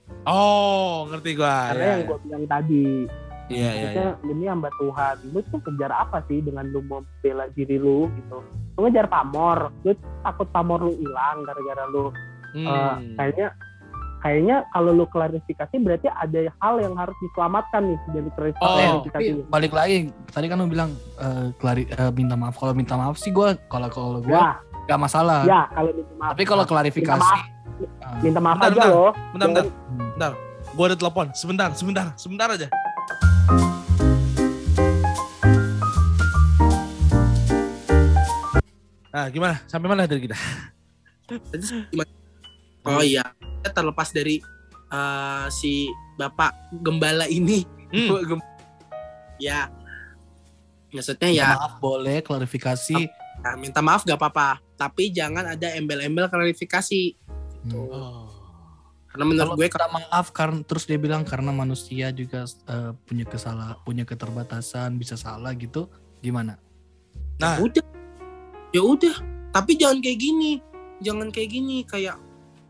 Oh, ngerti gua. karena Ya, yang ya. gue bilang tadi. Iya, iya, iya. Maksudnya ini hamba Tuhan, lu tuh kejar apa sih dengan lu membela diri lu gitu? Lu ngejar pamor, lu takut pamor lu hilang gara-gara lu Hmm. eh, kayaknya kayaknya kalau lu klarifikasi berarti ada hal yang harus diselamatkan nih dari klarifikasi. Oh, klarifikasi Tapi lu. balik lagi tadi kan lu bilang eh, klari, eh, minta maaf. Kalau minta maaf sih gue kalau kalau gue Ya, gak masalah. ya kalau minta maaf. Tapi kalau minta klarifikasi maaf, eh, minta maaf Bentar, aja bentar. loh. Bentar, bentar, hmm. bentar. Gua ada telepon. Sebentar, sebentar, sebentar aja. Nah, gimana? Sampai mana dari kita? Tadi gimana? Oh iya, terlepas dari eh, si bapak gembala ini, Hmm. Gem- ya, maksudnya Minta ya, maaf boleh klarifikasi. ya, minta maaf gak apa-apa, tapi jangan ada embel-embel klarifikasi. Hmm. Oh. Karena menurut Kalau gue, minta maaf karena terus dia bilang karena manusia juga eh, punya kesalah punya keterbatasan bisa salah gitu gimana? ya Nah, udah, ya udah, tapi jangan kayak gini, jangan kayak gini, kayak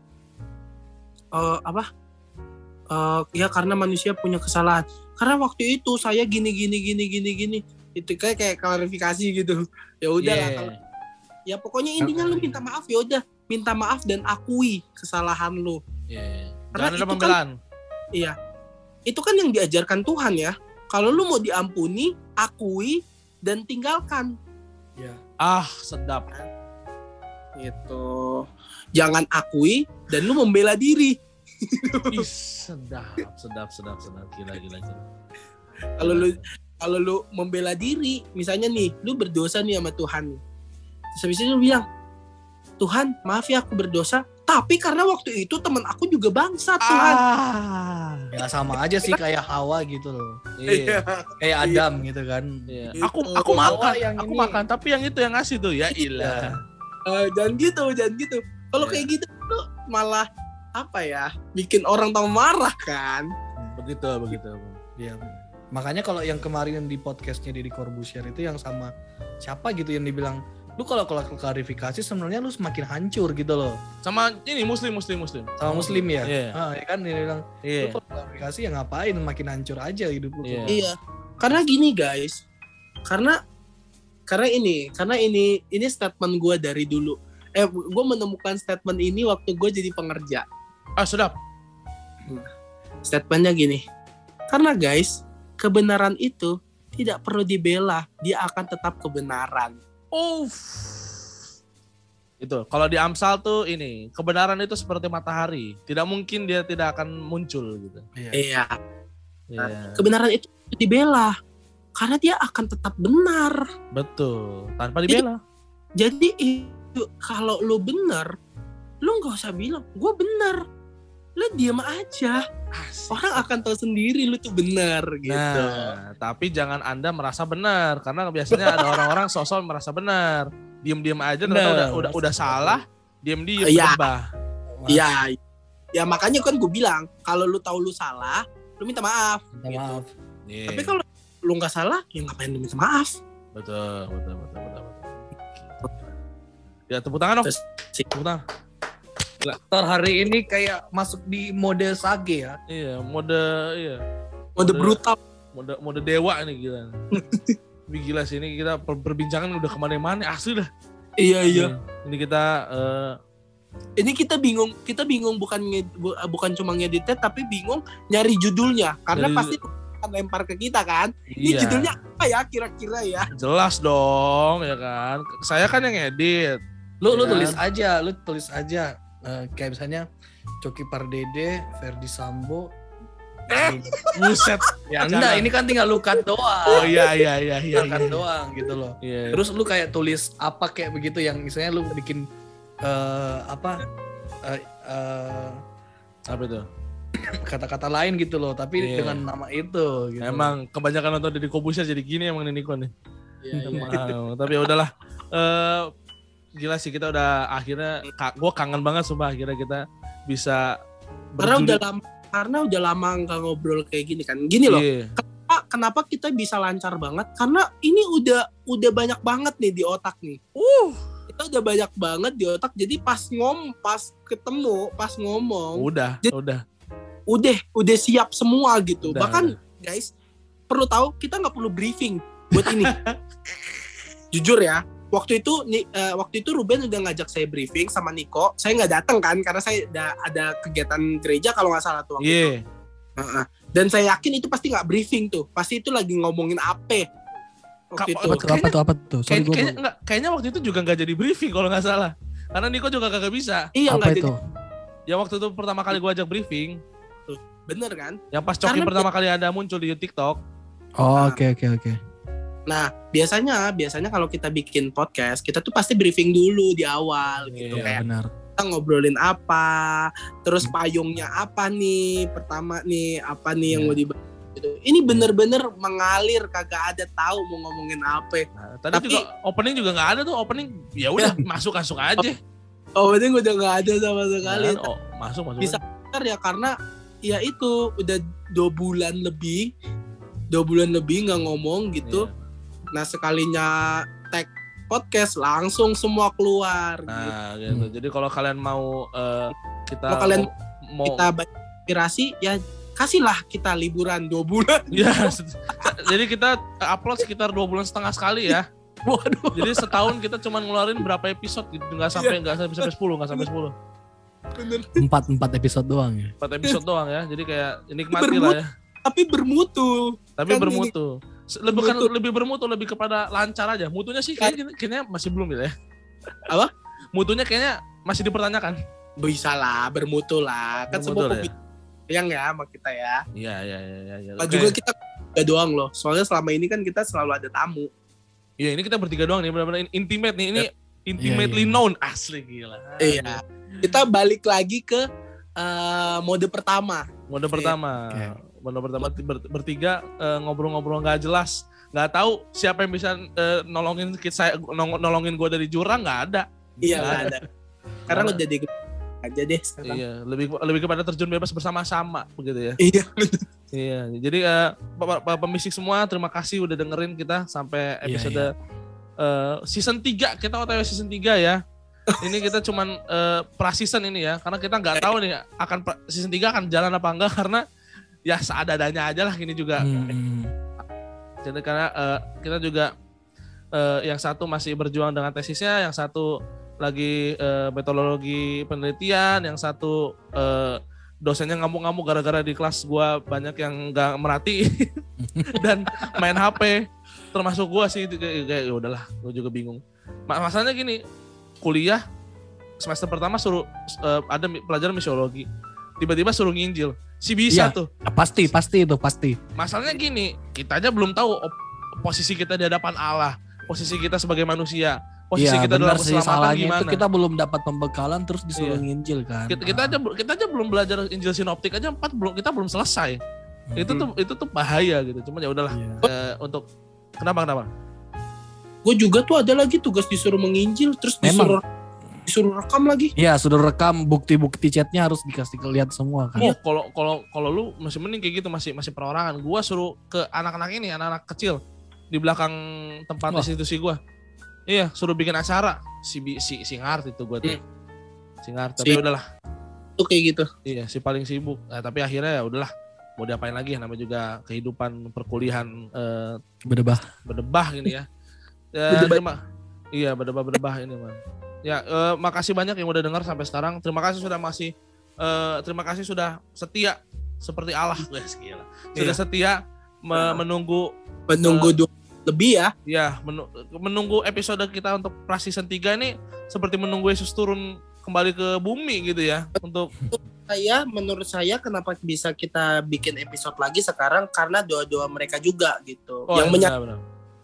eh, apa? Eh, ya karena manusia punya kesalahan. Karena waktu itu saya gini gini gini gini gini. Itu kayak kayak klarifikasi gitu. Ya udahlah Yeah. kalau ya pokoknya intinya lu minta maaf ya udah, minta maaf dan akui kesalahan lu. Yeah. Karena Jangan ada itu pembelaan. Iya. Itu kan yang diajarkan Tuhan ya. Kalau lu mau diampuni, akui dan tinggalkan. Ya. Ah, sedap. Gitu. Jangan akui dan lu membela diri. Ih, sedap, sedap, sedap, sedap. Gila, gila, gila. Kalau lu kalau lu membela diri, misalnya nih, lu berdosa nih sama Tuhan. Terus habis itu lu bilang, Tuhan, maaf ya aku berdosa, tapi karena waktu itu teman aku juga bangsa Tuhan. Ah. Ya sama aja sih kayak Hawa gitu loh. Iya. Kayak Adam gitu kan. Iya. Gitu. Aku aku makan, yang aku ini. makan, tapi yang itu yang ngasih tuh ya ilah. Eh, jangan gitu, jangan gitu. Kalau Iya. kayak gitu lu malah apa ya? Bikin orang tambah marah kan. Begitu, begitu. Iya. Makanya kalau yang kemarin di podcastnya Deddy Corbuzier itu yang sama siapa gitu yang dibilang, lu kalau kalau klarifikasi sebenarnya lu semakin hancur gitu loh. Sama ini muslim, muslim, muslim. Sama muslim ya. Iya. Ah, ya kan dia bilang, Iya. lu kalau klarifikasi ya ngapain, makin hancur aja hidup lu. Iya. Iya. Karena gini guys. Karena karena ini, karena ini ini statement gue dari dulu. Eh, gue menemukan statement ini waktu gue jadi pengerja. Ah, sedap. Statementnya gini. Karena guys, kebenaran itu tidak perlu dibela, dia akan tetap kebenaran. Uff. Itu kalau di Amsal tuh ini kebenaran itu seperti matahari, tidak mungkin dia tidak akan muncul gitu. Iya. Iya. Iya. Kebenaran itu dibela karena dia akan tetap benar. Betul. Tanpa dibela. Jadi itu kalau lu benar, lu nggak usah bilang gue benar, lu diam aja. Asik. Orang akan tahu sendiri lu tuh benar gitu. Nah, tapi jangan Anda merasa benar karena biasanya ada orang-orang sosok merasa benar. Diam-diam aja ternyata Benar. udah udah udah salah, diam-diam Iya. berubah. Iya. Ya makanya kan gue bilang kalau lu tahu lu salah, lu minta maaf. Minta gitu. maaf. Iya. Tapi kalau lu nggak salah, ya ngapain lu minta maaf? betul, betul, betul, betul, betul. Ya tepuk tangan dong. Terus, Tepuk tangan. Tor hari ini kayak masuk di mode sage ya. Iya, mode iya, Mode Udah. brutal. mode mode dewa nih gila. Tapi gila sih ini kita per- perbincangan udah kemana-mana asli dah. Iya iya. Ini kita eh, Ini kita bingung, kita bingung bukan nge- bu- bukan cuma ngeditnya, tapi bingung nyari judulnya karena Nyari pasti akan lempar ke kita kan. Ini iya, judulnya apa ya kira-kira ya? jelas dong ya kan. Saya kan yang edit. Lu lu Ya. tulis aja, lu tulis aja eh, kayak misalnya Coki Pardede, Ferdi Sambo. Eh, buset. Ya, Enggak, jangan. ini kan tinggal lu cut doang. Oh iya iya iya iya. Tinggal cut iya. doang gitu loh. Iya. Terus lu kayak tulis apa kayak begitu yang misalnya lu bikin eh, apa eh, eh, Apa itu? kata-kata lain gitu loh, tapi Iya. dengan nama itu gitu. Emang kebanyakan nonton Deddy Corbuzier jadi gini emang nih Niko nih. Iya, iya. Wow, tapi ya udahlah. Eh gila sih kita udah akhirnya ka- gue kangen banget sumpah akhirnya kita bisa Karena berjudi- udah lama, karena udah lama nggak ngobrol kayak gini kan. Gini loh. Iya. Kenapa, kenapa kita bisa lancar banget? Karena ini udah udah banyak banget nih di otak nih. Uh, Kita udah banyak banget di otak. Jadi pas ngom, pas ketemu, pas ngomong, udah, Jadi- udah. udah udah siap semua gitu. Udah, Bahkan udah. guys, perlu tahu kita nggak perlu briefing buat ini. Jujur ya, waktu itu nih eh, waktu itu Ruben udah ngajak saya briefing sama Niko. Saya nggak datang kan karena saya ada ada kegiatan gereja kalau nggak salah tuh waktu itu. Iya. Heeh. Dan saya yakin itu pasti nggak briefing tuh. Pasti itu lagi ngomongin apa waktu Kap- itu. Apa tuh? Apa tuh? Apa tuh? Sorry Kayak, gua kayaknya, enggak, kayaknya waktu itu juga nggak jadi briefing kalau nggak salah. Karena Niko juga kagak bisa. Iya apa nggak itu? jadi Ya waktu itu pertama kali gue ajak briefing, bener kan? yang pas Coki Karena- pertama kali ada muncul di TikTok. Oh, oke oke oke. Nah biasanya biasanya kalau kita bikin podcast kita tuh pasti briefing dulu di awal gitu Iya, kayak Benar. kita ngobrolin apa, terus payungnya apa nih, pertama nih apa nih yang Iya. mau dibahas gitu. Ini bener-bener mengalir, kagak ada tahu mau ngomongin apa. Nah, tadi Tapi- juga opening juga nggak ada tuh opening. Ya udah masuk masuk aja. Oh ini udah nggak ada sama sekali. Nah, oh, masuk masuk. Bisa. Bentar ya karena ya itu udah dua bulan lebih, dua bulan lebih nggak ngomong gitu. Iya. Nah sekalinya tag podcast langsung semua keluar. gitu. Nah, gitu. Jadi kalau kalian mau eh, kita Kalau kalian mau Kita banyak inspirasi ya kasihlah kita liburan dua bulan. ya se- jadi kita upload sekitar dua bulan setengah sekali ya. Waduh. Jadi setahun kita cuma ngeluarin berapa episode gitu, nggak sampai nggak sampai sampai sepuluh, nggak sampai sepuluh. Empat empat episode doang ya. Empat episode doang ya. Jadi kayak nikmati lah ya. Tapi bermutu. Tapi Kan bermutu. Lebih kan bermutu. lebih bermutu lebih kepada lancar aja. Mutunya sih kayaknya, kayaknya masih belum gitu ya. Apa? Mutunya kayaknya masih dipertanyakan. Bisa lah, bermutu lah. Kan Bermutu semua lah ya. pembicaraan yang ya sama kita ya. Iya iya iya iya. Ya. Nah, juga kita gak doang loh. Soalnya selama ini kan kita selalu ada tamu. Iya ini kita bertiga doang nih, benar-benar intimate nih. Ini intimately Iya, iya. known, asli gila. Iya. Kita balik lagi ke uh, mode pertama. Mode pertama, Oke. mode pertama ber- bertiga eh, ngobrol-ngobrol nggak jelas, nggak tahu siapa yang bisa eh, nolongin kita, saya nol- nolongin gue dari jurang, nggak ada. Iya Nggak nggak ada. Sekarang Nggak udah di aja deh sekarang. Iya, lebih lebih kepada terjun bebas bersama-sama begitu ya. Iya. Iya, jadi eh, Bapak- Bapak pemisik semua, terima kasih udah dengerin kita sampai episode eh, season tiga. Kita O T W season tiga ya. Ini kita cuman eh, pra-season ini ya, karena kita nggak tahu nih akan pra- season tiga akan jalan apa enggak, karena ya seadanya aja lah ini juga. Hmm. Jadi karena eh, kita juga eh, yang satu masih berjuang dengan tesisnya, yang satu lagi eh, metodologi penelitian, yang satu eh, dosennya ngamuk-ngamuk gara-gara di kelas gua banyak yang nggak merhatiin dan main H P, termasuk gua sih kayak kayak, ya udahlah, gua juga bingung. Ma- Masalahnya gini, kuliah semester pertama suruh eh, ada mi- pelajaran misiologi, tiba-tiba suruh nginjil, si bisa Iya. tuh. Pasti, pasti itu pasti. Masalahnya gini, kita aja belum tahu op- posisi kita di hadapan Allah, posisi kita sebagai manusia, posisi Iya, kita dalam benar sih, keselamatan salahnya gimana. itu kita belum dapat pembekalan terus disuruh Iya. nginjil kan. Kita, kita aja kita aja belum belajar Injil sinoptik aja empat belum kita belum selesai. Hmm. Itu tuh itu tuh bahaya gitu. Cuma ya udahlah. Iya. Eh, untuk kenapa kenapa? Gue juga tuh ada lagi tugas disuruh menginjil, terus disuruh disuruh rekam lagi. Iya, sudah rekam bukti-bukti chatnya harus dikasih lihat semua kan. Oh, kalau kalau kalau lu masih mending kayak gitu, masih masih perorangan. Gua suruh ke anak-anak ini, anak-anak kecil di belakang tempat Wah. institusi gua. Iya, suruh bikin acara. Si Bi- si si Ngart itu gua tuh. Hmm. Si Ngart, tapi Si- udahlah. Tuh kayak gitu. Iya, si paling sibuk. Nah, tapi akhirnya ya udahlah. Mau diapain lagi, namanya juga kehidupan perkuliahan eh, Berdebah. berdebah gini ya. Ya, Berdebah. terima. Iya, berdebah-berdebah ini, Man. Ya, eh, makasih banyak yang udah dengar sampai sekarang. Terima kasih sudah masih eh, terima kasih sudah setia seperti Allah, guys, gila. Sudah Iya. setia me- menunggu Menunggu dua lebih ya. ya, menu- menunggu episode kita untuk pra season tiga ini seperti menunggu Yesus turun kembali ke bumi gitu ya. Untuk Saya menurut saya kenapa bisa kita bikin episode lagi sekarang karena doa-doa mereka juga gitu. oh, yang iya, menya- benar, benar.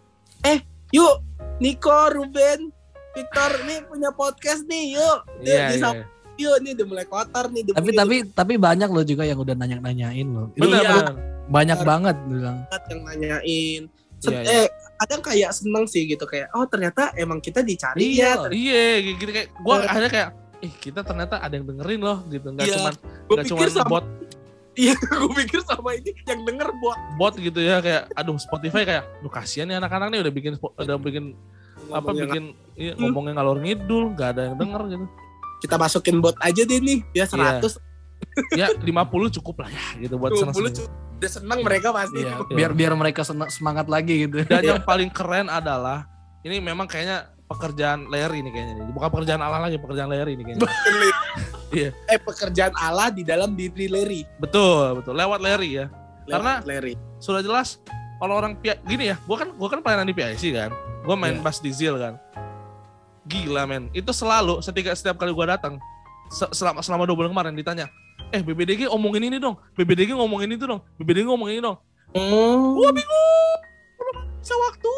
Yuk, Niko, Ruben, Victor nih punya podcast nih. Yuk, yuk, Iya, di iya. Sab- yuk nih udah mulai kotor nih. debunya Tapi tapi tapi banyak loh juga yang udah nanya-nanyain loh. Itu Benar, Iya. benar. banyak Benar. banget bilang. banget yang nanyain. Sen- Iya, iya. Eh, kadang kayak seneng sih gitu kayak, oh ternyata emang kita dicari Iya. ya. Iya, gitu kayak gua Eh. akhirnya kayak ih kita ternyata ada yang dengerin loh gitu, nggak Iya. cuman Gue nggak pikir cuman sama, bot iya, gue pikir sama ini yang denger buat bot gitu ya, kayak aduh Spotify kayak duh kasihan nih anak-anak nih udah bikin spo- udah bikin apa bikin iya, Hmm. ngomongin ngalor ngidul, nggak ada yang denger gitu. kita masukin bot aja deh nih, ya seratus, Ya lima puluh cukup lah ya gitu buat dua puluh seneng-seneng. udah seneng mereka pasti. Iya, Iya. biar biar mereka senang- semangat lagi gitu. Dan yang paling keren adalah ini memang kayaknya pekerjaan Larry ini kayaknya nih. Bukan pekerjaan Allah lagi, pekerjaan Larry ini kayaknya. Iya. Eh pekerjaan Allah di dalam diri Larry. Betul, betul. Lewat Larry ya. Karena- Lewat Larry. Sudah jelas kalau orang P I gini ya, gua kan gua kan pelayanan di P I C kan. Gua main Iya. bass di Zil kan. Gila men, itu selalu setiap setiap kali gua datang se- selama selama dua bulan kemarin ditanya, "Eh, B B D G omongin ini dong. B B D G ngomongin itu dong. B B D G ngomongin ini dong." Hmm. Gua bingung. Belum bisa waktu.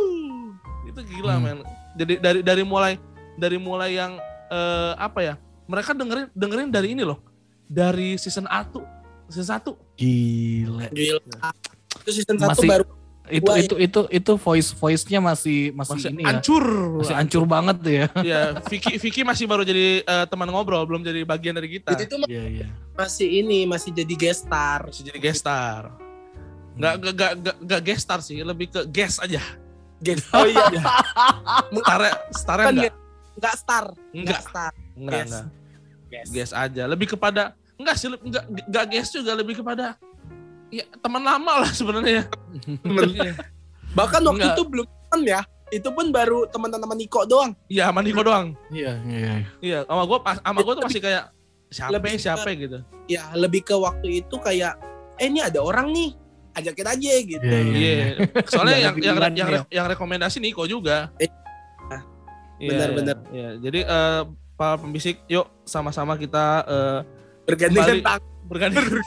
Itu gila Hmm. men. Jadi dari dari mulai dari mulai yang eh, apa ya? Mereka dengerin dengerin dari ini loh. Dari season satu. Season satu. Gila. Gila. Itu season satu Masih- baru. Itu Wah, itu itu itu voice voice-nya masih masih, Masih ini ya. hancur. Masih hancur banget tuh ya. Ya, Vicky Vicky masih baru jadi eh, teman ngobrol, belum jadi bagian dari kita. Jadi itu Iya, iya. masih ini, masih jadi guest star. Masih jadi guest star. Nggak, nggak, nggak, nggak, nggak guest star sih, lebih ke guest aja. Guest. Oh iya. Starnya, starnya Kan enggak. Enggak star. Enggak. star. Enggak, Guest. enggak. Guest. Guest aja. Lebih kepada, enggak sih, enggak, enggak guest juga, lebih kepada ya teman lama lah sebenarnya. Bahkan waktu Enggak. itu belum teman ya. Itu pun baru teman-teman Niko doang. Iya, sama Niko doang. Iya, iya. Iya, sama gue pas sama gue tuh masih kayak siapa Lebih ya, siapa ya gitu. Ya lebih ke waktu itu kayak eh ini ada orang nih, ajakin aja gitu. Iya, iya. Iya. Soalnya Nggak ada yang yang pilihan, yang, ya. yang rekomendasi Niko juga. Eh, Iya, benar-benar. Iya, iya. Jadi eh, para pembisik, yuk sama-sama kita eh, Bergandengan Kembali. tangan. bergandeng.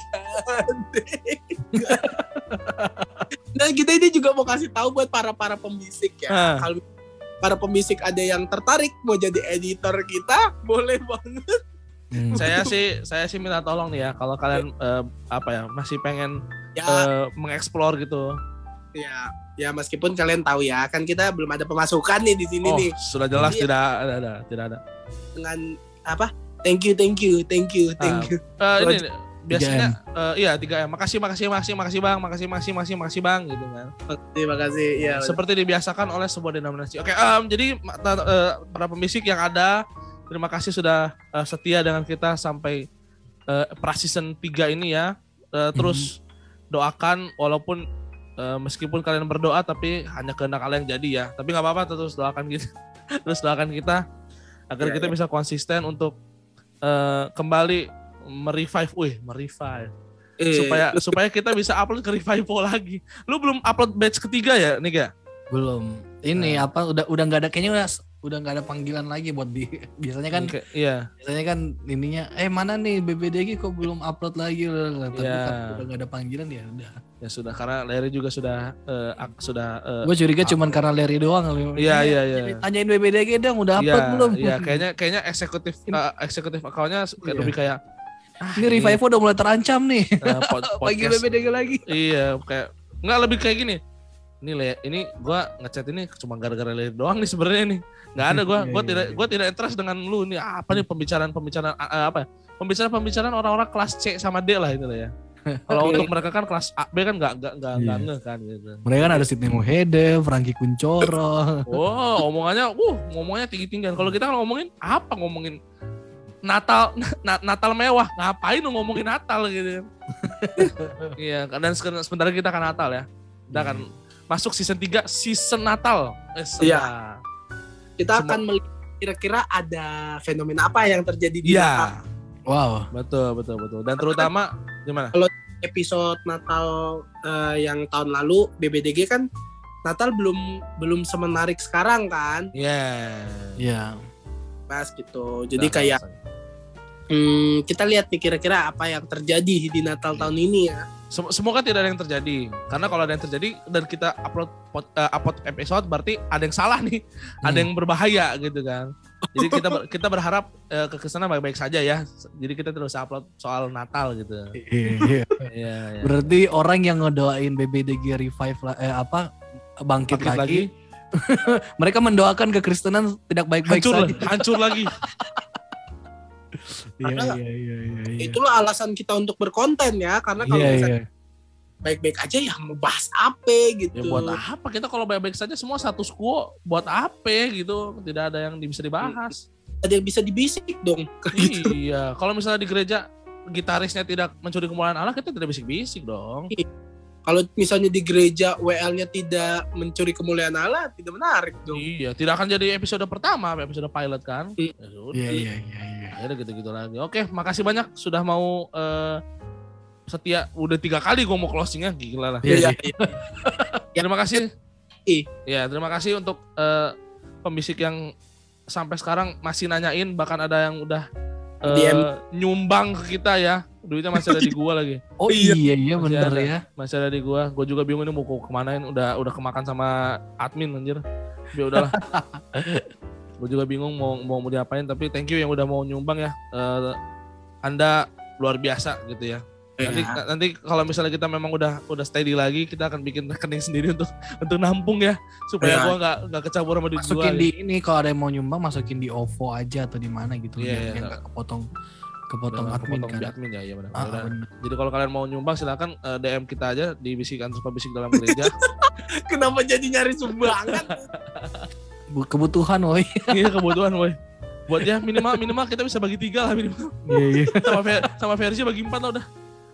Dan kita ini juga mau kasih tahu buat para para pembisik ya. Ah. Kalau para pembisik ada yang tertarik mau jadi editor kita, boleh banget. Hmm. saya sih saya sih minta tolong nih ya kalau kalian eh, apa ya masih pengen Ya, eh, mengeksplor gitu. ya, ya meskipun kalian tahu ya, kan kita belum ada pemasukan nih di sini Oh, nih sudah jelas Jadi- tidak ada, ada tidak ada. dengan apa? Thank you, thank you, thank you, thank Ah. you. Eh, ini biasanya tiga eh, iya tiga M. Makasih makasih makasih makasih Bang, makasih makasih makasih makasih Bang gitu kan. Terima kasih. Ya, Seperti dibiasakan oleh sebuah denominasi. Oke, em, jadi ma- ta- eh, para pembisik yang ada, terima kasih sudah eh, setia dengan kita sampai eh, pra season tiga ini ya. Eh, terus doakan walaupun eh, meskipun kalian berdoa tapi hanya kehendak Allah yang jadi ya. Tapi nggak apa-apa, terus doakan kita. terus doakan kita agar Ya, kita ya. bisa konsisten untuk eh, kembali merevive, wih, merevive Eh, supaya supaya kita bisa upload ke Revival lagi. Lu belum upload batch ketiga ya, Nik ya? Belum. Ini Nah. apa udah udah nggak ada kayaknya udah udah nggak ada panggilan lagi buat di biasanya kan Oke, iya. biasanya kan ininya eh mana nih B B D G kok belum upload lagi tapi Iya. kan udah nggak ada panggilan ya udah. Ya sudah, karena Larry juga sudah eh, ak- sudah eh, Gue curiga upload. cuman karena Larry doang. Iya, iya, iya. Tanyain B B D G dong udah upload Iya, belum? Iya, kayaknya kayaknya eksekutif eh, eksekutif account-nya kayak Iya. lebih kayak ah, Ini Revival udah mulai terancam nih. eh, pod- Panggil podcast. B B D G lagi. Iya, kayak nggak lebih kayak gini. Ini le, ini gua ngechat ini cuma gara-gara Larry doang nih sebenarnya nih. Nggak ada gua, Iya, gua iya, tidak iya. gua tidak interest dengan lu nih. Apa nih pembicaraan-pembicaraan eh, apa ya? Pembicaraan-pembicaraan orang-orang kelas C sama D lah itu lah ya. Kalau untuk mereka kan kelas A B kan nggak nggak nggak nggak Iya. ngeh kan gitu. Mereka kan ada Sidney Muhede, Frankie Kuncoro. Wow, omongannya, uh, ngomongnya tinggi-tinggian. Kalau kita kan ngomongin apa? Ngomongin Natal, na- Natal mewah. Ngapain lu ngomongin Natal gitu? Iya, dan seken- sebentar lagi kita akan Natal ya. Kita akan masuk season tiga, season Natal. Eh, Iya. sedap. kita Semua- akan melihat kira-kira ada fenomena apa yang terjadi di Iya, Natal. Wow. betul, betul, betul. Dan terutama gimana? Episode Natal eh, yang tahun lalu B B D G kan Natal belum belum semenarik sekarang kan, Iya. Iya. Mas gitu. Jadi Nah, kayak hmm, kita lihat nih kira-kira apa yang terjadi di Natal tahun ini ya. Sem- Semoga tidak ada yang terjadi. Karena kalau ada yang terjadi dan kita upload pod- eh, upload episode berarti ada yang salah nih, ada Hmm. yang berbahaya gitu kan. Jadi kita ber- kita berharap eh, ke kesana baik-baik saja ya. Jadi kita terus upload soal Natal gitu. Iya. Iya, iya. Berarti orang yang ngedoain B B D G revive lah, eh apa bangkit, Bangkit lagi, mereka mendoakan kekristenan tidak baik-baik hancur, saja. lah, hancur lagi. Iya Karena iya iya iya. iya. Itulah alasan kita untuk berkonten ya, karena kalau Iya misalnya iya. baik-baik aja ya mau bahas apa gitu. Ya buat apa kita kalau baik-baik saja semua status quo, buat apa gitu? Tidak ada yang bisa dibahas. Ada yang bisa dibisik dong. Iya, kalau misalnya di gereja gitarisnya tidak mencuri kemuliaan Allah, kita tidak bisik-bisik dong. Kalau misalnya di gereja W L-nya tidak mencuri kemuliaan Allah, tidak menarik dong. Iya, tidak akan jadi episode pertama, episode pilot kan. Iya. Ya sudah. Iya iya iya iya. Akhirnya gitu-gitu lagi. Oke, makasih banyak sudah mau eh, setia. Udah tiga kali gue mau closingnya, gila lah. Iya, Iya, iya. Terima kasih. Ih. Ya, terima kasih untuk eh, pembisik yang sampai sekarang masih nanyain, bahkan ada yang udah eh, D M. nyumbang ke kita ya. Duitnya masih ada di gua lagi. Oh Iya. iya iya Masih bener ada. ya. Masih ada di gua. Gua juga bingung ini mau ke- kemanain. Udah udah kemakan sama admin anjir. Ya udahlah. Gua juga bingung mau mau mau diapain, tapi thank you yang udah mau nyumbang ya. Eh, Anda luar biasa gitu ya. Nanti Iya. nanti kalau misalnya kita memang udah udah steady lagi, kita akan bikin rekening sendiri untuk untuk nampung ya, supaya Iya. gua nggak nggak kecampur sama duit gua. Masukin gitu. di ini kalau ada yang mau nyumbang masukin di O V O aja atau di mana gitu Iya, biar iya. yang nggak kepotong kepotong Udah, admin kepotong kan. di admin ya, iya benar. Ah, Udah. bener. Jadi kalau kalian mau nyumbang silakan eh, D M kita aja di bisik antar bisik dalam gereja. Kenapa jadi nyari sumbangan? Bu- Kebutuhan woi. Iya kebutuhan woi. Buat ya minimal minimal kita bisa bagi tiga lah minimal. Iya iya. Sama ver- sama versi bagi empat lah udah.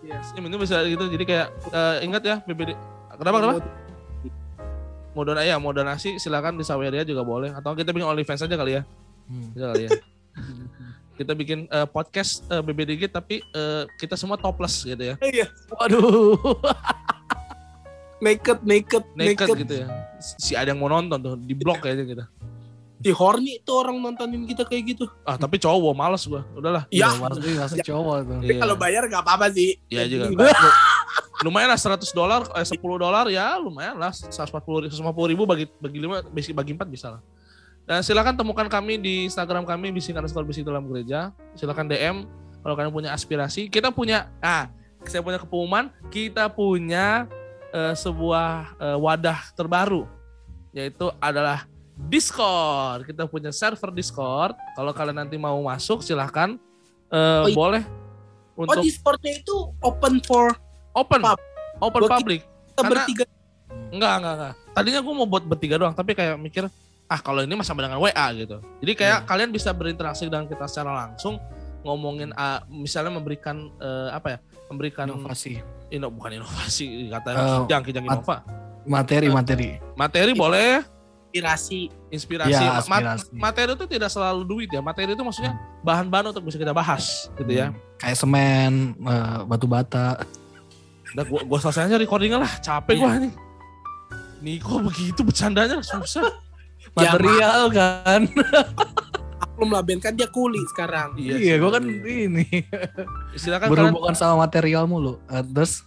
yes. Ya, mungkin bisa gitu. Jadi kayak uh, ingat ya B B D. Kenapa kenapa? Mau donasi ya, mau donasi silakan di Saweria juga boleh. Atau kita bikin OnlyFans aja kali ya. Hmm. Bisa kali ya. Kita bikin uh, podcast uh, B B D G tapi uh, kita semua topless gitu ya. Iya. Waduh. Naked, naked, Naked, naked. gitu ya. Si ada yang mau nonton tuh, di blok kayaknya kita. Di horny tuh orang nontonin kita kayak gitu. Ah, tapi cowok males gua. Udahlah. Ya, Masuk masuk cowok tuh. Iya. kalau bayar gak apa-apa sih. Iya juga. Jadi, Lumayan lah seratus dolar, eh sepuluh dolar ya lumayan lah. seratus empat puluh, seratus lima puluh ribu bagi bagi lima, bagi, bagi empat bisa lah. Dan silakan temukan kami di Instagram kami bising underscore bising dalam gereja. Silakan D M kalau kalian punya aspirasi. Kita punya, ah, saya punya kepumuman. Kita punya uh, sebuah uh, wadah terbaru, yaitu adalah Discord. Kita punya server Discord. Kalau kalian nanti mau masuk, silakan uh, Oh, iya. boleh oh, untuk Discord-nya itu open for open, pub. open Buat public. kita Karena- bertiga. Enggak, enggak, enggak. Tadinya gue mau buat bertiga doang, tapi kayak mikir, ah kalau ini mah sama dengan W A gitu. Jadi kayak Hmm. kalian bisa berinteraksi dengan kita secara langsung, ngomongin, uh, misalnya memberikan uh, apa ya, memberikan Inovasi. ino, bukan inovasi, kata Uh, kijang, kijang mat- Innova. Materi materi. Materi boleh, Inspirasi. inspirasi. Ya, Ma- aspirasi. materi itu tidak selalu duit ya. Materi itu maksudnya bahan-bahan untuk bisa kita bahas, gitu ya. Hmm. Kayak semen, eh, batu bata. Udah gua, gua selesai aja recordingnya lah, capek gua nih. Niko begitu bercandanya susah. Material kan. Maklum lah Ben, kan dia kuli sekarang. Iya, gue kan ini Silakan kalian, berhubungan sama material mulu. Eh, terus,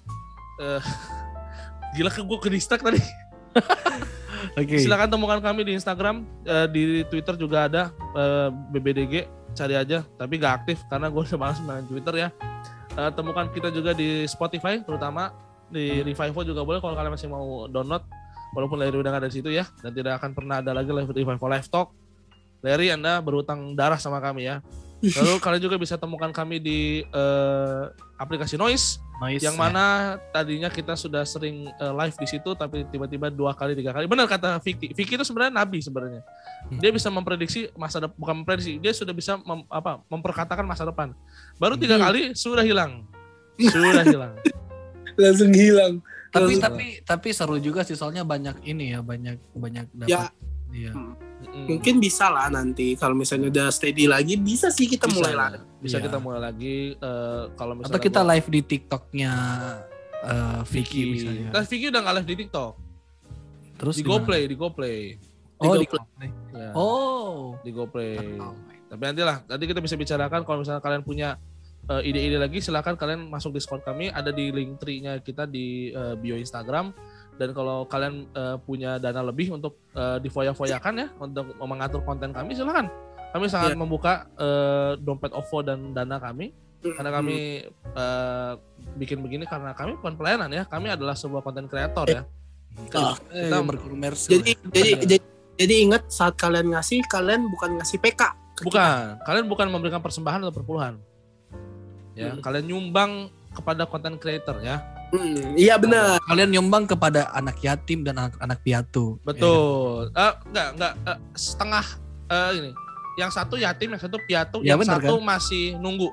gila ke gua ke distract tadi. oke. Silakan temukan kami di Instagram, eh, di Twitter juga ada eh, B B D G, cari aja. Tapi nggak aktif karena gue udah malas main Twitter ya. Eh, temukan kita juga di Spotify, terutama di Revivo juga boleh kalau kalian masih mau download. Walaupun Larry udah nggak ada di situ ya, dan tidak akan pernah ada lagi live Revivo Live Talk. Larry, Anda berutang darah sama kami ya. Lalu kalian juga bisa temukan kami di eh, aplikasi Noise. Noise, Yang ya. mana tadinya kita sudah sering uh, live di situ, tapi tiba-tiba dua kali tiga kali. Benar kata Vicky. Vicky itu sebenarnya nabi sebenarnya. Dia bisa memprediksi masa depan, bukan memprediksi, dia sudah bisa mem, apa, memperkatakan masa depan. Baru tiga Hmm. kali sudah hilang, sudah hilang. Langsung hilang. Tapi Langsung- tapi tapi seru juga sih soalnya banyak ini ya, banyak banyak dapat. Ya. Iya. Mm-mm. Mungkin bisa lah nanti kalau misalnya udah steady lagi bisa sih kita Bisa mulai ya. lagi. Bisa Iya. kita mulai lagi uh, kalau misalnya. Atau kita gua- live di TikToknya eh, Vicky misalnya. Nah, Vicky udah nggak live di TikTok, Terus di gimana? GoPlay, di GoPlay. Oh, Di di GoPlay. Ya, Oh. di GoPlay. Oh. Tapi nanti lah, nanti kita bisa bicarakan kalau misalnya kalian punya uh, ide-ide lagi, silakan kalian masuk Discord kami, ada di link tree-nya kita di uh, bio Instagram. Dan kalau kalian uh, punya dana lebih untuk uh, difoya-foyakan ya, untuk mengatur konten kami, silakan. Kami sangat Iya. membuka uh, dompet O V O dan dana kami, karena kami uh, bikin begini karena kami bukan pelayanan ya, kami adalah sebuah konten kreator ya. Ah, Eh, Kita- berkomersil. Jadi ya. jadi Iya. jadi jadi ingat saat kalian ngasih, kalian bukan ngasih P K. ke kita. Bukan, kalian bukan memberikan persembahan atau perpuluhan. Ya, Hmm. kalian nyumbang kepada konten creator ya. Hmm, iya benar. Kalian nyumbang kepada anak yatim dan anak-anak piatu. Betul. Eh enggak, enggak eh, setengah eh, ini. Yang satu yatim, yang satu piatu, Ya, yang bener, satu masih nunggu.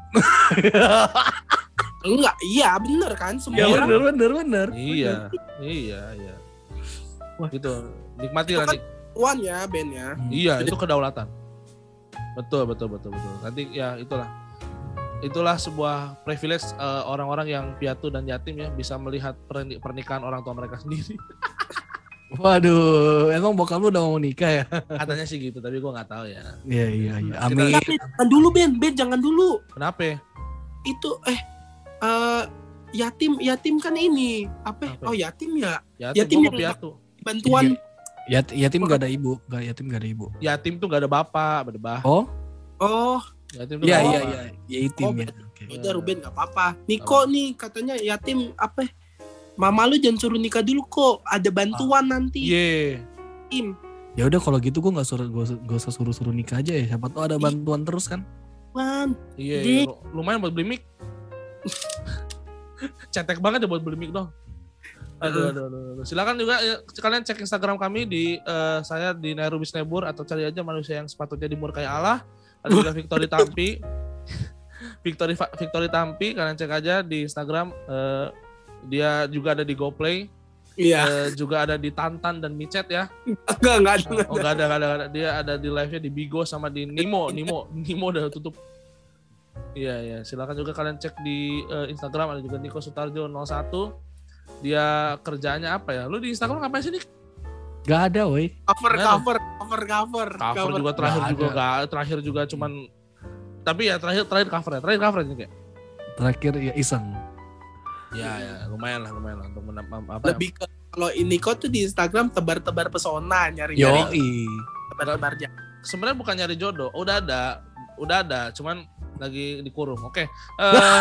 Enggak, iya benar kan semua Ya orang. bener bener bener. Iya, iya, iya. Wah. Gitu. Nikmati Itu lah. kan Nik. Uan ya Ben ya. Hmm. Iya, itu kedaulatan. Betul, betul, betul, betul. Nanti ya itulah. Itulah sebuah privilege eh, orang-orang yang piatu dan yatim ya bisa melihat perni- pernikahan orang tua mereka sendiri. Waduh, emang bokap lu udah mau nikah ya? Katanya sih gitu, tapi gua nggak tahu ya. Iya iya iya. Kita- Amin. Tapi jangan dulu Ben, Ben jangan dulu. Kenapa? Itu eh eh yatim yatim kan ini apa? Apa? Oh yatim ya. Yatim, Yatim gua yang- mau piatu. Bantuan. Yat, yatim gak ada ibu, gak yatim gak ada ibu. Yatim tuh gak ada bapak, berbah. Oh, Oh, Yatim tuh iya nggak ada iya bapak. iya, yatim Oh, ya. Oke. udah Ruben nggak apa-apa. Niko nih katanya yatim apa? Mama lu jangan suruh nikah dulu kok. Ada bantuan nanti. Iya. Im. Ya udah kalau gitu gue nggak suruh gue gak usah suruh-suruh nikah aja ya. Siapa tahu ada bantuan terus kan? Wan. Iya, Jadi- lu- lumayan buat beli mic. Cetek banget ya buat beli mic dong. Aduh, aduh, aduh, aduh. Silakan juga ya, kalian cek Instagram kami di eh, saya di Nairubis Nebur atau cari aja manusia yang sepatutnya dimurkai Allah. Ada juga Victory Tampi. Victory Victory Tampi, kalian cek aja di Instagram. Uh, dia juga ada di GoPlay. Iya. Uh, juga ada di Tantan dan Micet ya. Enggak, enggak ada. Oh enggak ada, enggak ada, enggak ada. Dia ada di live-nya di Bigo sama di Nimo. Nimo, Nimo udah tutup. Iya, iya. Silakan juga kalian cek di uh, Instagram. Ada juga Niko Sutarjo nol satu. Dia kerjaannya apa ya? Lu di Instagram ngapain sih, Nik? Gak ada, woi. Cover, Nggak ada. cover, cover, cover. Cover juga terakhir Nggak juga ada. gak, terakhir juga cuman tapi ya terakhir terakhir covernya, terakhir covernya kayak. Terakhir ya iseng. Ya, ya, lumayan lah, lumayan lah untuk menam- apa? Lebih ke kalau ini kok tuh di Instagram tebar-tebar pesona, nyari-nyari Yoi. tebar-tebarnya. Sebenarnya bukan nyari jodoh, udah ada, udah ada, cuman lagi dikurung. Oke. Eh,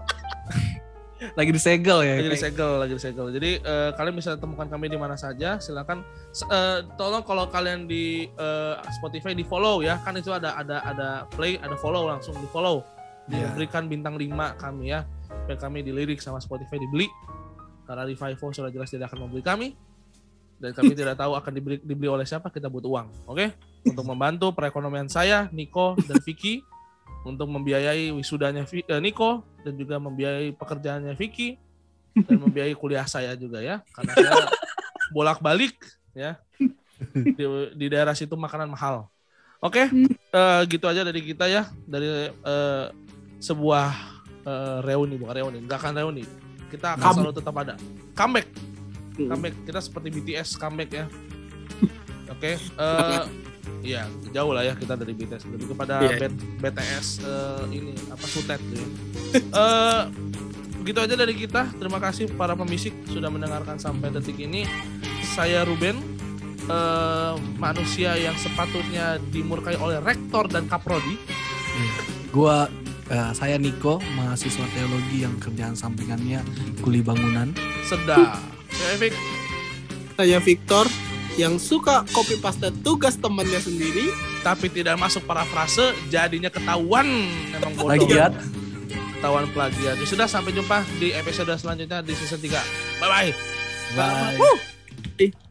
Lagi disegel ya. lagi disegel, lagi disegel. Jadi eh, kalian bisa temukan kami di mana saja. Silakan S- eh, tolong kalau kalian di eh, Spotify di follow ya. Kan itu ada ada ada play, ada follow, langsung di follow. Iya. Diberikan bintang lima kami ya. Supaya kami dilirik sama Spotify dibeli. Karena Revivo sudah jelas tidak akan membeli kami. Dan kami tidak tahu akan dibeli, dibeli oleh siapa, kita butuh uang. Oke? Untuk membantu perekonomian saya, Niko, dan Vicky. Untuk membiayai wisudanya Vi- eh, Niko. Dan juga membiayai pekerjaannya Vicky. Dan membiayai kuliah saya juga ya. Karena saya bolak-balik ya. Di, di daerah situ makanan mahal. Oke? Eh, gitu aja dari kita ya. Dari eh, sebuah eh, reuni, bukan reuni. Nggak akan reuni. Kita akan Come- selalu tetap ada. Comeback. Hmm. Comeback. Kita seperti B T S comeback ya. Oke. eh, Iya, jauh lah ya kita dari B T S. Lebih kepada Iya. B- BTS eh, ini apa Sutet gitu ya. Eh, begitu aja dari kita. Terima kasih para pemisik sudah mendengarkan sampai detik ini. Saya Ruben, eh, manusia yang sepatutnya dimurkai oleh rektor dan kaprodi. Gua eh, saya Niko, mahasiswa teologi yang kerjaan sampingannya kuli bangunan. Sedap. Saya Epic. Saya Victor yang suka copy paste tugas temannya sendiri. Tapi tidak masuk parafrase, jadinya ketahuan memang bodoh. Plagiat. Ketahuan plagiat. Ya sudah, sampai jumpa di episode selanjutnya di season tiga. Bye bye. Bye. Woo!